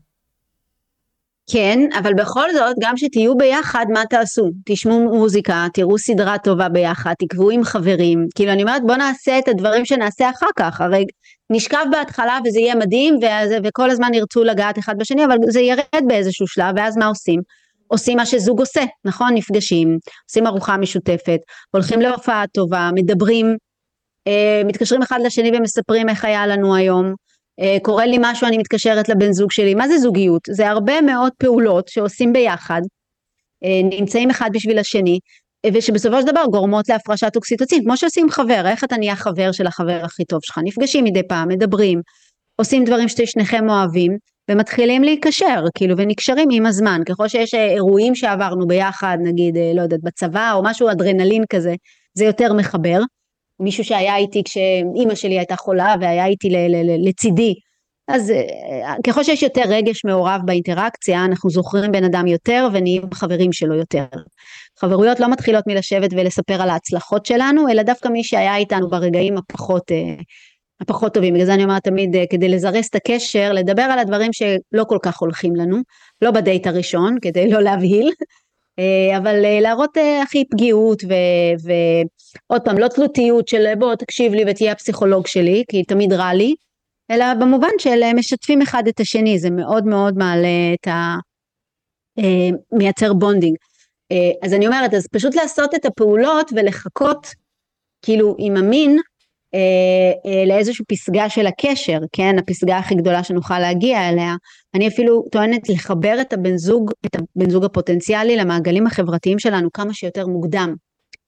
כן, אבל בכל זאת, גם שתהיו ביחד, מה תעשו? תשמעו מוזיקה, תראו סדרה טובה ביחד, תקבעו עם חברים, כאילו אני אומרת, בוא נעשה את הדברים שנעשה אחר כך, הרי נשכב בהתחלה וזה יהיה מדהים, וזה, וכל הזמן ירצו לגעת אחד בשני, אבל זה ירד באיזשהו שלב, ואז מה עושים? עושים מה שזוג עושה, נכון? נפגשים, עושים ארוחה משותפת, הולכים להופעה טובה, מדברים, אה, מתקשרים אחד לשני ומספרים איך היה לנו היום, קורה לי משהו, אני מתקשרת לבן זוג שלי. מה זה זוגיות? זה הרבה מאוד פעולות שעושים ביחד, נמצאים אחד בשביל השני, ושבסופו של דבר גורמות להפרשת אוקסיטוצין, כמו שעושים חבר, איך אתה נהיה חבר של החבר הכי טוב שלך, נפגשים מדי פעם, מדברים, עושים דברים ששניכם אוהבים, ומתחילים להיקשר, כאילו, ונקשרים עם הזמן, ככל שיש אירועים שעברנו ביחד, נגיד, לא יודעת, בצבא, או משהו אדרנלין כזה, זה יותר מחבר, מישהו שהיה איתי כשאימא שלי הייתה חולה והיה איתי לצידי, אז ככל שיש יותר רגש מעורב באינטראקציה, אנחנו זוכרים בן אדם יותר ונהיים חברים שלו יותר. חברויות לא מתחילות מלשבת ולספר על ההצלחות שלנו, אלא דווקא מי שהיה איתנו ברגעים הפחות, הפחות טובים. בגלל זה אני אומרת תמיד, כדי לזרס את הקשר, לדבר על הדברים שלא כל כך הולכים לנו, לא בדייט הראשון, כדי לא להבהיל, אבל להראות הכי פגיעות ועוד פעם לא תלותיות של בוא תקשיב לי ותהיה הפסיכולוג שלי כי תמיד רע לי, אלא במובן של משתפים אחד את השני, זה מאוד מאוד מעלה את ה... מייצר בונדינג. אז אני אומרת, אז פשוט לעשות את הפעולות ולחכות כאילו עם המין לאיזושהי פסגה של הקשר, כן, הפסגה הכי גדולה שנוכל להגיע אליה. אני אפילו טוענת לחבר את הבן זוג, את הבן זוג הפוטנציאלי למעגלים החברתיים שלנו כמה שיותר מוקדם.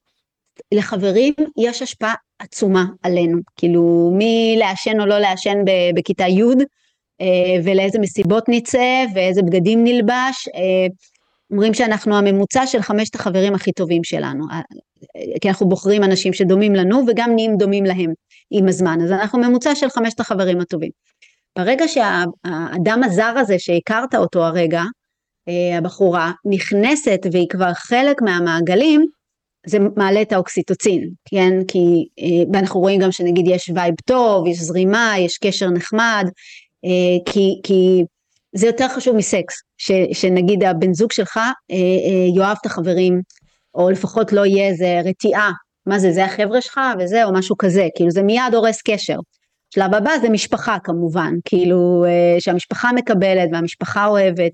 לחברים יש השפעה עצומה עלינו, כאילו מי לעשן או לא לעשן בכיתה י' ולאיזה מסיבות נצא ואיזה בגדים נלבש, אומרים שאנחנו הממוצע של חמשת החברים הכי טובים שלנו, כי אנחנו בוחרים אנשים שדומים לנו וגם נהיים דומים להם עם הזמן, אז אנחנו ממוצע של חמשת החברים הטובים. ברגע שהאדם הזר הזה שהכרת אותו הרגע, הבחורה נכנסת והיא כבר חלק מהמעגלים, זה מעלה את האוקסיטוצין, כן? כי אנחנו רואים גם שנגיד יש וייב טוב, יש זרימה, יש קשר נחמד, כי, כי זה יותר חשוב מסקס, ש, שנגיד הבן זוג שלך יאהב את החברים, או לפחות לא יהיה איזה רתיעה, מה זה, זה החבר'ה שלך וזה, או משהו כזה, כאילו זה מיד הורס קשר. שלב הבא זה משפחה כמובן, כאילו שהמשפחה מקבלת והמשפחה אוהבת,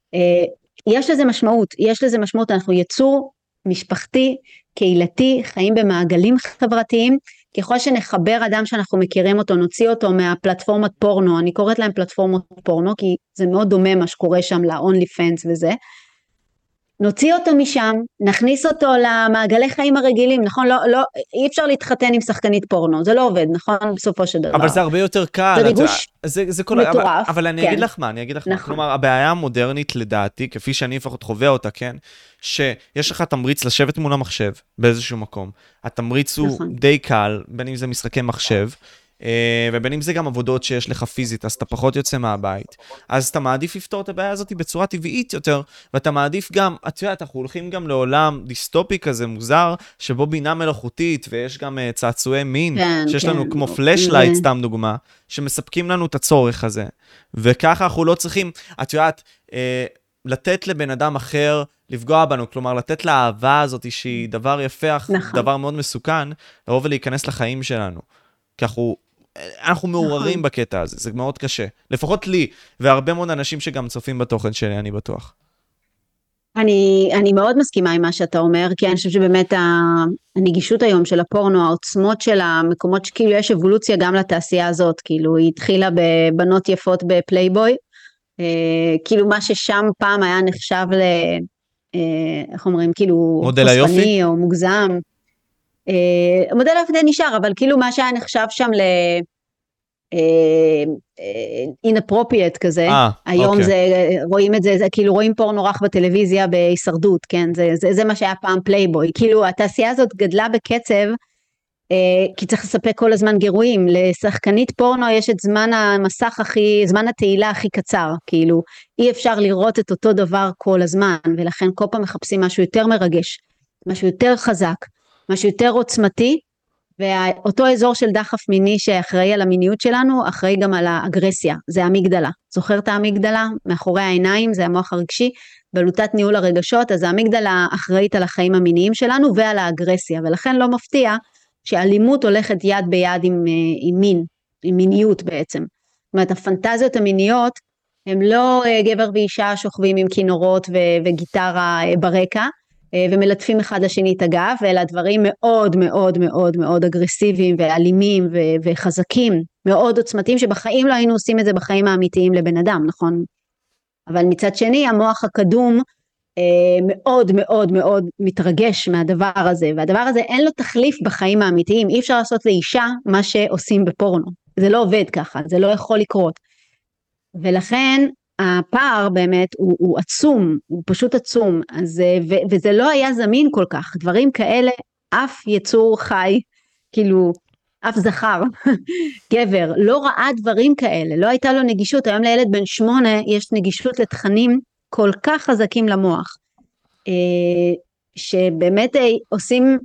יש לזה משמעות, יש לזה משמעות, אנחנו יצור משפחתי, קהילתי, חיים במעגלים חברתיים, ככל שנחבר אדם שאנחנו מכירים אותו, נוציא אותו מהפלטפורמת פורנו, אני קוראת להם פלטפורמות פורנו, כי זה מאוד דומה מה שקורה שם ל-only fans וזה, נוציא אותו משם, נכניס אותו למעגלי חיים הרגילים, נכון? לא, לא, אי אפשר להתחתן עם שחקנית פורנו, זה לא עובד, נכון? בסופו של דבר. אבל זה הרבה יותר קל. זה ריגוש זה, זה כל... מטורף. אבל, אבל אני כן. אגיד לך מה, אני אגיד לך נכון. מה. כלומר, הבעיה המודרנית לדעתי, כפי שאני לפחות חווה אותה, כן? שיש לך תמריץ לשבת מול המחשב באיזשהו מקום. התמריץ הוא נכון. די קל, בין אם זה משחקי מחשב, ובין אם זה גם עבודות שיש לך פיזית, אז אתה פחות יוצא מהבית. אז אתה מעדיף לפתור את הבעיה הזאת בצורה טבעית יותר, ואתה מעדיף גם, את יודעת, אנחנו הולכים גם לעולם דיסטופי כזה מוזר, שבו בינה מלאכותית, ויש גם צעצועי מין, כן, שיש כן. לנו כמו פלשלייט, סתם דוגמה, שמספקים לנו את הצורך הזה. וככה אנחנו לא צריכים, את יודעת, לתת לבן אדם אחר לפגוע בנו, כלומר, לתת לאהבה הזאת שהיא דבר יפה, נכון. דבר מאוד מסוכן, לבוא ולהיכנס לחיים שלנו. כי אנחנו, אנחנו מעוררים נכון. בקטע הזה, זה מאוד קשה. לפחות לי, והרבה מאוד אנשים שגם צופים בתוכן שלי, אני בטוח. אני, אני מאוד מסכימה עם מה שאתה אומר, כי אני חושבת שבאמת הנגישות היום של הפורנו, העוצמות של המקומות שכאילו יש אבולוציה גם לתעשייה הזאת, כאילו היא התחילה בבנות יפות בפלייבוי, אה, כאילו מה ששם פעם היה נחשב ל... אה, איך אומרים, כאילו... מודל היופי? או מוגזם. אה, מודל היופי נשאר, אבל כאילו מה שהיה נחשב שם ל... inappropriate כזה, 아, היום אוקיי. זה, רואים את זה, זה כאילו רואים פורנו רך בטלוויזיה בהישרדות, כן, זה, זה, זה מה שהיה פעם פלייבוי, כאילו התעשייה הזאת גדלה בקצב, אה, כי צריך לספק כל הזמן גירויים, לשחקנית פורנו יש את זמן המסך הכי, זמן התהילה הכי קצר, כאילו אי אפשר לראות את אותו דבר כל הזמן, ולכן כל פעם מחפשים משהו יותר מרגש, משהו יותר חזק, משהו יותר עוצמתי, ואותו אזור של דחף מיני שאחראי על המיניות שלנו, אחראי גם על האגרסיה, זה המגדלה. זוכר את המגדלה? מאחורי העיניים, זה המוח הרגשי, בלוטת ניהול הרגשות, אז המגדלה אחראית על החיים המיניים שלנו ועל האגרסיה, ולכן לא מפתיע שאלימות הולכת יד ביד עם, עם מין, עם מיניות בעצם. זאת אומרת, הפנטזיות המיניות, הם לא גבר ואישה שוכבים עם כינורות ו- וגיטרה ברקע, ומלטפים אחד לשני את הגב, ואלה דברים מאוד מאוד מאוד מאוד אגרסיביים ואלימים ו- וחזקים, מאוד עוצמתיים, שבחיים לא היינו עושים את זה בחיים האמיתיים לבן אדם, נכון? אבל מצד שני, המוח הקדום מאוד מאוד מאוד מתרגש מהדבר הזה, והדבר הזה אין לו תחליף בחיים האמיתיים, אי אפשר לעשות לאישה מה שעושים בפורנו, זה לא עובד ככה, זה לא יכול לקרות, ולכן, הפער באמת הוא, הוא עצום, הוא פשוט עצום, אז, ו, וזה לא היה זמין כל כך, דברים כאלה, אף יצור חי, כאילו, אף זכר, גבר, לא ראה דברים כאלה, לא הייתה לו נגישות, היום לילד בן שמונה יש נגישות לתכנים כל כך חזקים למוח, שבאמת עושים,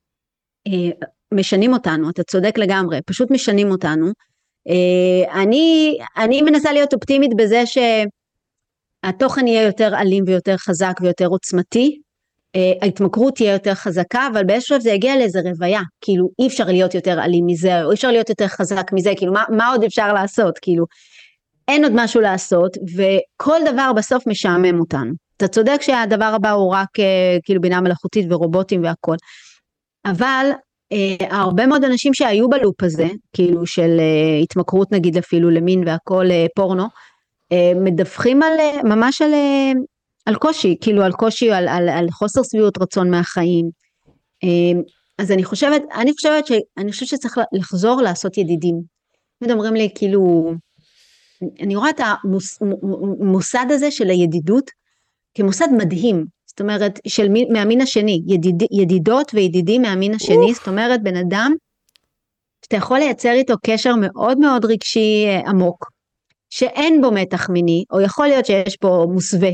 משנים אותנו, אתה צודק לגמרי, פשוט משנים אותנו, אני, אני מנסה להיות אופטימית בזה שהתוכן יהיה יותר אלים ויותר חזק ויותר עוצמתי, ההתמכרות תהיה יותר חזקה, אבל באיזשהו זה יגיע לאיזה רוויה, כאילו אי אפשר להיות יותר אלים מזה, או אי אפשר להיות יותר חזק מזה, כאילו מה, מה עוד אפשר לעשות, כאילו אין עוד משהו לעשות, וכל דבר בסוף משעמם אותנו. אתה צודק שהדבר הבא הוא רק כאילו בינה מלאכותית ורובוטים והכל, אבל הרבה מאוד אנשים שהיו בלופ הזה, כאילו של התמכרות נגיד אפילו למין והכל פורנו, מדווחים על, ממש על, על קושי, כאילו על קושי, על, על, על חוסר סביעות רצון מהחיים. אז אני חושבת, אני חושבת ש, אני חושבת שצריך לחזור לעשות ידידים. מדברים לי כאילו, אני רואה את המוסד הזה של הידידות, כמוסד מדהים, זאת אומרת, של מהמין השני, ידיד, ידידות וידידים מהמין השני, זאת אומרת, בן אדם, שאתה יכול לייצר איתו קשר מאוד מאוד רגשי עמוק, שאין בו מתח מיני, או יכול להיות שיש פה מוסווה,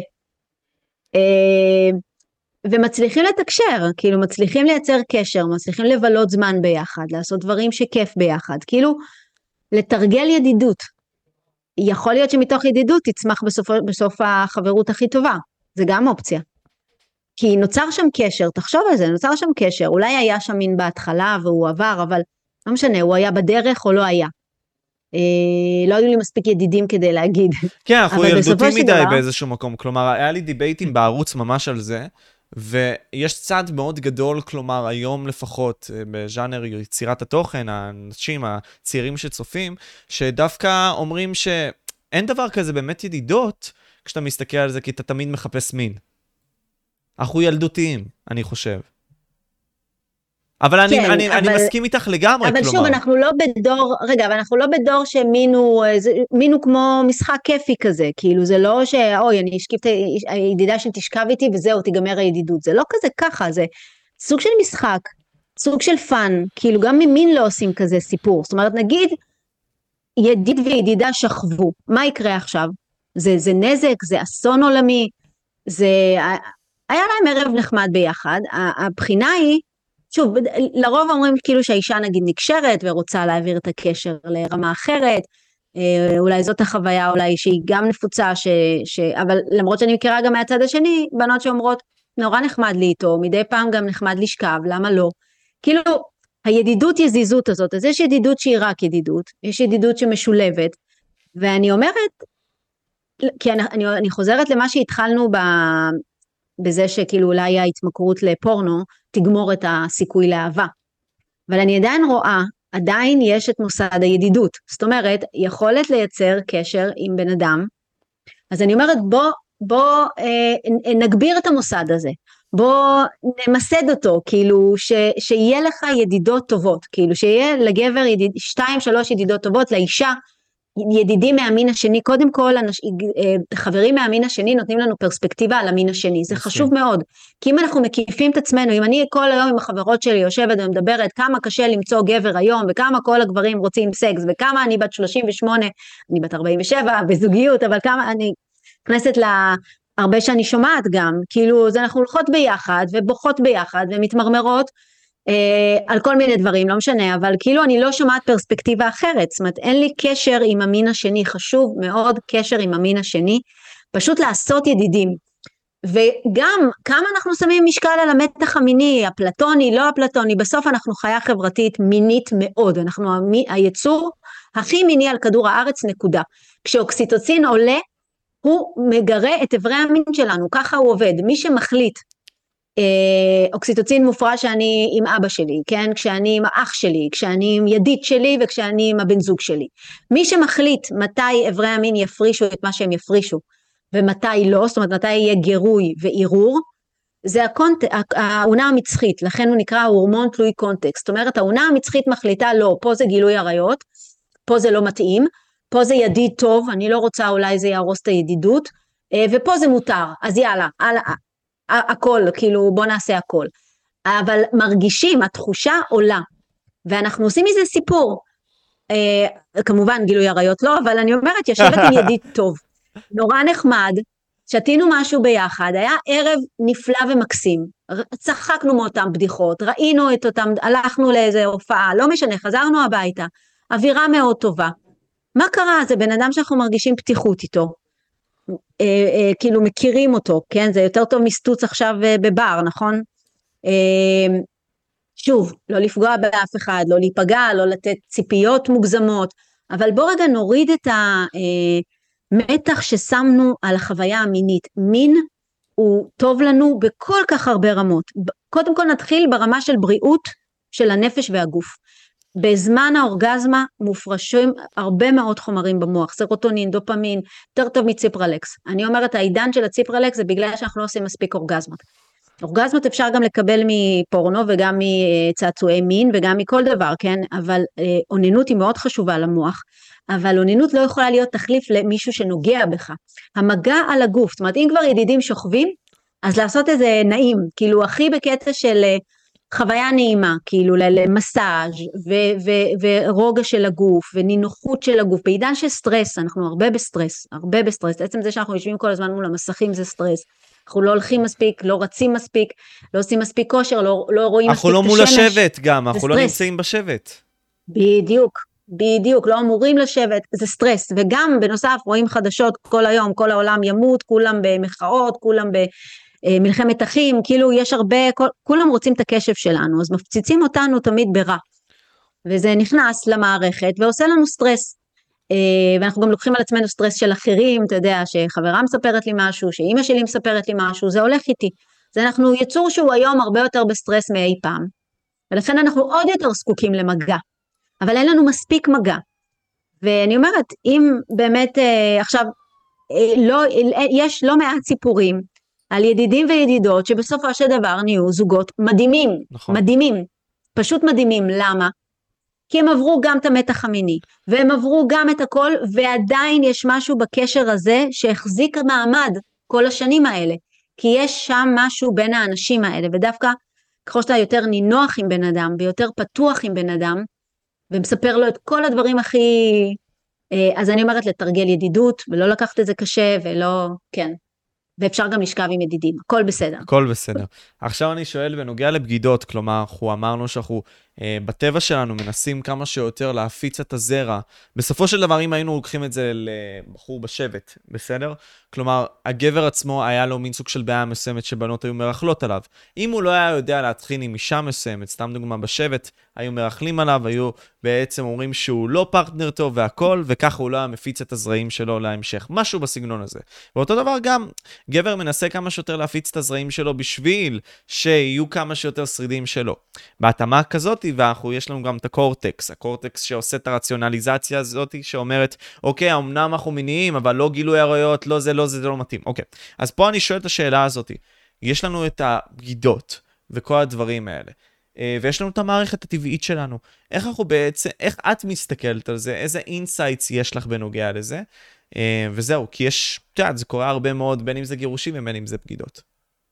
ומצליחים לתקשר, כאילו מצליחים לייצר קשר, מצליחים לבלות זמן ביחד, לעשות דברים שכיף ביחד, כאילו לתרגל ידידות. יכול להיות שמתוך ידידות תצמח בסוף, בסוף החברות הכי טובה, זה גם אופציה. כי נוצר שם קשר, תחשוב על זה, נוצר שם קשר, אולי היה שם מין בהתחלה והוא עבר, אבל לא משנה, הוא היה בדרך או לא היה. אה, לא היו לי מספיק ידידים כדי להגיד. כן, אנחנו ילדותים מדי דבר... באיזשהו מקום, כלומר, היה לי דיבייטים בערוץ ממש על זה, ויש צד מאוד גדול, כלומר, היום לפחות, בז'אנר יצירת התוכן, האנשים, הצעירים שצופים, שדווקא אומרים שאין דבר כזה באמת ידידות, כשאתה מסתכל על זה, כי אתה תמיד מחפש מין. אנחנו ילדותיים, אני חושב. אבל אני, כן, אני, אבל, אני מסכים איתך לגמרי, אבל כלומר. שוב, אנחנו לא בדור, רגע, אבל אנחנו לא בדור שמינו, מינו כמו משחק כיפי כזה, כאילו זה לא שאוי, אני אשכיב את הידידה שתשכב איתי וזהו, תיגמר הידידות, זה לא כזה ככה, זה סוג של משחק, סוג של פן, כאילו גם ממין לא עושים כזה סיפור, זאת אומרת, נגיד, ידיד וידידה שכבו, מה יקרה עכשיו? זה, זה נזק, זה אסון עולמי, זה, היה להם ערב נחמד ביחד, הבחינה היא, שוב, לרוב אומרים כאילו שהאישה נגיד נקשרת ורוצה להעביר את הקשר לרמה אחרת, אולי זאת החוויה אולי שהיא גם נפוצה, ש, ש, אבל למרות שאני מכירה גם מהצד השני, בנות שאומרות נורא נחמד לי איתו, מדי פעם גם נחמד לשכב, למה לא? כאילו הידידות יזיזות הזאת, אז יש ידידות שהיא רק ידידות, יש ידידות שמשולבת, ואני אומרת, כי אני, אני, אני חוזרת למה שהתחלנו ב... בזה שכאילו אולי ההתמכרות לפורנו תגמור את הסיכוי לאהבה. אבל אני עדיין רואה, עדיין יש את מוסד הידידות. זאת אומרת, יכולת לייצר קשר עם בן אדם. אז אני אומרת, בוא, בוא אה, נגביר את המוסד הזה. בוא נמסד אותו, כאילו ש, שיהיה לך ידידות טובות. כאילו שיהיה לגבר ידיד, שתיים, שלוש ידידות טובות, לאישה ידידים מהמין השני, קודם כל אנש, חברים מהמין השני נותנים לנו פרספקטיבה על המין השני, זה חשוב מאוד, כי אם אנחנו מקיפים את עצמנו, אם אני כל היום עם החברות שלי יושבת ומדברת כמה קשה למצוא גבר היום, וכמה כל הגברים רוצים סקס, וכמה אני בת שלושים ושמונה, אני בת ארבעים ושבע בזוגיות, אבל כמה אני כנסת להרבה שאני שומעת גם, כאילו זה אנחנו הולכות ביחד ובוכות ביחד ומתמרמרות, על כל מיני דברים, לא משנה, אבל כאילו אני לא שומעת פרספקטיבה אחרת, זאת אומרת, אין לי קשר עם המין השני, חשוב מאוד קשר עם המין השני, פשוט לעשות ידידים, וגם כמה אנחנו שמים משקל על המתח המיני, הפלטוני, לא הפלטוני, בסוף אנחנו חיה חברתית מינית מאוד, אנחנו היצור הכי מיני על כדור הארץ, נקודה, כשאוקסיטוצין עולה, הוא מגרה את עברי המין שלנו, ככה הוא עובד, מי שמחליט, אוקסיטוצין מופרש שאני עם אבא שלי, כן? כשאני עם האח שלי, כשאני עם ידיד שלי וכשאני עם הבן זוג שלי. מי שמחליט מתי עברי המין יפרישו את מה שהם יפרישו ומתי לא, זאת אומרת מתי יהיה גירוי ועירור, זה הקונט... העונה המצחית, לכן הוא נקרא הורמון תלוי קונטקסט, זאת אומרת העונה המצחית מחליטה לא, פה זה גילוי עריות, פה זה לא מתאים, פה זה ידיד טוב, אני לא רוצה אולי זה יהרוס את הידידות, ופה זה מותר, אז יאללה, הלאה. הכל, כאילו בוא נעשה הכל, אבל מרגישים, התחושה עולה, ואנחנו עושים מזה סיפור, אה, כמובן גילוי עריות לא, אבל אני אומרת, ישבת עם ידיד טוב, נורא נחמד, שתינו משהו ביחד, היה ערב נפלא ומקסים, צחקנו מאותם בדיחות, ראינו את אותם, הלכנו לאיזה הופעה, לא משנה, חזרנו הביתה, אווירה מאוד טובה, מה קרה? זה בן אדם שאנחנו מרגישים פתיחות איתו, אה, אה, כאילו מכירים אותו, כן? זה יותר טוב מסטוץ עכשיו אה, בבר, נכון? אה, שוב, לא לפגוע באף אחד, לא להיפגע, לא לתת ציפיות מוגזמות, אבל בוא רגע נוריד את המתח ששמנו על החוויה המינית. מין הוא טוב לנו בכל כך הרבה רמות. קודם כל נתחיל ברמה של בריאות של הנפש והגוף. בזמן האורגזמה מופרשים הרבה מאוד חומרים במוח, סרוטונין, דופמין, יותר טוב מציפרלקס. אני אומרת, העידן של הציפרלקס זה בגלל שאנחנו לא עושים מספיק אורגזמות. אורגזמות אפשר גם לקבל מפורנו וגם מצעצועי מין וגם מכל דבר, כן? אבל אוננות היא מאוד חשובה למוח, אבל אוננות לא יכולה להיות תחליף למישהו שנוגע בך. המגע על הגוף, זאת אומרת, אם כבר ידידים שוכבים, אז לעשות איזה נעים, כאילו הכי בקטע של חוויה נעימה, כאילו למסאז' ו- ו- ורוגע של הגוף ונינוחות של הגוף, בעידן של סטרס, אנחנו הרבה בסטרס, הרבה בסטרס, עצם זה שאנחנו יושבים כל הזמן מול המסכים זה סטרס, אנחנו לא הולכים מספיק, לא רצים מספיק, לא עושים מספיק כושר, לא, לא רואים מספיק את השמש. אנחנו לא מול השבט גם, אנחנו לא נמצאים בשבט. בדיוק, בדיוק, לא אמורים לשבת, זה סטרס, וגם בנוסף רואים חדשות כל היום, כל העולם ימות, כולם במחאות, כולם במלחמת אחים, כאילו יש הרבה, כל, כולם רוצים את הקשב שלנו, אז מפציצים אותנו תמיד ברע, וזה נכנס למערכת ועושה לנו סטרס, ואנחנו גם לוקחים על עצמנו סטרס של אחרים, אתה יודע, שחברה מספרת לי משהו, שאמא שלי מספרת לי משהו, זה הולך איתי, זה אנחנו יצור שהוא היום הרבה יותר בסטרס מאי פעם, ולכן אנחנו עוד יותר זקוקים למגע, אבל אין לנו מספיק מגע, ואני אומרת, אם באמת עכשיו, לא, יש לא מעט סיפורים, על ידידים וידידות, שבסופו של דבר נהיו זוגות מדהימים, נכון. מדהימים, פשוט מדהימים, למה? כי הם עברו גם את המתח המיני, והם עברו גם את הכל, ועדיין יש משהו בקשר הזה, שהחזיק מעמד כל השנים האלה, כי יש שם משהו בין האנשים האלה, ודווקא ככל שאתה יותר נינוח עם בן אדם, ויותר פתוח עם בן אדם, ומספר לו את כל הדברים הכי, אז אני אומרת לתרגל ידידות, ולא לקחת את זה קשה, ולא, כן. ואפשר גם לשכב עם ידידים, הכל בסדר. הכל בסדר. עכשיו אני שואל בנוגע לבגידות, כלומר, אנחנו אמרנו שאנחנו אה, בטבע שלנו מנסים כמה שיותר להפיץ את הזרע. בסופו של דבר, אם היינו לוקחים את זה לבחור בשבט, בסדר? כלומר, הגבר עצמו היה לו מין סוג של בעיה מסוימת שבנות היו מרחלות עליו. אם הוא לא היה יודע להתחיל עם אישה מסוימת, סתם דוגמה בשבט, היו מרחלים עליו, היו בעצם אומרים שהוא לא פרטנר טוב והכל, וככה הוא לא היה מפיץ את הזרעים שלו להמשך. משהו בסגנון הזה. ואותו דבר גם, גבר מנסה כמה שיותר להפיץ את הזרעים שלו בשביל שיהיו כמה שיותר שרידים שלו. בהתאמה כזאת, ואנחנו, יש לנו גם את הקורטקס, הקורטקס שעושה את הרציונליזציה הזאת, שאומרת, אוקיי, אמנם אנחנו מיניים, אבל לא גילוי עריות, לא זה, לא זה, זה לא מתאים. אוקיי. אז פה אני שואל את השאלה הזאת. יש לנו את הבגידות וכל הדברים האלה. ויש לנו את המערכת הטבעית שלנו. איך אנחנו בעצם, איך את מסתכלת על זה? איזה אינסייטס יש לך בנוגע לזה? וזהו, כי יש, תראה, זה קורה הרבה מאוד, בין אם זה גירושים ובין אם זה בגידות.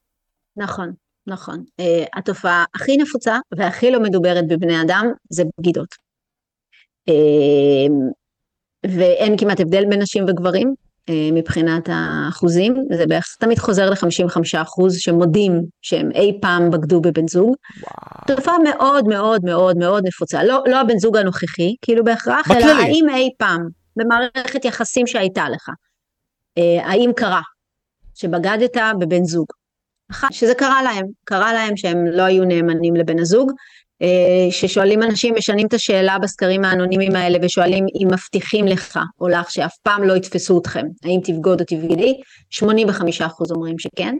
נכון, נכון. התופעה הכי נפוצה והכי לא מדוברת בבני אדם, זה בגידות. ואין כמעט הבדל בין נשים וגברים, מבחינת האחוזים, זה בערך תמיד חוזר ל-חמישים וחמישה אחוז שמודים שהם אי פעם בגדו בבן זוג. וואו. תופעה מאוד מאוד מאוד מאוד נפוצה, לא, לא הבן זוג הנוכחי, כאילו בהכרח, בכללי. אלא האם אי פעם, במערכת יחסים שהייתה לך, האם קרה שבגדת בבן זוג, שזה קרה להם, קרה להם שהם לא היו נאמנים לבן הזוג, ששואלים אנשים, משנים את השאלה בסקרים האנונימיים האלה, ושואלים אם מבטיחים לך או לך שאף פעם לא יתפסו אתכם, האם תבגוד או תבגדי, שמונים וחמישה אחוז אומרים שכן.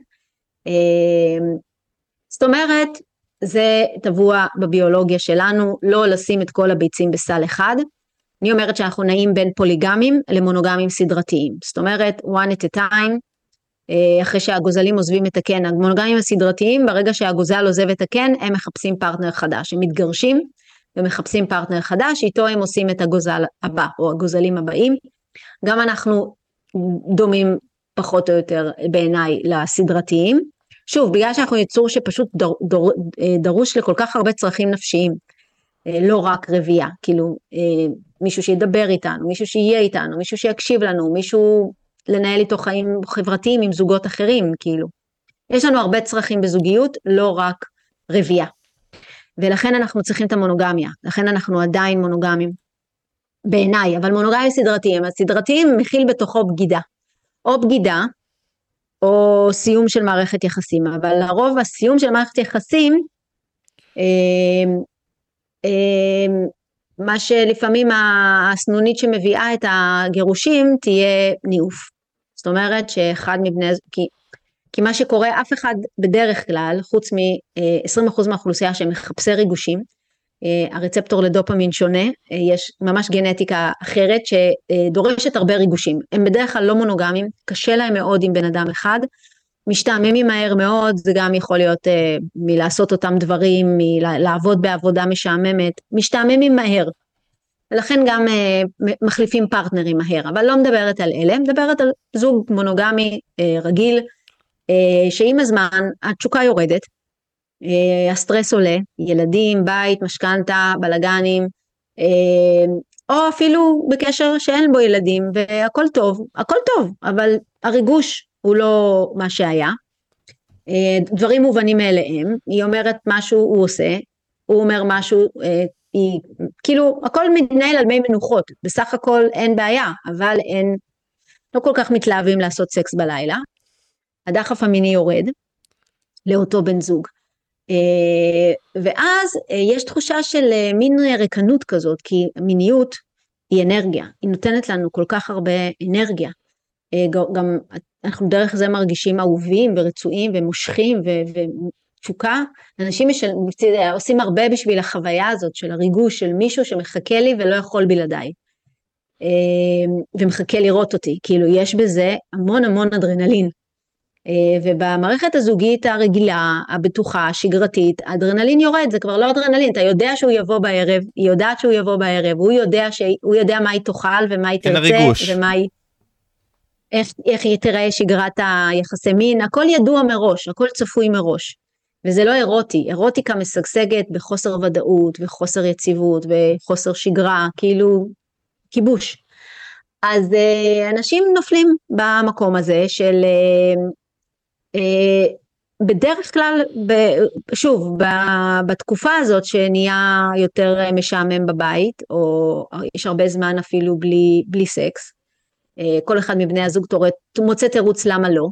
זאת אומרת, זה טבוע בביולוגיה שלנו, לא לשים את כל הביצים בסל אחד, אני אומרת שאנחנו נעים בין פוליגמים למונוגמים סדרתיים, זאת אומרת, one at a time, אחרי שהגוזלים עוזבים את הקן, המונוגמים הסדרתיים, ברגע שהגוזל עוזב את הקן, הם מחפשים פרטנר חדש, הם מתגרשים ומחפשים פרטנר חדש, איתו הם עושים את הגוזל הבא, או הגוזלים הבאים, גם אנחנו דומים פחות או יותר בעיניי לסדרתיים, שוב, בגלל שאנחנו יצור שפשוט דר, דר, דרוש לכל כך הרבה צרכים נפשיים, לא רק רבייה, כאילו מישהו שידבר איתנו, מישהו שיהיה איתנו, מישהו שיקשיב לנו, מישהו לנהל איתו חיים חברתיים עם זוגות אחרים, כאילו. יש לנו הרבה צרכים בזוגיות, לא רק רבייה. ולכן אנחנו צריכים את המונוגמיה, לכן אנחנו עדיין מונוגמים, בעיניי, אבל מונוגמים סדרתיים, הסדרתיים מכיל בתוכו בגידה, או בגידה, או סיום של מערכת יחסים, אבל לרוב הסיום של מערכת יחסים, אה, אה, מה שלפעמים הסנונית שמביאה את הגירושים תהיה ניאוף. זאת אומרת שאחד מבני, כי, כי מה שקורה, אף אחד בדרך כלל, חוץ מ-עשרים אחוז מהאוכלוסייה שהם מחפשי ריגושים, הרצפטור לדופמין שונה, יש ממש גנטיקה אחרת שדורשת הרבה ריגושים, הם בדרך כלל לא מונוגמים, קשה להם מאוד עם בן אדם אחד, משתעממים מהר מאוד, זה גם יכול להיות מלעשות אותם דברים, מלעבוד בעבודה משעממת, משתעממים מהר, ולכן גם מחליפים פרטנרים מהר, אבל לא מדברת על אלה, מדברת על זוג מונוגמי רגיל, שעם הזמן התשוקה יורדת, הסטרס עולה, ילדים, בית, משכנתה, בלגנים, או אפילו בקשר שאין בו ילדים, והכל טוב, הכל טוב, אבל הריגוש הוא לא מה שהיה, דברים מובנים מאליהם, היא אומרת משהו הוא עושה, הוא אומר משהו, היא, כאילו הכל מתנהל על מי מנוחות, בסך הכל אין בעיה, אבל אין, לא כל כך מתלהבים לעשות סקס בלילה, הדחף המיני יורד לאותו בן זוג, ואז יש תחושה של מין ריקנות כזאת, כי מיניות היא אנרגיה, היא נותנת לנו כל כך הרבה אנרגיה, גם אנחנו דרך זה מרגישים אהובים ורצויים ומושכים ותשוקה, אנשים עושים הרבה בשביל החוויה הזאת של הריגוש של מישהו שמחכה לי ולא יכול בלעדיי, ומחכה לראות אותי, כאילו יש בזה המון המון אדרנלין, ובמערכת הזוגית הרגילה, הבטוחה, השגרתית, האדרנלין יורד, זה כבר לא אדרנלין, אתה יודע שהוא יבוא בערב, היא יודעת שהוא יבוא בערב, הוא יודע, ש... הוא יודע מה היא תאכל ומה היא תרצה, ומה היא... איך, איך היא תראה שגרת היחסי מין, הכל ידוע מראש, הכל צפוי מראש, וזה לא אירוטי, אירוטיקה משגשגת בחוסר ודאות, וחוסר יציבות, וחוסר שגרה, כאילו כיבוש, אז אנשים נופלים במקום הזה של... בדרך כלל, שוב, בתקופה הזאת שנהיה יותר משעמם בבית, או יש הרבה זמן אפילו בלי, בלי סקס, כל אחד מבני הזוג מוצא תירוץ למה לא,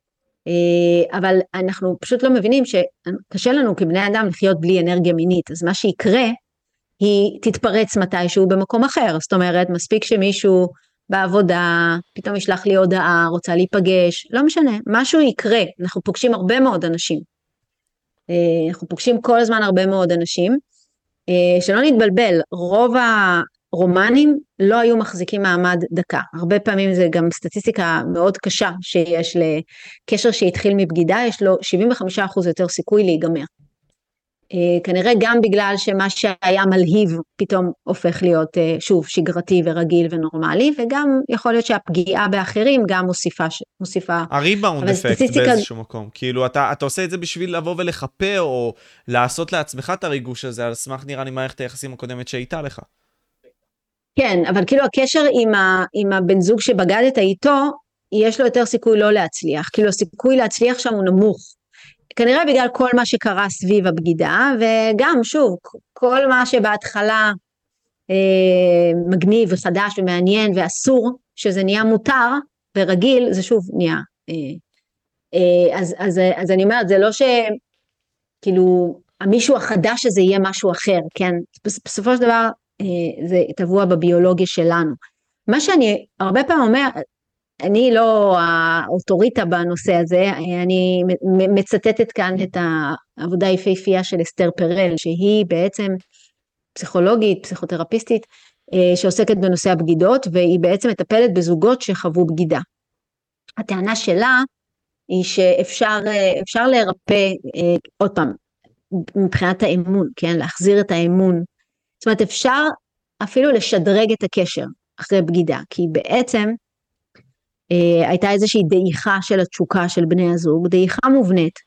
אבל אנחנו פשוט לא מבינים שקשה לנו כבני אדם לחיות בלי אנרגיה מינית, אז מה שיקרה, היא תתפרץ מתישהו במקום אחר, זאת אומרת, מספיק שמישהו בעבודה, פתאום ישלח לי הודעה, רוצה להיפגש, לא משנה, משהו יקרה, אנחנו פוגשים הרבה מאוד אנשים, אנחנו פוגשים כל הזמן הרבה מאוד אנשים, שלא נתבלבל, רוב הרומנים לא היו מחזיקים מעמד דקה, הרבה פעמים זה גם סטטיסטיקה מאוד קשה, שיש לקשר שהתחיל מבגידה, יש לו שבעים וחמישה אחוז יותר סיכוי להיגמר, כנראה גם בגלל שמה שהיה מלהיב פתאום הופך להיות שוב שגרתי ורגיל ונורמלי, וגם יכול להיות שהפגיעה באחרים גם מוסיפה, מוסיפה. הריבאונד אפקט באיזשהו מקום, כאילו אתה, אתה עושה את זה בשביל לבוא ולחפר, או לעשות לעצמך את הריגוש הזה, על סמך נראה לי מערכת היחסים הקודמת שהייתה לך. כן, אבל כאילו הקשר עם, ה, עם הבן זוג שבגדת איתו, יש לו יותר סיכוי לא להצליח, כאילו הסיכוי להצליח שם הוא נמוך, כנראה בגלל כל מה שקרה סביב הבגידה, וגם שוב, כל מה שבהתחלה אה, מגניב וחדש ומעניין ואסור, שזה נהיה מותר ורגיל, זה שוב נהיה. אה, אה, אז, אז, אז אני אומרת, זה לא שכאילו, המישהו החדש הזה יהיה משהו אחר, כן? בסופו של דבר, אה, זה טבוע בביולוגיה שלנו. מה שאני הרבה פעמים אומר, אני לא האוטוריטה בנושא הזה, אני מצטטת כאן את העבודה היפהפייה של אסתר פרל, שהיא בעצם פסיכולוגית, פסיכותרפיסטית, שעוסקת בנושא הבגידות, והיא בעצם מטפלת בזוגות שחוו בגידה. הטענה שלה היא שאפשר אפשר לרפא, עוד פעם, מבחינת האמון, כן? להחזיר את האמון, זאת אומרת אפשר אפילו לשדרג את הקשר אחרי בגידה, כי בעצם Uh, הייתה איזושהי דעיכה של התשוקה של בני הזוג, דעיכה מובנית,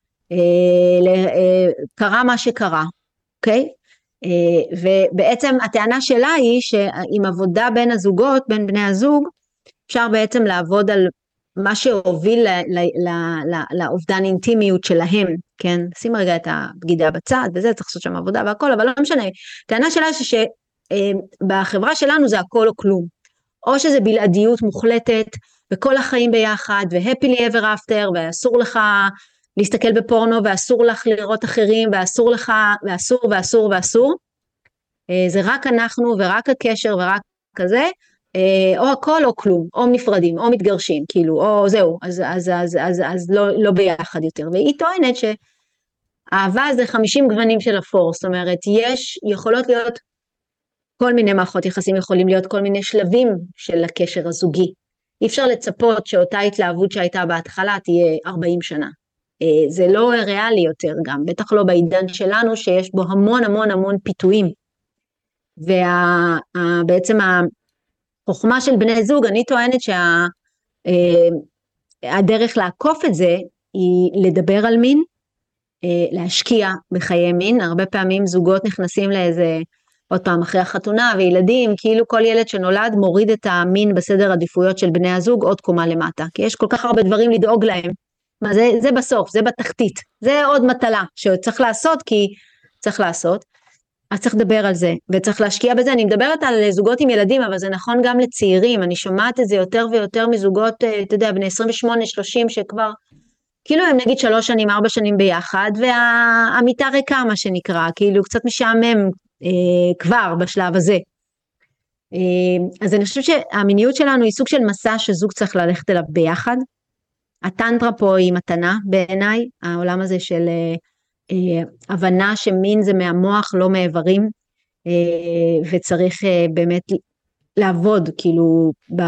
uh, uh, קרה מה שקרה, אוקיי? Okay? Uh, ובעצם הטענה שלה היא שעם עבודה בין הזוגות, בין בני הזוג, אפשר בעצם לעבוד על מה שהוביל לאובדן אינטימיות שלהם, כן? שים רגע את הבגידה בצד, וזה צריך לעשות שם עבודה והכל, אבל לא משנה, הטענה שלה היא שבחברה שלנו זה הכל או כלום, או שזה בלעדיות מוחלטת, וכל החיים ביחד, ו-happily ever after, ואסור לך להסתכל בפורנו, ואסור לך לראות אחרים, ואסור לך, ואסור, ואסור, ואסור. זה רק אנחנו, ורק הקשר, ורק כזה, או הכל או כלום, או נפרדים, או מתגרשים, כאילו, או זהו, אז, אז, אז, אז, אז לא, לא ביחד יותר. והיא טוענת אהבה זה חמישים גוונים של אפור, זאת אומרת, יש, יכולות להיות כל מיני מערכות יחסים, יכולים להיות כל מיני שלבים של הקשר הזוגי. אי אפשר לצפות שאותה התלהבות שהייתה בהתחלה תהיה ארבעים שנה. זה לא ריאלי יותר גם, בטח לא בעידן שלנו שיש בו המון המון המון פיתויים. ובעצם החוכמה של בני זוג, אני טוענת שהדרך לעקוף את זה היא לדבר על מין, להשקיע בחיי מין. הרבה פעמים זוגות נכנסים לאיזה, עוד פעם אחרי החתונה וילדים, כאילו כל ילד שנולד מוריד את המין בסדר עדיפויות של בני הזוג עוד קומה למטה, כי יש כל כך הרבה דברים לדאוג להם. מה זה, זה בסוף, זה בתחתית, זה עוד מטלה שצריך לעשות, כי צריך לעשות, אז צריך לדבר על זה, וצריך להשקיע בזה. אני מדברת על זוגות עם ילדים, אבל זה נכון גם לצעירים, אני שומעת את זה יותר ויותר מזוגות, אתה יודע, בני עשרים ושמונה שלושים, שכבר, כאילו הם נגיד שלוש שנים, ארבע שנים ביחד, והמיטה ריקה מה שנקרא, כאילו קצת משעמם אה, כבר בשלב הזה. אה, אז אני חושבת שהמיניות שלנו היא סוג של מסע שזוג צריך ללכת אליו ביחד, הטנטרה פה היא מתנה בעיניי, העולם הזה של אה, אה, הבנה שמין זה מהמוח לא מאיברים, אה, וצריך אה, באמת לעבוד, כאילו, ב,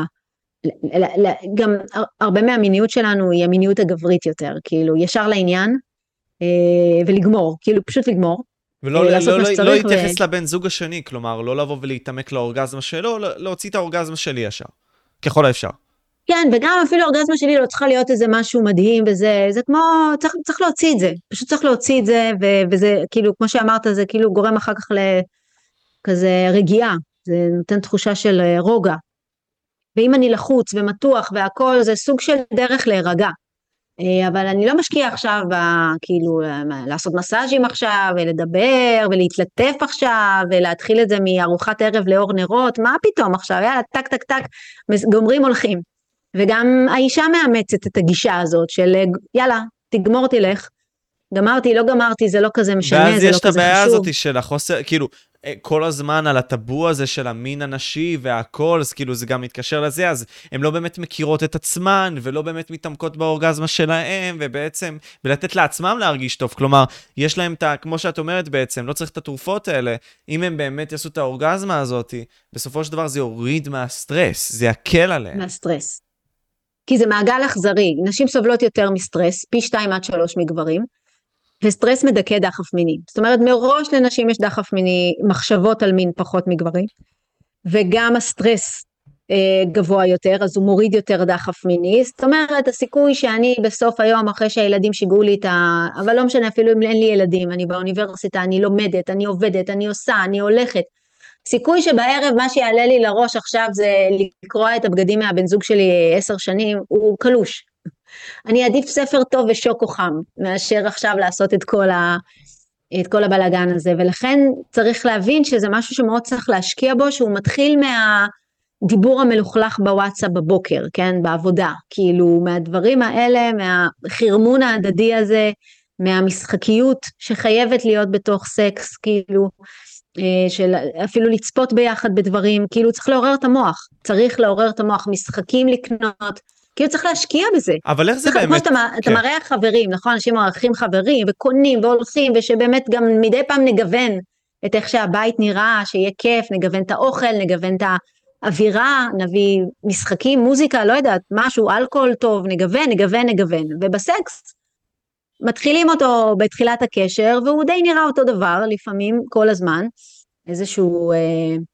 ל, ל, גם הרבה מהמיניות שלנו היא המיניות הגברית יותר, כאילו ישר לעניין, אה, ולגמור, כאילו פשוט לגמור. ולא לא, לא, לא להתייחס ו... לבן זוג השני, כלומר, לא לבוא ולהתעמק לאורגזמה שלו, לא, להוציא את האורגזמה שלי ישר, ככל האפשר. כן, וגם אפילו האורגזמה שלי לא צריכה להיות איזה משהו מדהים, וזה, זה כמו, צריך, צריך להוציא את זה, פשוט צריך להוציא את זה, ו, וזה כאילו, כמו שאמרת, זה כאילו גורם אחר כך לכזה רגיעה, זה נותן תחושה של רוגע, ואם אני לחוץ ומתוח והכל, זה סוג של דרך להירגע, אבל אני לא משקיע עכשיו, כאילו, לעשות מסאז'ים עכשיו, ולדבר, ולהתלטף עכשיו, ולהתחיל את זה מארוחת ערב לאור נרות, מה פתאום עכשיו, יאללה, טק טק טק, גומרים הולכים. וגם האישה מאמצת את הגישה הזאת של יאללה, תגמור תלך, גמרתי, לא גמרתי, זה לא כזה משנה, זה לא כזה חשוב. ואז יש את הבעיה הזאת של החוסר, כאילו, כל הזמן על הטבו הזה של המין הנשי והכל, אז כאילו זה גם מתקשר לזה, אז הן לא באמת מכירות את עצמן, ולא באמת מתעמקות באורגזמה שלהם, ובעצם, ולתת לעצמם להרגיש טוב, כלומר, יש להם את, כמו שאת אומרת בעצם, לא צריך את התרופות האלה, אם הם באמת יעשו את האורגזמה הזאת, בסופו של דבר זה יוריד מהסטרס, זה יקל עליהם. מהסטרס. כי זה מעגל אכזרי, נשים סובלות יותר מסטרס, פי שתיים עד שלוש מגברים, וסטרס מדכא דחף מיני, זאת אומרת מראש לנשים יש דחף מיני, מחשבות על מין פחות מגברים, וגם הסטרס אה, גבוה יותר, אז הוא מוריד יותר דחף מיני, זאת אומרת הסיכוי שאני בסוף היום אחרי שהילדים שיגעו לי את ה... אבל לא משנה אפילו אם אין לי ילדים, אני באוניברסיטה, אני לומדת, אני עובדת, אני עושה, אני הולכת, סיכוי שבערב מה שיעלה לי לראש עכשיו זה לקרוע את הבגדים מהבן זוג שלי עשר שנים, הוא קלוש. אני אעדיף ספר טוב ושוקו חם, מאשר עכשיו לעשות את כל, ה, את כל הבלגן הזה, ולכן צריך להבין שזה משהו שמאוד צריך להשקיע בו, שהוא מתחיל מהדיבור המלוכלך בוואטסאפ בבוקר, כן, בעבודה, כאילו מהדברים האלה, מהחרמון ההדדי הזה, מהמשחקיות שחייבת להיות בתוך סקס, כאילו, של אפילו לצפות ביחד בדברים, כאילו צריך לעורר את המוח, צריך לעורר את המוח, משחקים לקנות, כאילו צריך להשקיע בזה. אבל איך זה באמת? כמו שאתה, כן. אתה מראה חברים, נכון? אנשים מערכים חברים וקונים והולכים, ושבאמת גם מדי פעם נגוון את איך שהבית נראה, שיהיה כיף, נגוון את האוכל, נגוון את האווירה, נביא משחקים, מוזיקה, לא יודעת, משהו, אלכוהול טוב, נגוון, נגוון, נגוון, ובסקס מתחילים אותו בתחילת הקשר, והוא די נראה אותו דבר, לפעמים כל הזמן, איזשהו, אה,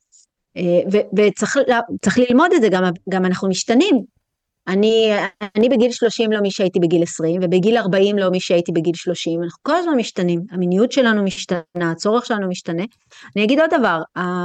אה, ו, וצריך צריך ללמוד את זה, גם, גם אנחנו משתנים, אני, אני בגיל שלושים לא מי שהייתי בגיל עשרים, ובגיל ארבעים לא מי שהייתי בגיל שלושים, אנחנו כל הזמן משתנים, המיניות שלנו משתנה, הצורך שלנו משתנה. אני אגיד עוד דבר,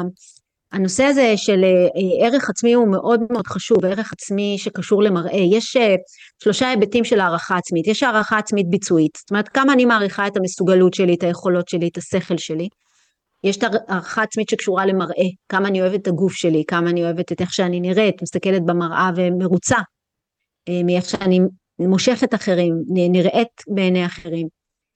הנושא הזה של ערך עצמי הוא מאוד מאוד חשוב, ערך עצמי שקשור למראה, יש שלושה היבטים של הערכה עצמית, יש הערכה עצמית ביצועית, זאת אומרת כמה אני מעריכה את המסוגלות שלי, את היכולות שלי, את השכל שלי, יש את הערכה עצמית שקשורה למראה, כמה אני אוהבת את הגוף שלי, כמה אני אוהבת את איך שאני נראית, מסתכלת במראה ומרוצה, מאיך שאני מושכת אחרים, נראית בעיני אחרים.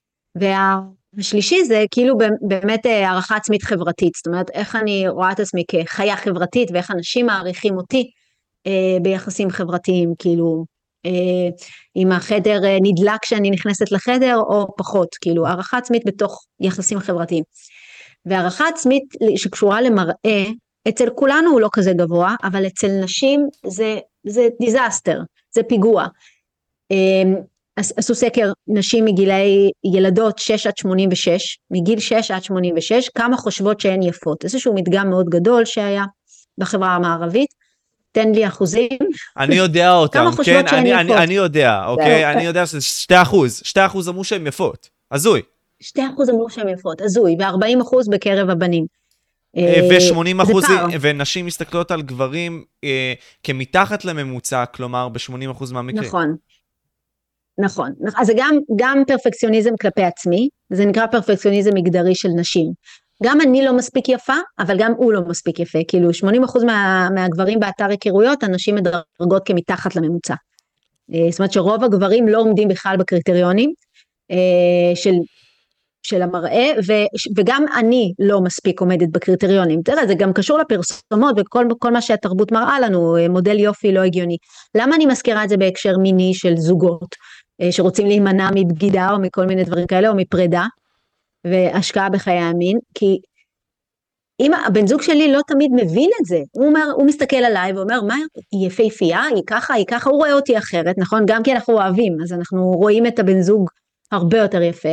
והשלישי זה כאילו באמת הערכה עצמית חברתית, זאת אומרת איך אני רואה את עצמי כחיה חברתית, ואיך אנשים מעריכים אותי ביחסים חברתיים, כאילו אם החדר נדלק כשאני נכנסת לחדר או פחות, כאילו הערכה עצמית בתוך יחסים חברתיים. והערכה עצמית שקשורה למראה, אצל כולנו הוא לא כזה גבוה, אבל אצל נשים זה, זה דיזסטר, זה פיגוע. עשו סקר נשים מגילי ילדות שש עד שמונים ושש, מגיל שש עד שמונים ושש, כמה חושבות שהן יפות. איזשהו מדגם מאוד גדול שהיה בחברה המערבית, תן לי אחוזים. אני יודע אותם, כן, אני, אני, אני יודע, אוקיי, אני יודע שזה שתי אחוז, שתי אחוז אמרו שהן יפות, הזוי. שתי אחוז אמרו שהן יפות, הזוי, ו-ארבעים אחוז בקרב הבנים. ו-שמונים אחוז, ונשים מסתכלות על גברים אה, כמתחת לממוצע, כלומר ב-שמונים אחוז מהמקרים. נכון, נכון. אז זה גם, גם פרפקציוניזם כלפי עצמי, זה נקרא פרפקציוניזם מגדרי של נשים. גם אני לא מספיק יפה, אבל גם הוא לא מספיק יפה. כאילו שמונים אחוז מה, מהגברים באתר היכרויות, הנשים מדרגות כמתחת לממוצע. זאת אומרת שרוב הגברים לא עומדים בכלל בקריטריונים של, של המראה, ו, וגם אני לא מספיק עומדת בקריטריונים. תראה, זה גם קשור לפרסומות, וכל כל מה שהתרבות מראה לנו, מודל יופי לא הגיוני. למה אני מזכירה את זה בהקשר מיני של זוגות, שרוצים להימנע מבגידה, או מכל מיני דברים כאלה, או מפרידה? והשקעה בחיי המין, כי אם הבן זוג שלי לא תמיד מבין את זה, הוא אומר, הוא מסתכל עליי ואומר, מה, היא יפהפייה, היא ככה, היא ככה, הוא רואה אותי אחרת, נכון? גם כי אנחנו אוהבים, אז אנחנו רואים את הבן זוג הרבה יותר יפה,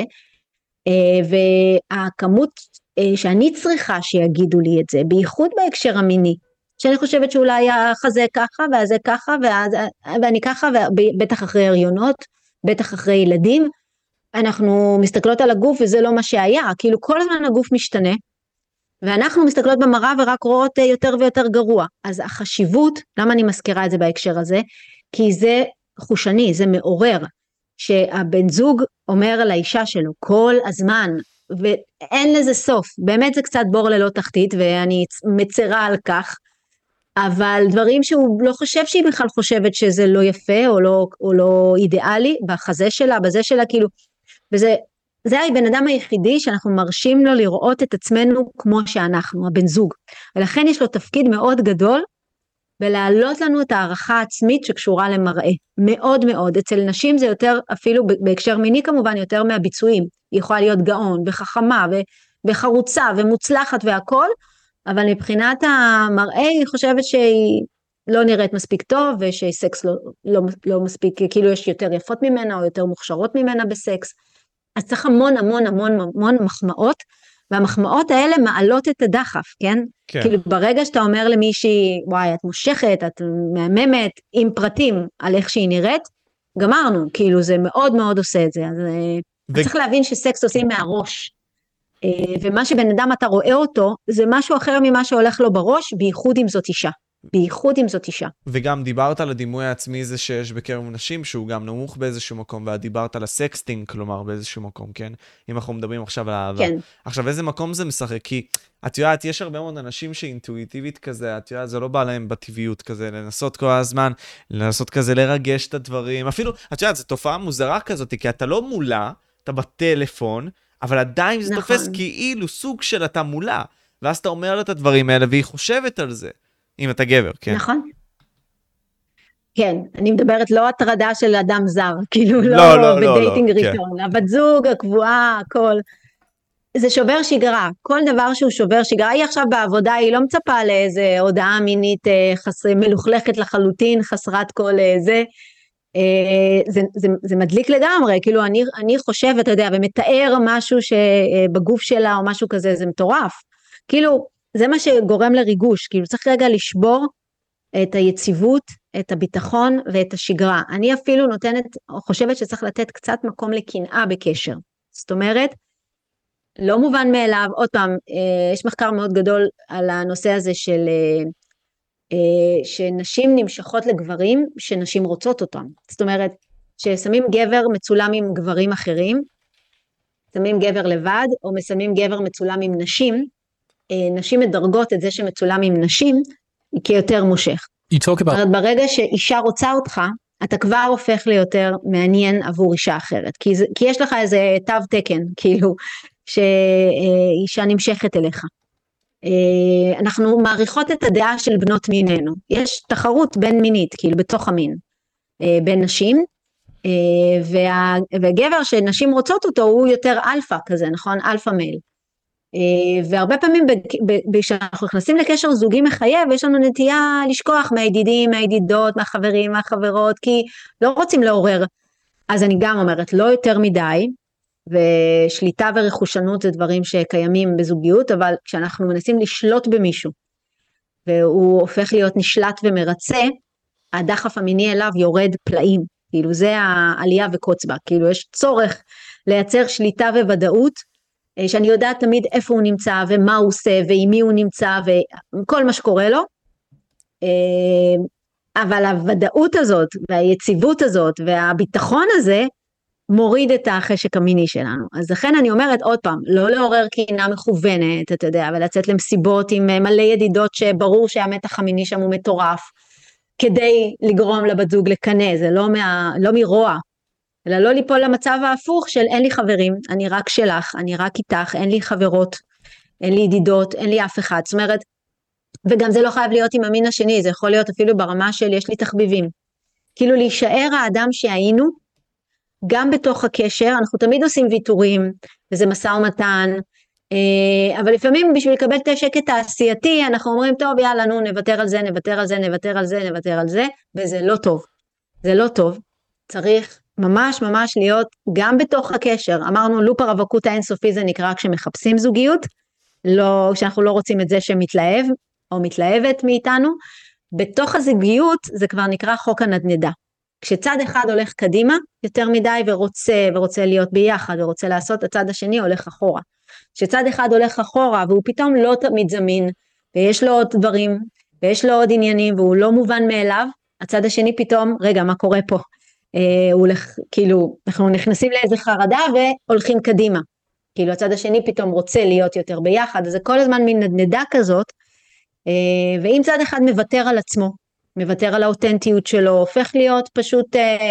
והכמות שאני צריכה שיגידו לי את זה, בייחוד בהקשר המיני, שאני חושבת שאולי החזה ככה, והזה ככה, ואני ככה, ובטח אחרי הריונות, בטח אחרי ילדים, אנחנו מסתכלות על הגוף וזה לא מה שהיה, כאילו כל הזמן הגוף משתנה, ואנחנו מסתכלות במראה ורק רואות יותר ויותר גרוע. אז החשיבות, למה אני מזכירה את זה בהקשר הזה? כי זה חושני, זה מעורר, שהבן זוג אומר לאישה שלו כל הזמן, ואין לזה סוף, באמת זה קצת בור ללא תחתית, ואני מצרה על כך, אבל דברים שהוא לא חושב שהיא בכלל חושבת שזה לא יפה, או לא, או לא אידיאלי, בחזה שלה, בזה שלה, כאילו, וזה, זה הבן אדם היחידי שאנחנו מרשים לו לראות את עצמנו כמו שאנחנו, הבן זוג. ולכן יש לו תפקיד מאוד גדול, ולהעלות לנו את הערכה העצמית שקשורה למראה. מאוד מאוד. אצל נשים זה יותר, אפילו בהקשר מיני כמובן, יותר מהביצועים. היא יכולה להיות גאון, וחכמה, וחרוצה, ומוצלחת והכל, אבל מבחינת המראה היא חושבת שהיא לא נראית מספיק טוב, ושסקס לא, לא, לא מספיק, כאילו יש יותר יפות ממנה, או יותר מוכשרות ממנה בסקס. אז צריך המון המון המון המון מחמאות, והמחמאות האלה מעלות את הדחף, כן? כן. כאילו ברגע שאתה אומר למישהי, וואי, את מושכת, את מהממת, עם פרטים על איך שהיא נראית, גמרנו, כאילו זה מאוד מאוד עושה את זה. אז ו... צריך להבין שסקס עושים מהראש, ומה שבן אדם אתה רואה אותו, זה משהו אחר ממה שהולך לו בראש, בייחוד אם זאת אישה. בייחוד אם זאת אישה. וגם דיברת על הדימוי העצמי זה שיש בקרב נשים, שהוא גם נמוך באיזשהו מקום, ודיברת על הסקסטינג, כלומר באיזשהו מקום, כן? אם אנחנו מדברים עכשיו על האהבה. כן. עכשיו, איזה מקום זה משחק? כי את יודעת, יש הרבה מאוד אנשים שאינטואיטיבית כזה, את יודעת, זה לא בא להם בטבעיות כזה, לנסות כל הזמן, לנסות כזה לרגש את הדברים. אפילו, את יודעת, זו תופעה מוזרה כזאת, כי אתה לא מולה, אתה בטלפון, אבל עדיין זה נכון. תופס כאילו סוג של אתה מולה, ואז אתה אומר את הדברים האלה, והיא חושבת על זה. אם אתה גבר, כן. נכון. כן, אני מדברת לא הטרדה של אדם זר, כאילו לא, לא, לא בדייטינג לא, ראשון, כן. הבת זוג, הקבועה, הכל. זה שובר שגרה, כל דבר שהוא שובר שגרה, היא עכשיו בעבודה, היא לא מצפה לאיזה הודעה מינית חס... מלוכלכת לחלוטין, חסרת כל זה, זה, זה, זה מדליק לגמרי, כאילו אני, אני חושבת, אתה יודע, ומתאר משהו שבגוף שלה או משהו כזה, זה מטורף. כאילו, זה מה שגורם לריגוש, כאילו צריך רגע לשבור את היציבות, את הביטחון ואת השגרה. אני אפילו נותנת, או חושבת שצריך לתת קצת מקום לקנאה בקשר. זאת אומרת, לא מובן מאליו, עוד פעם, יש מחקר מאוד גדול על הנושא הזה של, שנשים נמשכות לגברים, שנשים רוצות אותם. זאת אומרת, ששמים גבר מצולם עם גברים אחרים, שמים גבר לבד, או מסמים גבר מצולם עם נשים, נשים מדרגות את זה שמצולם עם נשים, כיותר מושך. About... ברגע שאישה רוצה אותך, אתה כבר הופך ליותר מעניין עבור אישה אחרת, כי, זה, כי יש לך איזה תו תקן, כאילו, שאישה נמשכת אליך. אנחנו מעריכות את הדעה של בנות מיננו, יש תחרות בין מינית, כאילו בתוך המין, בין נשים, וה, והגבר שנשים רוצות אותו הוא יותר אלפא כזה, נכון? אלפא מייל. והרבה פעמים כשאנחנו נכנסים לקשר זוגי מחייב, יש לנו נטייה לשכוח מהידידים, מהידידות, מהחברים, מהחברות, כי לא רוצים לעורר. אז אני גם אומרת, לא יותר מדי, ושליטה ורכושנות זה דברים שקיימים בזוגיות, אבל כשאנחנו מנסים לשלוט במישהו, והוא הופך להיות נשלט ומרצה, הדחף המיני אליו יורד פלאים, כאילו זה העלייה וקוץ בה, כאילו יש צורך לייצר שליטה וודאות, שאני יודעת תמיד איפה הוא נמצא, ומה הוא עושה, ועם מי הוא נמצא, וכל מה שקורה לו, אבל הוודאות הזאת, והיציבות הזאת, והביטחון הזה, מוריד את החשק המיני שלנו. אז לכן אני אומרת עוד פעם, לא לעורר קינה מכוונת, אתה יודע, ולצאת למסיבות עם מלא ידידות שברור שהמתח המיני שם הוא מטורף, כדי לגרום לבת זוג לקנה, זה לא, מה, לא מרוע, אלא לא ליפול למצב ההפוך של אין לי חברים, אני רק שלך, אני רק איתך, אין לי חברות, אין לי ידידות, אין לי אף אחד. זאת אומרת, וגם זה לא חייב להיות עם המין השני, זה יכול להיות אפילו ברמה של יש לי תחביבים. כאילו להישאר האדם שהיינו, גם בתוך הקשר, אנחנו תמיד עושים ויתורים, וזה מסע ומתן, אבל לפעמים בשביל לקבל את השקט העשייתי, אנחנו אומרים, טוב, יאללה, נו, נוותר על זה, נוותר על זה, נוותר על זה, נוותר על זה, וזה לא טוב. זה לא טוב. צריך ממש ממש להיות גם בתוך הקשר. אמרנו, לופ הרווקות האינסופי זה נקרא כשמחפשים זוגיות, לא, כשאנחנו לא רוצים את זה שמתלהב, או מתלהבת מאיתנו. בתוך הזוגיות זה כבר נקרא חוק הנדנדה. כשצד אחד הולך קדימה יותר מדי ורוצה, ורוצה להיות ביחד, ורוצה לעשות, הצד השני הולך אחורה. כשצד אחד הולך אחורה, והוא פתאום לא תמיד זמין, ויש לו עוד דברים, ויש לו עוד עניינים, והוא לא מובן מאליו, הצד השני פתאום, רגע, מה קורה פה? אה, הוא הולך, כאילו, אנחנו נכנסים לאיזה חרדה, והולכים קדימה. כאילו, הצד השני פתאום רוצה להיות יותר ביחד, אז זה כל הזמן מין נדנדה כזאת, אה, ואם צד אחד מוותר על עצמו, מוותר על האותנטיות שלו, הופך להיות פשוט, אה,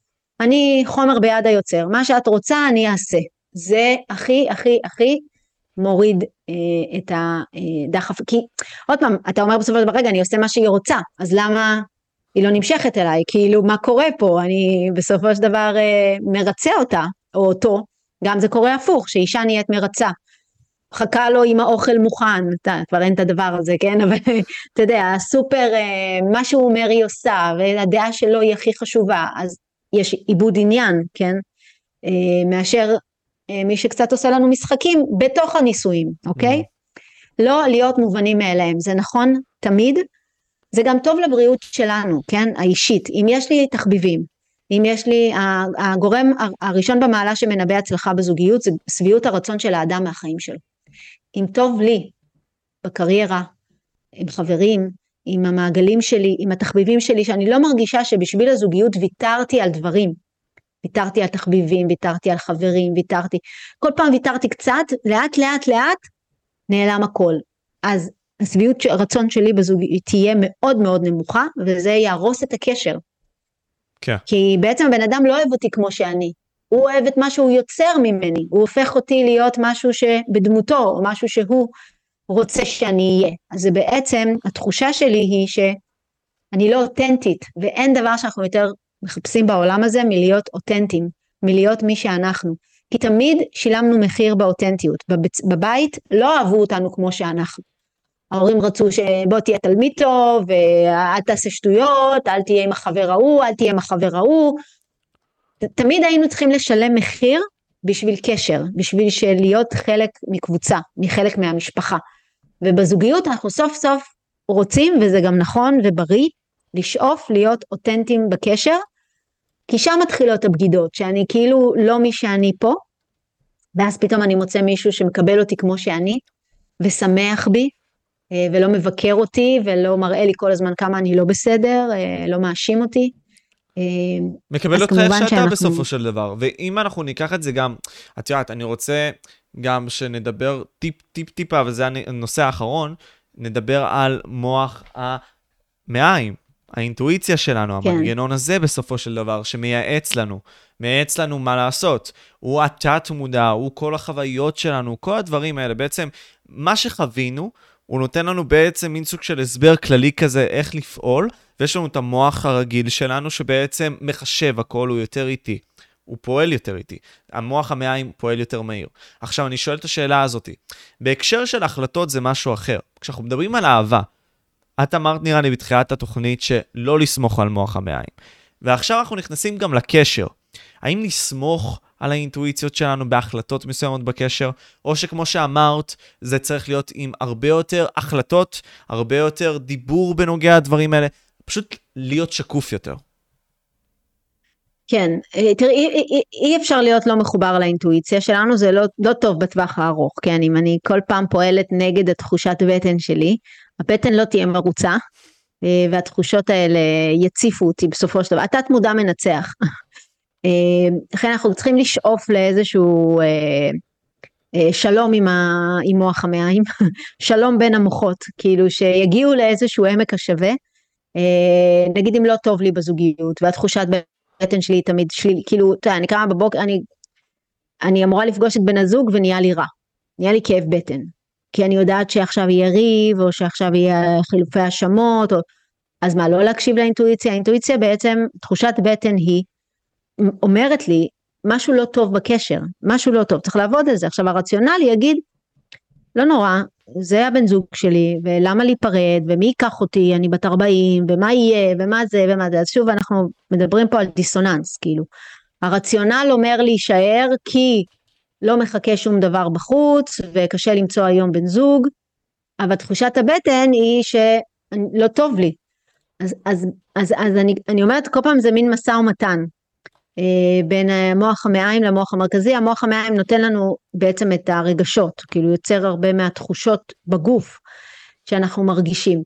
אני חומר ביד היוצר, מה שאת רוצה אני אעשה, זה הכי הכי הכי מוריד אה, את הדחף, כי עוד פעם, אתה אומר בסופו של דבר, רגע, אני עושה מה שהיא רוצה, אז למה היא לא נמשכת אליי, כאילו מה קורה פה, אני בסופו של דבר אה, מרצה אותה, או אותו, גם זה קורה הפוך, שאישה נהיית מרצה, חכה לו עם האוכל מוכן, אתה, כבר אין את הדבר הזה, כן, אבל אתה יודע, הסופר, מה שהוא אומר היא עושה, והדעה שלו היא הכי חשובה, אז יש עיבוד עניין, כן, מאשר מי שקצת עושה לנו משחקים בתוך הניסויים, אוקיי? לא להיות מובנים מאליהם, זה נכון תמיד, זה גם טוב לבריאות שלנו, כן, האישית, אם יש לי תחביבים, אם יש לי, הגורם הראשון במעלה שמנבא הצלחה בזוגיות, זה שביעות הרצון של האדם מהחיים שלו. אם טוב לי בקריירה, עם חברים, עם המעגלים שלי, עם התחביבים שלי, שאני לא מרגישה שבשביל הזוגיות ויתרתי על דברים, ויתרתי על תחביבים, ויתרתי על חברים, ויתרתי, כל פעם ויתרתי קצת, לאט לאט לאט, נעלם הכל. אז השביעות הרצון שלי בזוגיות תהיה מאוד מאוד נמוכה, וזה יהרוס את הקשר. כן. כי בעצם הבן אדם לא אוהב אותי כמו שאני, הוא אוהב את מה שהוא יוצר ממני, הוא הופך אותי להיות משהו שבדמותו, או משהו שהוא רוצה שאני אהיה. אז זה בעצם, התחושה שלי היא שאני לא אותנטית, ואין דבר שאנחנו יותר מחפשים בעולם הזה מלהיות אותנטיים, מלהיות מי שאנחנו. כי תמיד שילמנו מחיר באותנטיות, בבית לא אהבו אותנו כמו שאנחנו. ההורים רצו שבוא תהיה תלמיד טוב, ואל תעשה שטויות, אל תהיה עם החבר ההוא, אל תהיה עם החבר ההוא, תמיד היינו צריכים לשלם מחיר בשביל קשר, בשביל להיות חלק מקבוצה, מחלק מהמשפחה. ובזוגיות אנחנו סוף סוף רוצים, וזה גם נכון ובריא, לשאוף להיות אותנטיים בקשר, כי שם מתחילות הבגידות, שאני כאילו לא מי שאני פה, ואז פתאום אני מוצא מישהו שמקבל אותי כמו שאני, ושמח בי, ולא מבקר אותי, ולא מראה לי כל הזמן כמה אני לא בסדר, לא מאשים אותי, מקבל אותך איך שאתה בסופו של דבר, ואם אנחנו ניקח את זה גם, את יודעת, אני רוצה גם שנדבר טיפ טיפ טיפה, וזה הנושא האחרון, נדבר על מוח המעיים, האינטואיציה שלנו, המנגנון הזה בסופו של דבר, שמייעץ לנו, מייעץ לנו מה לעשות, הוא התת מודע, הוא כל החוויות שלנו, כל הדברים האלה, בעצם מה שחווינו, הוא נותן לנו בעצם מין סוג של הסבר כללי כזה, איך לפעול, ויש לנו את המוח הרגיל שלנו, שבעצם מחשב הכל, הוא יותר איטי. הוא פועל יותר איטי. המוח המעיים פועל יותר מהיר. עכשיו, אני שואל את השאלה הזאת. בהקשר של החלטות זה משהו אחר. כשאנחנו מדברים על אהבה, את אמרת נראה לי בתחילת התוכנית שלא לסמוך על מוח המעיים. ועכשיו אנחנו נכנסים גם לקשר. האם לסמוך על האינטואיציות שלנו בהחלטות מסוימות בקשר, או שכמו שאמרת, זה צריך להיות עם הרבה יותר החלטות, הרבה יותר דיבור בנוגע הדברים האלה, פשוט להיות שקוף יותר. כן, תראי, אי, אי, אי אפשר להיות לא מחובר לאינטואיציה שלנו, זה לא, לא טוב בטווח הארוך, כן, אם אני כל פעם פועלת נגד התחושת בטן שלי, הבטן לא תהיה מרוצה, והתחושות האלה יציפו אותי בסופו של דבר, התת מודע מנצח, לכן אנחנו צריכים לשאוף לאיזשהו שלום עם, ה, עם מוח המעיים, שלום בין המוחות, כאילו שיגיעו לאיזשהו עמק השווה, נגיד אם לא טוב לי בזוגיות, והתחושת בטן שלי תמיד שלי, כאילו, אתה יודע, אני קמה בבוקר, אני, אני אמורה לפגוש את בן הזוג ונהיה לי רע, נהיה לי כאב בטן, כי אני יודעת שעכשיו יהיה ריב, או שעכשיו יהיה חילופי האשמות, או, אז מה, לא להקשיב לאינטואיציה? האינטואיציה בעצם, תחושת בטן היא, אומרת לי, משהו לא טוב בקשר, משהו לא טוב, צריך לעבוד על זה. עכשיו הרציונל יגיד, לא נורא, זה הבן זוג שלי, ולמה להיפרד, ומי ייקח אותי, אני בת ארבעים, ומה יהיה, ומה זה, ומה זה, אז שוב אנחנו מדברים פה על דיסוננס, כאילו, הרציונל אומר להישאר, כי לא מחכה שום דבר בחוץ, וקשה למצוא היום בן זוג, אבל תחושת הבטן היא שלא טוב לי, אז, אז, אז, אז אני, אני אומרת, כל פעם זה מין משא ומתן, בין המוח המעיים למוח המרכזי. המוח המעיים נותן לנו בעצם את הרגשות, כאילו יוצר הרבה מהתחושות בגוף שאנחנו מרגישים.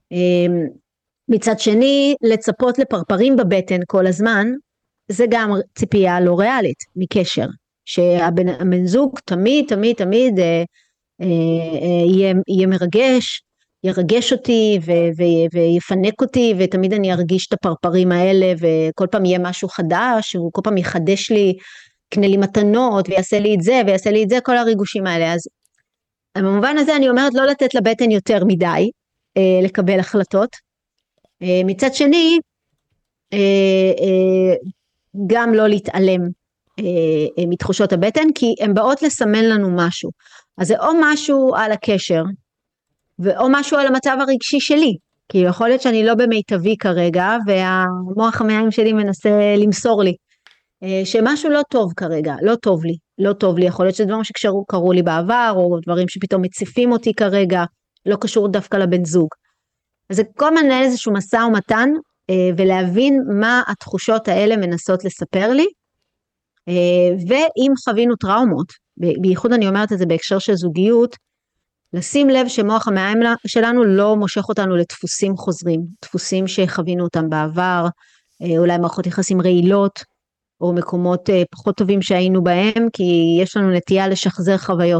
מצד שני, לצפות לפרפרים בבטן כל הזמן, זה גם ציפייה לא ריאלית מקשר, שהבן זוג תמיד תמיד תמיד אה, אה, יהיה, יהיה מרגש, ירגש אותי ו- ו- ויפנק אותי, ותמיד אני ארגיש את הפרפרים האלה, וכל פעם יהיה משהו חדש, הוא כל פעם יחדש לי, קנה לי מתנות, ויעשה לי את זה, ויעשה לי את זה, כל הריגושים האלה. אז במובן הזה אני אומרת, לא לתת לבטן יותר מדי, אה, לקבל החלטות. אה, מצד שני, אה, אה, גם לא להתעלם אה, אה, מתחושות הבטן, כי הן באות לסמן לנו משהו. אז זה או משהו על הקשר, או משהו על המצב הרגשי שלי, כי יכול להיות שאני לא במיטבי כרגע, והמוח המעיים שלי מנסה למסור לי, שמשהו לא טוב כרגע, לא טוב לי, לא טוב לי, יכול להיות שזה דברים שקרו לי בעבר, או דברים שפתאום מציפים אותי כרגע, לא קשור דווקא לבן זוג. אז זה כל מיני איזשהו מסע ומתן, ולהבין מה התחושות האלה מנסות לספר לי, ואם חווינו טראומות, בייחוד אני אומרת את זה בהקשר של זוגיות, לשים לב שמוח המעיים שלנו לא מושך אותנו לדפוסים חוזרים, דפוסים שחווינו אותם בעבר, אולי מערכות יחסים רעילות, או מקומות פחות טובים שהיינו בהם, כי יש לנו נטייה לשחזר חוויות.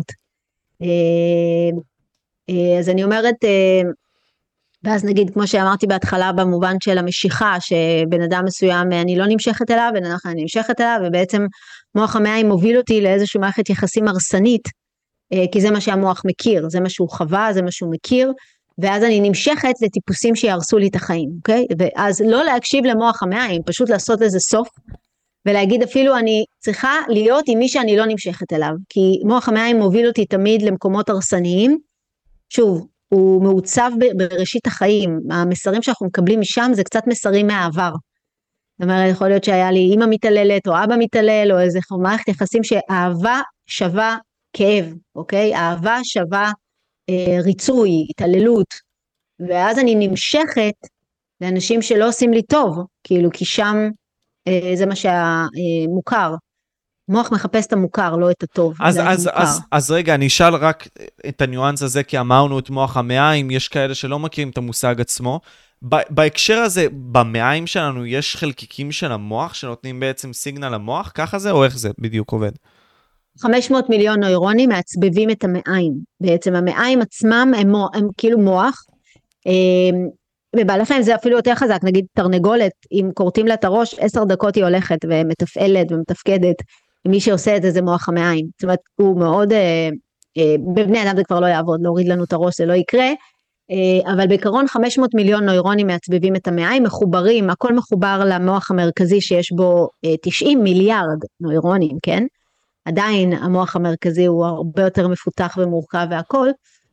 אז אני אומרת, ואז נגיד, כמו שאמרתי בהתחלה, במובן של המשיכה, שבן אדם מסוים אני לא נמשכת אליו, בן אדם אני נמשכת אליו, ובעצם מוח המעיים מוביל אותי לאיזושהי מערכת יחסים הרסנית, כי זה מה שהמוח מכיר, זה מה שהוא חווה, זה מה שהוא מכיר, ואז אני נמשכת לטיפוסים שיהרסו לי את החיים, אוקיי? ואז לא להקשיב למוח המעיים, פשוט לעשות איזה סוף, ולהגיד אפילו אני צריכה להיות עם מי שאני לא נמשכת אליו, כי מוח המעיים מוביל אותי תמיד למקומות הרסניים, שוב, הוא מעוצב בראשית החיים, המסרים שאנחנו מקבלים משם זה קצת מסרים מהעבר, זאת אומרת, יכול להיות שהיה לי אמא מתעללת, או אבא מתעלל, או איזה מערכת יחסים שאהבה שווה כאב, אוקיי? אהבה שווה אה, ריצוי, התעללות, ואז אני נמשכת לאנשים שלא עושים לי טוב, כאילו, כי שם אה, זה מה שהמוכר, מוח מחפש את המוכר, לא את הטוב. אז, אז, אז, אז רגע, אני אשאל רק את הניואנס הזה, כי אמרנו את מוח המעיים, יש כאלה שלא מכירים את המושג עצמו, בהקשר הזה, במעיים שלנו, יש חלקיקים של המוח, שנותנים בעצם סיגנל למוח, ככה זה, או איך זה בדיוק עובד? חמש מאות מיליון נוירונים מעצבבים את המעיים, בעצם המעיים עצמם הם, מוח, הם כאילו מוח, ובעל החיים זה אפילו יותר חזק, נגיד תרנגולת, אם קורטים לה את הראש, עשר דקות היא הולכת ומתפעלת ומתפקדת, מי שעושה את זה זה מוח המעיים, זאת אומרת הוא מאוד בבני אדם זה כבר לא יעבוד, להוריד לנו את הראש, זה לא יקרה, אבל בעיקרון חמש מאות מיליון נוירונים מעצבבים את המעיים, מחוברים, הכל מחובר למוח המרכזי שיש בו תשעים מיליארד נוירונים, כן? עדיין המוח המרכזי הוא הרבה יותר מפותח ומורכב והכל,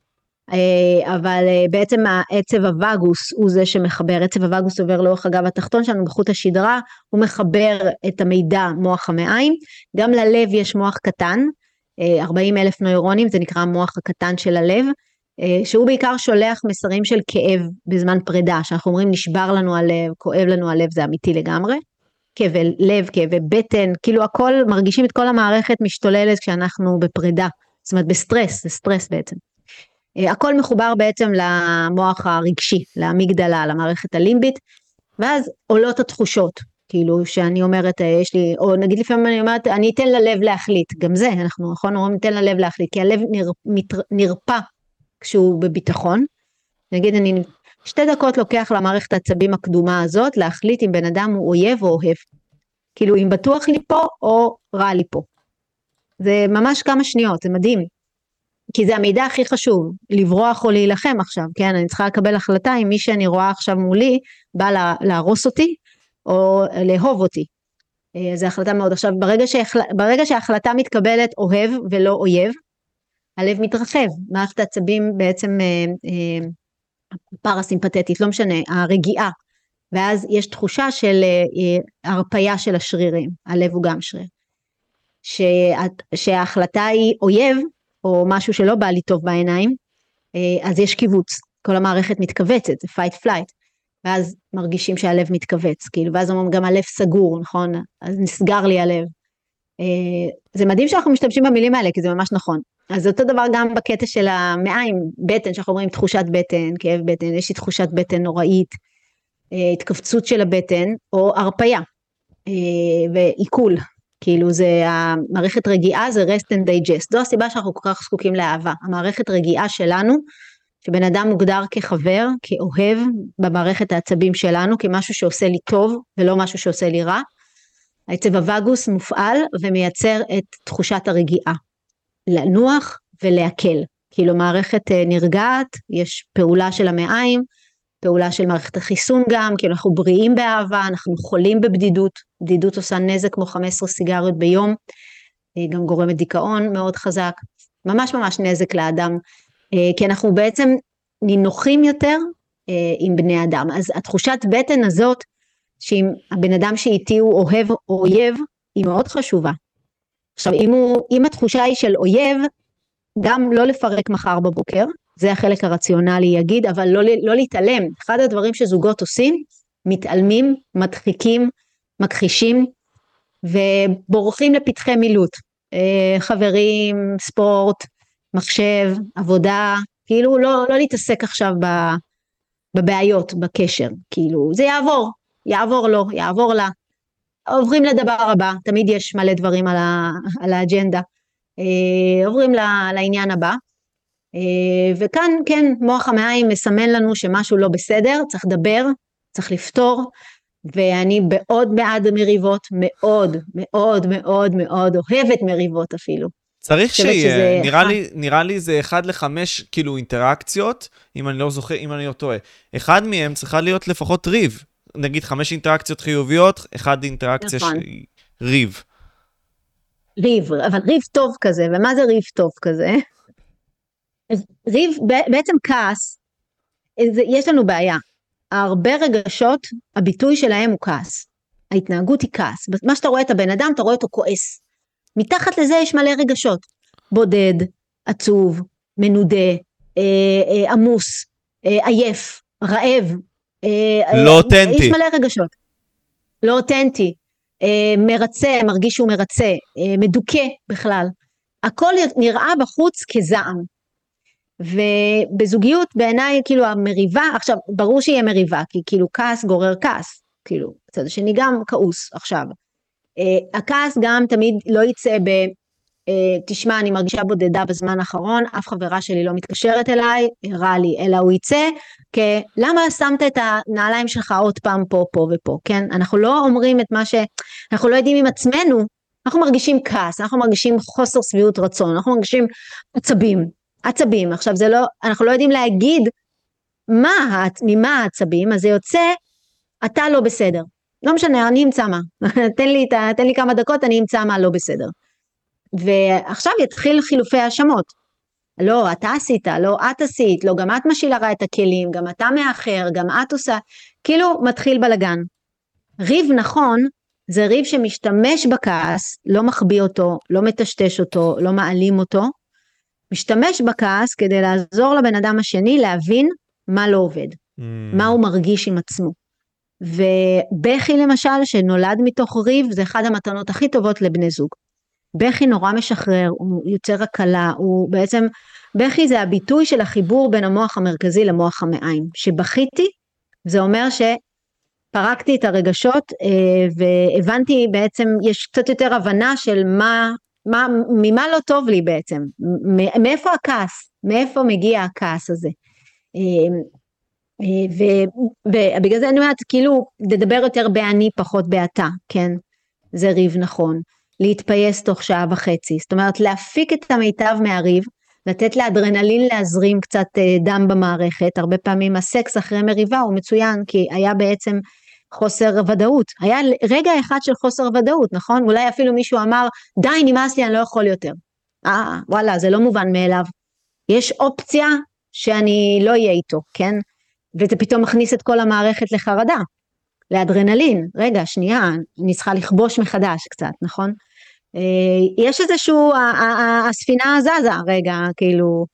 אבל בעצם העצב הווגוס הוא זה שמחבר, עצב הווגוס עובר לאורך הגב התחתון שלנו בחוט השדרה, הוא מחבר את המידע מוח המעיים, גם ללב יש מוח קטן, ארבעים אלף נוירונים, זה נקרא המוח הקטן של הלב, שהוא בעיקר שולח מסרים של כאב בזמן פרידה, שאנחנו אומרים נשבר לנו הלב, כואב לנו הלב, זה אמיתי לגמרי, כאבי לב, כאבי בטן, כאילו הכל, מרגישים את כל המערכת משתוללת כשאנחנו בפרידה, זאת אומרת בסטרס, זה סטרס בעצם. הכל מחובר בעצם למוח הרגשי, לאמיגדלה, למערכת הלימבית, ואז עולות התחושות, כאילו שאני אומרת, יש לי, או נגיד לפעמים אני אומרת, אני אתן ללב להחליט, גם זה, אנחנו נכון אומרים, ניתן ללב להחליט, כי הלב נר, מתר, נרפא כשהוא בביטחון, נגיד אני, שתי דקות לוקח למערכת העצבים הקדומה הזאת, להחליט אם בן אדם הוא אויב או אוהב, כאילו אם בטוח לי פה או רע לי פה, זה ממש כמה שניות, זה מדהים, כי זה המידע הכי חשוב, לברוח או להילחם עכשיו, כן, אני צריכה לקבל החלטה אם מי שאני רואה עכשיו מולי, בא לה, להרוס אותי, או לאהוב אותי, זו החלטה מאוד, עכשיו ברגע, שהחל... ברגע שההחלטה מתקבלת אוהב ולא אויב, הלב מתרחב, מערכת העצבים בעצם אה, אה, פרסימפתטית, לא משנה, הרגיעה, ואז יש תחושה של אה, הרפיה של השרירים, הלב הוא גם שריר, שה... שההחלטה היא אויב, או משהו שלא בא לי טוב בעיניים, אז יש קיבוץ, כל המערכת מתכווצת, זה fight flight, ואז מרגישים שהלב מתכווץ, כאילו, ואז אומרים גם הלב סגור, נכון? אז נסגר לי הלב. זה מדהים שאנחנו משתמשים במילים האלה, כי זה ממש נכון. אז זה אותו דבר גם בקטע של המעיים, בטן, שאנחנו אומרים תחושת בטן, כאב בטן, יש לי תחושת בטן נוראית, התכווצות של הבטן, או הרפיה, ועיכול, כאילו זה המערכת רגיעה, זה rest and digest, זו הסיבה שאנחנו כל כך זקוקים לאהבה, המערכת רגיעה שלנו, שבן אדם מוגדר כחבר, כאוהב במערכת העצבים שלנו, כמשהו שעושה לי טוב, ולא משהו שעושה לי רע, העצב הווגוס מופעל ומייצר את תחושת הרגיעה, לנוח ולהקל, כאילו מערכת נרגעת, יש פעולה של המעיים, פעולה של מערכת החיסון גם, כאילו אנחנו בריאים באהבה, אנחנו חולים בבדידות, בדידות עושה נזק כמו חמש עשרה סיגריות ביום, גם גורמת דיכאון מאוד חזק, ממש ממש נזק לאדם, כי אנחנו בעצם נינוחים יותר עם בני אדם, אז התחושת בטן הזאת, שאם הבן אדם שאיתי הוא אוהב או אויב, היא מאוד חשובה. עכשיו אם, הוא, אם התחושה היא של אויב, גם לא לפרק מחר בבוקר, זה החלק הרציונלי יגיד, אבל לא, לא להתעלם. אחד הדברים שזוגות עושים, מתעלמים, מדחיקים, מכחישים, ובורחים לפתחי מילוט. חברים, ספורט, מחשב, עבודה, כאילו לא, לא להתעסק עכשיו בבעיות, בקשר, כאילו זה יעבור, יעבור לו, יעבור לה. עוברים לדבר הבא, תמיד יש מלא דברים על, ה, על האג'נדה. עוברים לעניין הבא. וכאן כן מוח המעיים מסמן לנו שמשהו לא בסדר, צריך לדבר, צריך לפתור, ואני מאוד בעד מריבות, מאוד מאוד מאוד מאוד אוהבת מריבות אפילו. צריך שיהיה, נראה לי, נראה לי זה אחד לחמש כאילו אינטראקציות, אם אני לא זוכר, אם אני לא טועה, אחד מהם צריכה להיות לפחות ריב, נגיד חמש אינטראקציות חיוביות, אחד אינטראקציה נכון. ש... ריב. ריב, אבל ריב טוב כזה, ומה זה ריב טוב כזה? ריב, בעצם כעס, יש לנו בעיה, הרבה רגשות, הביטוי שלהם הוא כעס, ההתנהגות היא כעס, מה שאתה רואה את הבן אדם, אתה רואה אותו כועס, מתחת לזה יש מלא רגשות, בודד, עצוב, מנודה, אה, אה, עמוס, אה, עייף, רעב, אה, לא אותנטי, יש מלא רגשות, לא אותנטי, אה, מרצה, מרגיש שהוא מרצה, אה, מדוכא בכלל, הכל נראה בחוץ כזעם, ובזוגיות בעיניי כאילו המריבה, עכשיו ברור שיהיה מריבה, כי כאילו כעס גורר כעס, כאילו צד השני גם כעוס עכשיו, uh, הכעס גם תמיד לא יצא ב, uh, תשמע אני מרגישה בודדה בזמן האחרון, אף חברה שלי לא מתקשרת אליי, רע לי, אלא הוא יצא, כי למה שמת את הנעליים שלך עוד פעם פה, פה ופה, כן? אנחנו לא אומרים את מה ש... אנחנו לא יודעים עם עצמנו, אנחנו מרגישים כעס, אנחנו מרגישים חוסר שביעות רצון, אנחנו מרגישים עצבים, עצבים. עכשיו זה לא, אנחנו לא יודעים להגיד מה, ממה העצבים, אז זה יוצא, אתה לא בסדר. לא משנה, אני אמצא מה. תן לי, תן לי כמה דקות, אני אמצא מה לא בסדר. ועכשיו יתחיל חילופי האשמות. לא, אתה עשית, לא, את עשית, לא, גם את משילה את הכלים, גם אתה מאחר, גם את עושה, כאילו מתחיל בלגן. ריב נכון, זה ריב שמשתמש בכעס, לא מחביא אותו, לא מטשטש אותו, לא מעלים אותו, משתמש בכעס כדי לעזור לבן אדם השני להבין מה לא עובד, mm. מה הוא מרגיש עם עצמו. ובכי למשל, שנולד מתוך ריב, זה אחד המתנות הכי טובות לבני זוג. בכי נורא משחרר, הוא יוצר הקלה, הוא בעצם, בכי זה הביטוי של החיבור בין המוח המרכזי למוח המעיים. שבכיתי, זה אומר שפרקתי את הרגשות, והבנתי בעצם, יש קצת יותר הבנה של מה, מה, ממה לא טוב לי בעצם, מאיפה הכעס, מאיפה מגיע הכעס הזה. ובגלל זה אני אומרת, כאילו, לדבר יותר באני, פחות באתה, כן? זה ריב נכון. להתפייס תוך שעה וחצי, זאת אומרת להפיק את המיטב מהריב, לתת לאדרנלין להזרים קצת דם במערכת, הרבה פעמים הסקס אחרי מריבה הוא מצוין, כי היה בעצם חוסר ודאות, היה רגע אחד של חוסר ודאות, נכון? אולי אפילו מישהו אמר, די נמאס לי, אני לא יכול יותר, אה, וואלה, זה לא מובן מאליו, יש אופציה שאני לא אהיה איתו, כן? וזה פתאום מכניס את כל המערכת לחרדה, לאדרנלין, רגע, שנייה, אני צריכה לכבוש מחדש קצת, נכון? יש איזשהו, הספינה זזה, רגע, כאילו,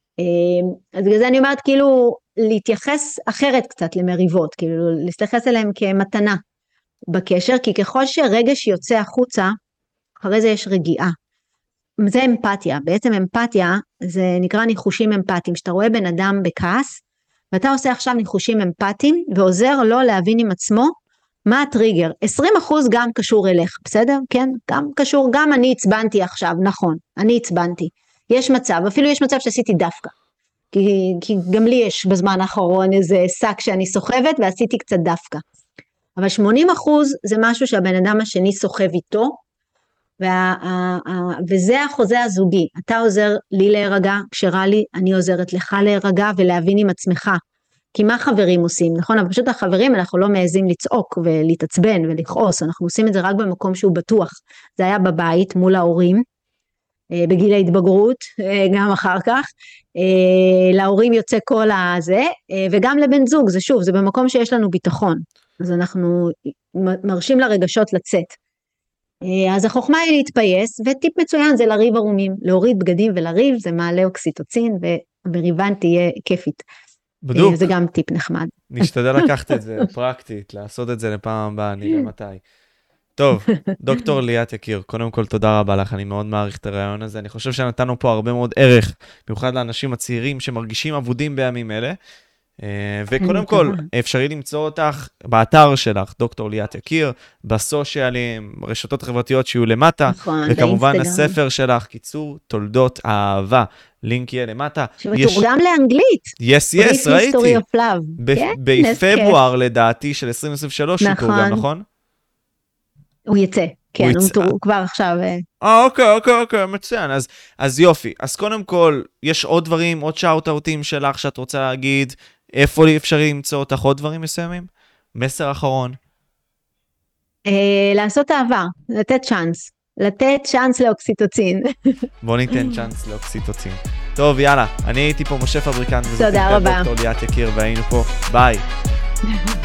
אז בגלל זה אני אומרת, כאילו, להתייחס אחרת קצת למריבות, כאילו, להתייחס אליהם כמתנה בקשר, כי ככל שרגש יוצא החוצה, אחרי זה יש רגיעה. זה אמפתיה, בעצם אמפתיה, זה נקרא ניחושים אמפתיים, שאתה רואה בן אדם בכעס, ואתה עושה עכשיו ניחושים אמפתיים, ועוזר לו להבין עם עצמו, מה הטריגר? עשרים אחוז גם קשור אליך, בסדר? כן? גם קשור, גם אני הצבנתי עכשיו, נכון, אני הצבנתי. יש מצב, אפילו יש מצב שעשיתי דווקא, כי, כי גם לי יש בזמן האחרון איזה שק שאני סוחבת, ועשיתי קצת דווקא. אבל שמונים אחוז זה משהו שהבן אדם השני סוחב איתו, וה, וזה החוזה הזוגי, אתה עוזר לי להירגע, כשרע לי, אני עוזרת לך להירגע, ולהבין עם עצמך, כי מה חברים עושים, נכון? אבל פשוט החברים, אנחנו לא מעזים לצעוק ולהתעצבן ולכעוס, אנחנו עושים את זה רק במקום שהוא בטוח. זה היה בבית מול ההורים, בגיל ההתבגרות, גם אחר כך, להורים יוצא כל הזה, וגם לבן זוג, זה שוב, זה במקום שיש לנו ביטחון, אז אנחנו מרשים לרגשות לצאת. אז החוכמה היא להתפייס, וטיפ מצוין זה לריב ערומים, להוריד בגדים ולריב, זה מעלה אוקסיטוצין, ומריבן תהיה כיפית. בדוק. זה גם טיפ נחמד. נשתדל לקחת את זה פרקטית, לעשות את זה לפעם הבאה, נראה מתי. טוב, דוקטור ליאת יקיר, קודם כל תודה רבה לך, אני מאוד מעריך את הרעיון הזה, אני חושב שנתנו פה הרבה מאוד ערך, במיוחד לאנשים הצעירים שמרגישים עבודים בימים אלה, וקודם כל, אפשרי למצוא אותך באתר שלך, דוקטור ליאת יקיר, בסושיאלים, רשתות חברתיות שיהיו למטה, וכמובן הספר שלך, קיצור תולדות האהבה, לינק יהיה למטה. שמתורגם לאנגלית. יס, יס, ראיתי. בפברואר לדעתי של עשרים עשרים ושלוש, הוא תורגם, נכון? הוא יצא, כן, הוא כבר עכשיו. אה, אוקיי, אוקיי, אוקיי, מצוין. אז יופי. אז קודם כל, יש עוד דברים, עוד שאוט-אוטים שלך שאת רוצה להגיד, איפה אפשרי למצוא אותך עוד דברים מסוימים? מסר אחרון. לעשות אהבה, לתת צ'אנס. לתת צ'אנס לאוקסיטוצין. בוא ניתן צ'אנס לאוקסיטוצין. טוב, יאללה. אני הייתי פה משה פבריקן, תודה רבה. דוקטור ליאת יקיר, והיינו פה. ביי.